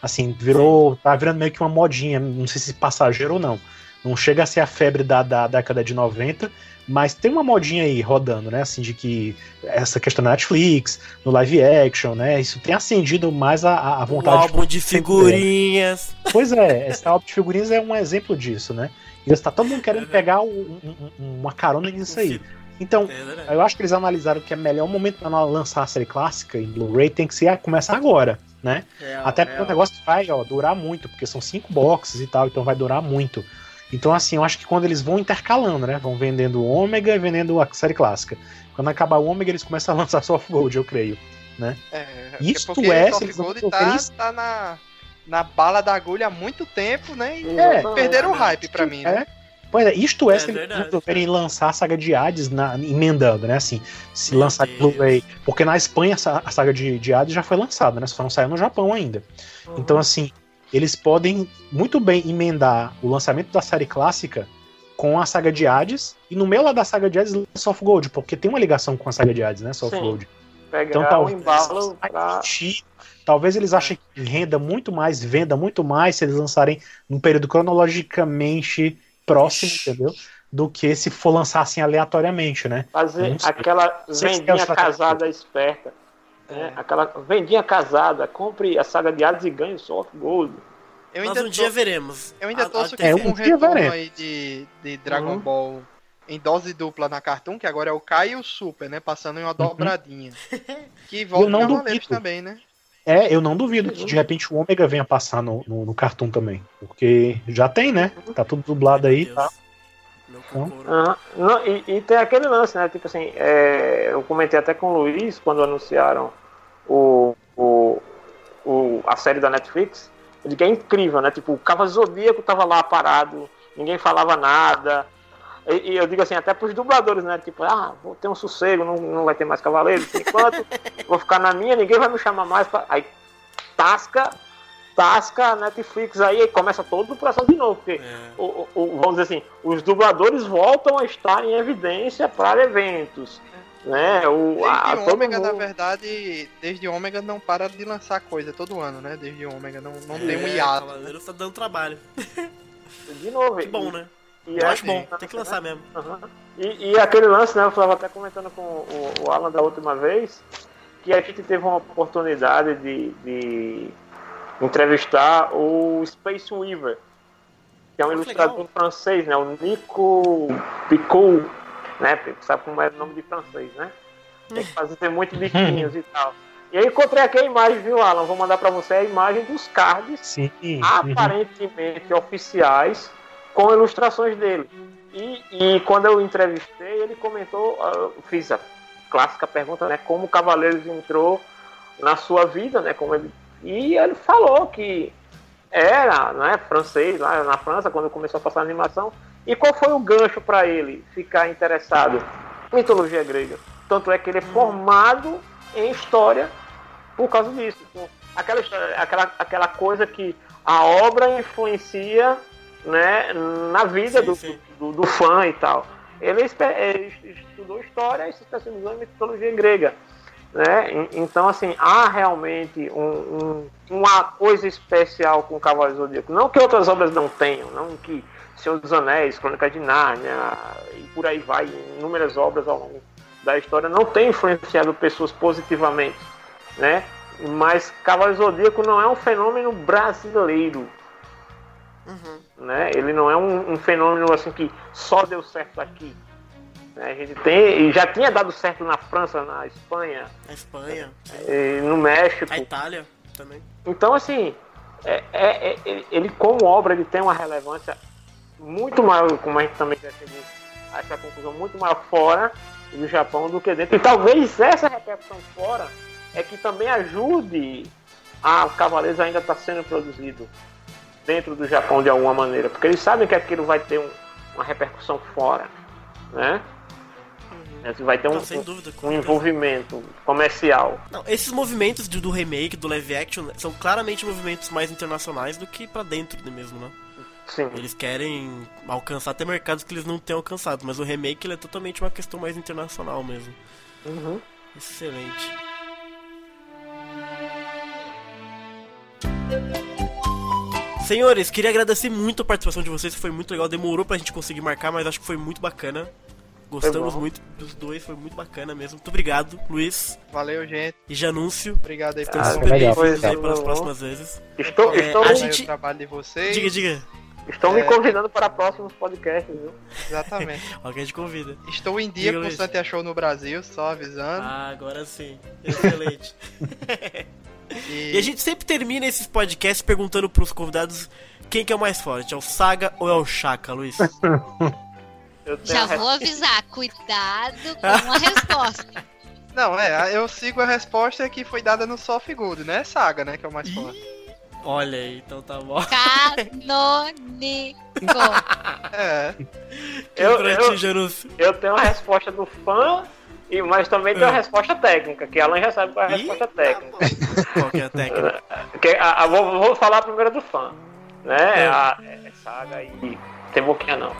Assim, virou. Tá virando meio que uma modinha, não sei se passageiro ou não. Não chega a ser a febre da, da década de noventa, mas tem uma modinha aí rodando, né? Assim, de que essa questão da Netflix, no live action, né? Isso tem acendido mais a, a vontade. Um álbum de figurinhas. Pois é, esse álbum de figurinhas é um exemplo disso, né? E está todo mundo querendo pegar um, um, uma carona nisso aí. Então, eu acho que eles analisaram que é melhor o momento para lançar a série clássica em Blu-ray tem que ser começar agora, né? Real, Até porque real. O negócio vai ó, durar muito, porque são cinco boxes e tal, então vai durar muito. Então, assim, eu acho que quando eles vão intercalando, né? Vão vendendo o Ômega e vendendo a série clássica. Quando acabar o Ômega, eles começam a lançar Soft Gold, eu creio, né? É, Isto porque é, Soft Gold tá, tá na, na bala da agulha há muito tempo, né? E é, perderam o hype pra mim, né? É. Pois é, isto é, é se eles verdade. resolverem lançar a saga de Hades na, emendando, né? Assim, se Meu lançar Blu-ray. Porque na Espanha a saga de, de Hades já foi lançada, né? Só não saiu no Japão ainda. Uhum. Então, assim, eles podem muito bem emendar o lançamento da série clássica com a saga de Hades, e no meio lá da saga de Hades, Soft Gold, porque tem uma ligação com a saga de Hades, né? Soft Gold. Pegar então, talvez, um embalo pra... talvez eles achem que renda muito mais, venda muito mais se eles lançarem num período cronologicamente próximo, entendeu? Do que se for lançar assim aleatoriamente, né? Fazer aquela vendinha casada esperta. Né? Aquela vendinha casada, compre a saga de Hades e ganhe o Soft Gold. Eu ainda Mas um tô... dia veremos. Eu ainda torço que é, um, um retorno aí de, de Dragon uhum. Ball em dose dupla na Cartoon, que agora é o Kai e o Super, né? Passando em uma uhum. dobradinha. Que volta em Cavaleiros também, né? É, eu não duvido que de repente o Ômega venha passar no, no, no Cartoon também. Porque já tem, né? Tá tudo dublado aí, tá? Então. Uhum. Não, e, e tem aquele lance, né? Tipo assim, é, eu comentei até com o Luiz quando anunciaram o, o, o, a série da Netflix. Eu digo que é incrível, né? Tipo, o Cavaleiro Zodíaco tava lá parado, ninguém falava nada. E, e eu digo assim, até pros dubladores, né? Tipo, ah, vou ter um sossego, não, não vai ter mais Cavaleiros, por enquanto, vou ficar na minha, ninguém vai me chamar mais. Pra... Aí tasca, tasca Netflix aí e começa todo o processo de novo. Porque, é. o, o, vamos dizer assim, os dubladores voltam a estar em evidência para eventos. Né? O, desde a, o Ômega, mundo... na verdade, desde o Ômega não para de lançar coisa todo ano, né? Desde o Ômega não, não é, tem um hiato. Cavaleiros tá dando trabalho. De novo. Que bom, né? E eu é, acho bom, tem que lançar né? mesmo. Uhum. E, e aquele lance, né? Eu estava até comentando com o, o Alan da última vez, que a gente teve uma oportunidade de, de entrevistar o Space Weaver, que é um oh, ilustrador legal. francês, né? O Nico Picot, né? Sabe como é o nome de francês, né? Tem que fazer muito biquinhos e tal. E aí encontrei aqui a imagem, viu, Alan? Vou mandar para você a imagem dos cards Sim. aparentemente uhum. oficiais, com ilustrações dele. E, e quando eu entrevistei, ele comentou, eu fiz a clássica pergunta, né, como o Cavaleiros entrou na sua vida, né, como ele, e ele falou que era, né, francês, lá na França, quando começou a passar a animação, e qual foi o gancho para ele ficar interessado em mitologia grega? Tanto é que ele é formado em história por causa disso. Aquela, história, aquela, aquela coisa que a obra influencia, né, na vida sim, do, sim. Do, do, do fã e tal. Ele, ele estudou história e se especializou em mitologia grega, né? Então, assim, há realmente um, um, uma coisa especial com o Cavaleiro Zodíaco. Não que outras obras não tenham, não que Senhor dos Anéis, Crônica de Nárnia e por aí vai, inúmeras obras ao longo da história não tem influenciado pessoas positivamente, né? Mas Cavaleiro Zodíaco não é um fenômeno brasileiro. Uhum. Né? Ele não é um, um fenômeno assim que só deu certo aqui, né? A gente tem, e já tinha dado certo na França, na Espanha, na Espanha, e, no México, na Itália também. Então assim, é, é, é, ele como obra ele tem uma relevância muito maior, como a gente também já chegou a essa conclusão, muito maior fora do Japão do que dentro. E talvez essa repercussão fora é que também ajude a Cavaleiros ainda estar sendo produzido dentro do Japão de alguma maneira, porque eles sabem que aquilo vai ter um, uma repercussão fora, né? Uhum. Vai ter um, não, dúvida, um envolvimento comercial. Não, esses movimentos do, do remake, do live action, são claramente movimentos mais internacionais do que pra dentro mesmo, né? Sim. Eles querem alcançar até mercados que eles não têm alcançado, mas o remake ele é totalmente uma questão mais internacional mesmo. Uhum. Excelente. Senhores, queria agradecer muito a participação de vocês, foi muito legal, demorou pra gente conseguir marcar, mas acho que foi muito bacana. Gostamos muito dos dois, foi muito bacana mesmo. Muito obrigado, Luiz. Valeu, gente. E Janúncio. Obrigado aí por Ah, Super legal. bem-vindos aí Foi, para as foi. próximas vezes. Estou, É, estou, a o gente- trabalho de vocês. Diga, diga. estou me É. convidando para próximos podcasts, viu? Exatamente. Alguém te convida. Estou em dia Diga, com o Luiz. Santia Show no Brasil, só avisando. Ah, agora sim. Excelente. E, E a gente sempre termina esses podcasts perguntando pros convidados quem que é o mais forte, é o Saga ou é o Shaka, Luiz? Eu tenho Já a vou avisar, cuidado com a resposta. Não, é, eu sigo a resposta que foi dada no Soft Gold, né? Saga, né? Que é o mais forte. Olha aí, então tá bom. Canônico. É. Que Eu- pra eu- ti, Janúncio. Eu tenho a resposta do fã, e, mas também tenho a É. resposta técnica, que Alan já sabe qual é a Ih, resposta técnica. Qual que é a técnica? Que, a, a- vou, vou falar primeiro do fã. Né? É. A, é Saga e tem boquinha não.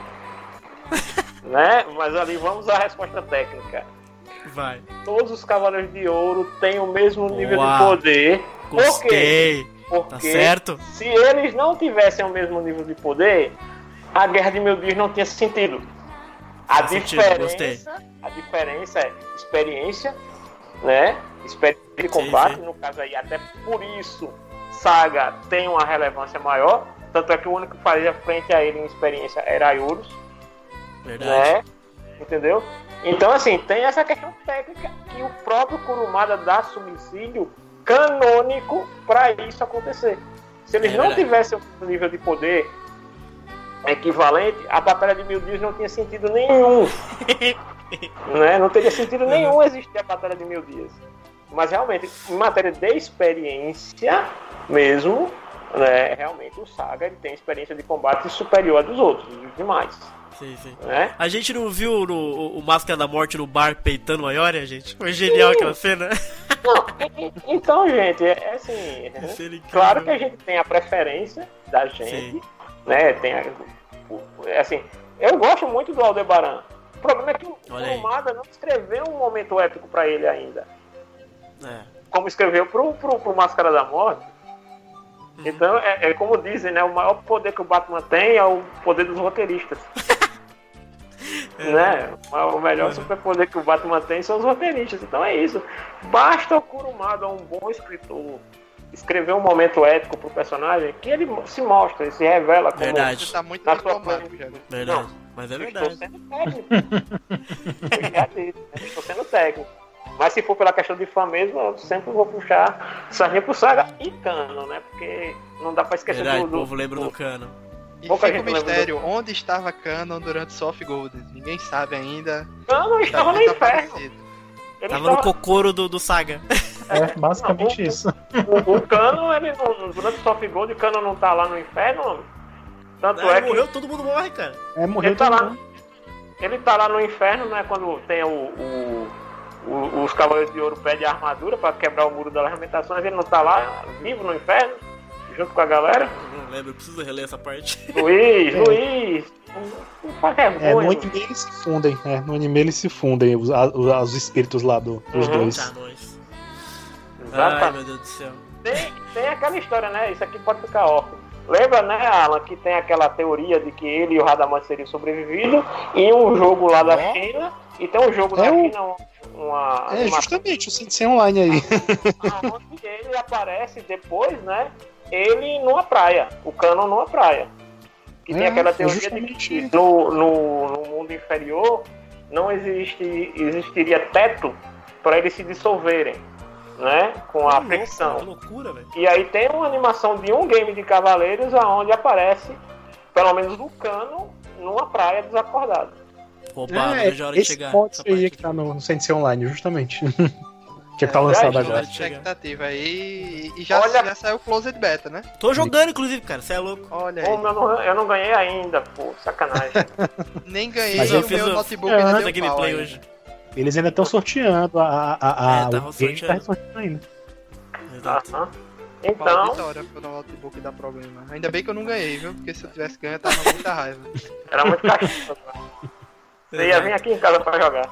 Né? Mas ali vamos à resposta técnica. Vai. Todos os Cavaleiros de Ouro têm o mesmo nível Uau. de poder. Por quê? Gostei. Porque Tá certo? se eles não tivessem o mesmo nível de poder, a Guerra de Mil Dias não tinha sentido. A Faz sentido, diferença, a diferença é experiência, né? Experiência de combate, sim. no caso aí, até por isso Saga tem uma relevância maior. Tanto é que o único que fazia frente a ele em experiência era Aiurus, Verdade. né? Entendeu? Então, assim, tem essa questão técnica que o próprio Kurumada dá subsídio canônico para isso acontecer. Se eles É não verdade. tivessem um nível de poder equivalente, a Batalha de Mil Dias não tinha sentido nenhum. Né? Não teria sentido nenhum existir a Batalha de Mil Dias. Mas realmente, em matéria de experiência mesmo, né, realmente o Saga ele tem experiência de combate superior a dos outros, dos demais. Sim, sim. Né? A gente não viu no, o, o Máscara da Morte no bar peitando a Ioria, gente? Foi genial aquela cena. Não, e- e- então, gente, é é assim. né? Cena incrível. Claro que a gente tem a preferência da gente, Sim. né? Tem a, o- é assim, eu gosto muito do Aldebaran. O problema é que o Olha aí. Kurumada não escreveu um momento épico pra ele ainda, É. como escreveu pro, pro, pro Máscara da Morte. Uhum. Então, é, é como dizem, né? O maior poder que o Batman tem é o poder dos roteiristas. Né? O melhor Uhum. superpoder que o Batman tem são os roteiristas. Então é isso. Basta o Kurumada, um bom escritor, escrever um momento épico pro personagem que ele se mostra, ele se revela como... Verdade. Você tá muito Na sua diplomático, já. Verdade. Não. Mas é Eu verdade. estou sendo técnico. Eu já disse, né? Eu estou sendo técnico. Mas se for pela questão de fã mesmo, eu sempre vou puxar sardinha pro Saga e Cano, né? Porque não dá pra esquecer Verdade, do, o do, povo lembra do- do Cano. E Pouca fica o gente lembra mistério, onde estava Canon durante Soft Gold? Ninguém sabe ainda. Cano estava no Tá inferno. desaparecido. Ele Tava no estava... cocoro do, do Saga. É basicamente Não, o- isso. O, o Cano, ele não, durante o Soft Gold, o Cano não tá lá no inferno, homem. Tanto Ah, é que morreu, todo mundo morre, cara. É, morreu ele tá, todo lá, mundo. ele tá lá no inferno, né? Quando tem o, o- o- os Cavaleiros de Ouro pedem a armadura pra quebrar o muro das lamentações, ele não tá lá, vivo no inferno, junto com a galera. Eu não lembro, eu preciso reler essa parte. Luiz, É. Luiz, não faz É, no vergonha. anime eles se fundem. É, no anime eles se fundem, os, a- os espíritos lá do, dos Uhum. dois. Tá, nós. Ai, Exatamente. meu Deus do céu. Tem, tem aquela história, né? Isso aqui pode ficar órfão. Lembra, né, Alan, que tem aquela teoria de que ele e o Radamante seriam sobrevividos em um jogo lá da Ó. China, e tem um jogo É da o- China, uma, É, uma justamente, o Sensei Online aí. onde ele aparece depois, né? Ele numa praia, o Canon numa praia. Que tem É, aquela é teoria de justamente que isso. no, no, no mundo inferior não existe, existiria teto para eles se dissolverem, né? Com a Que louco, fricção. Que loucura, velho. E aí tem uma animação de um game de Cavaleiros aonde aparece, pelo menos o Cano, numa praia desacordado. Roubado, É, veja a hora de esse chegar. mod essa aí parte que tá no, no Sensei Online, justamente. que É, tá lançado já- agora. já- chegar. Expectativa aí. E já, Olha- já saiu o Closed Beta, né? Tô jogando, inclusive, cara, você é louco. Olha Pô, aí. eu, não, eu não ganhei ainda, pô, sacanagem. Nem ganhei Mas e eu o fiz meu o- notebook É, ainda Fiz deu a gameplay pau hoje. Eles ainda estão sorteando a, a, a, É, a tava o game sorteando. tá sorteando ainda. Exato. Aham. Pau Então, vitória quando o notebook dá problema. Ainda bem que eu não ganhei, viu? Porque se eu tivesse ganho, eu tava com muita raiva. era muito cachorro. Você ia vir aqui em casa pra jogar.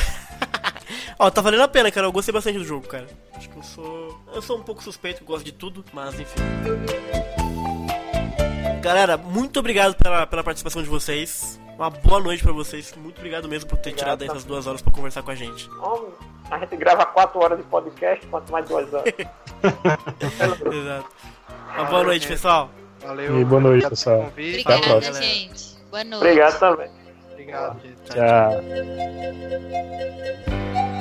Ó, tá valendo a pena, cara. Eu gostei bastante do jogo, cara. Acho que eu sou. Eu sou um pouco suspeito, gosto de tudo, mas enfim. Galera, muito obrigado pela, pela participação de vocês. Uma boa noite pra vocês. Muito obrigado mesmo por ter obrigado, tirado essas duas horas pra conversar com a gente. Homem, a gente grava quatro horas de podcast, quanto mais duas horas. Exato. Uma boa noite, pessoal. Valeu. E boa noite, pessoal. Obrigada, Até a próxima. gente. Boa noite. Obrigado também. Obrigado, gente. Tchau. Tchau.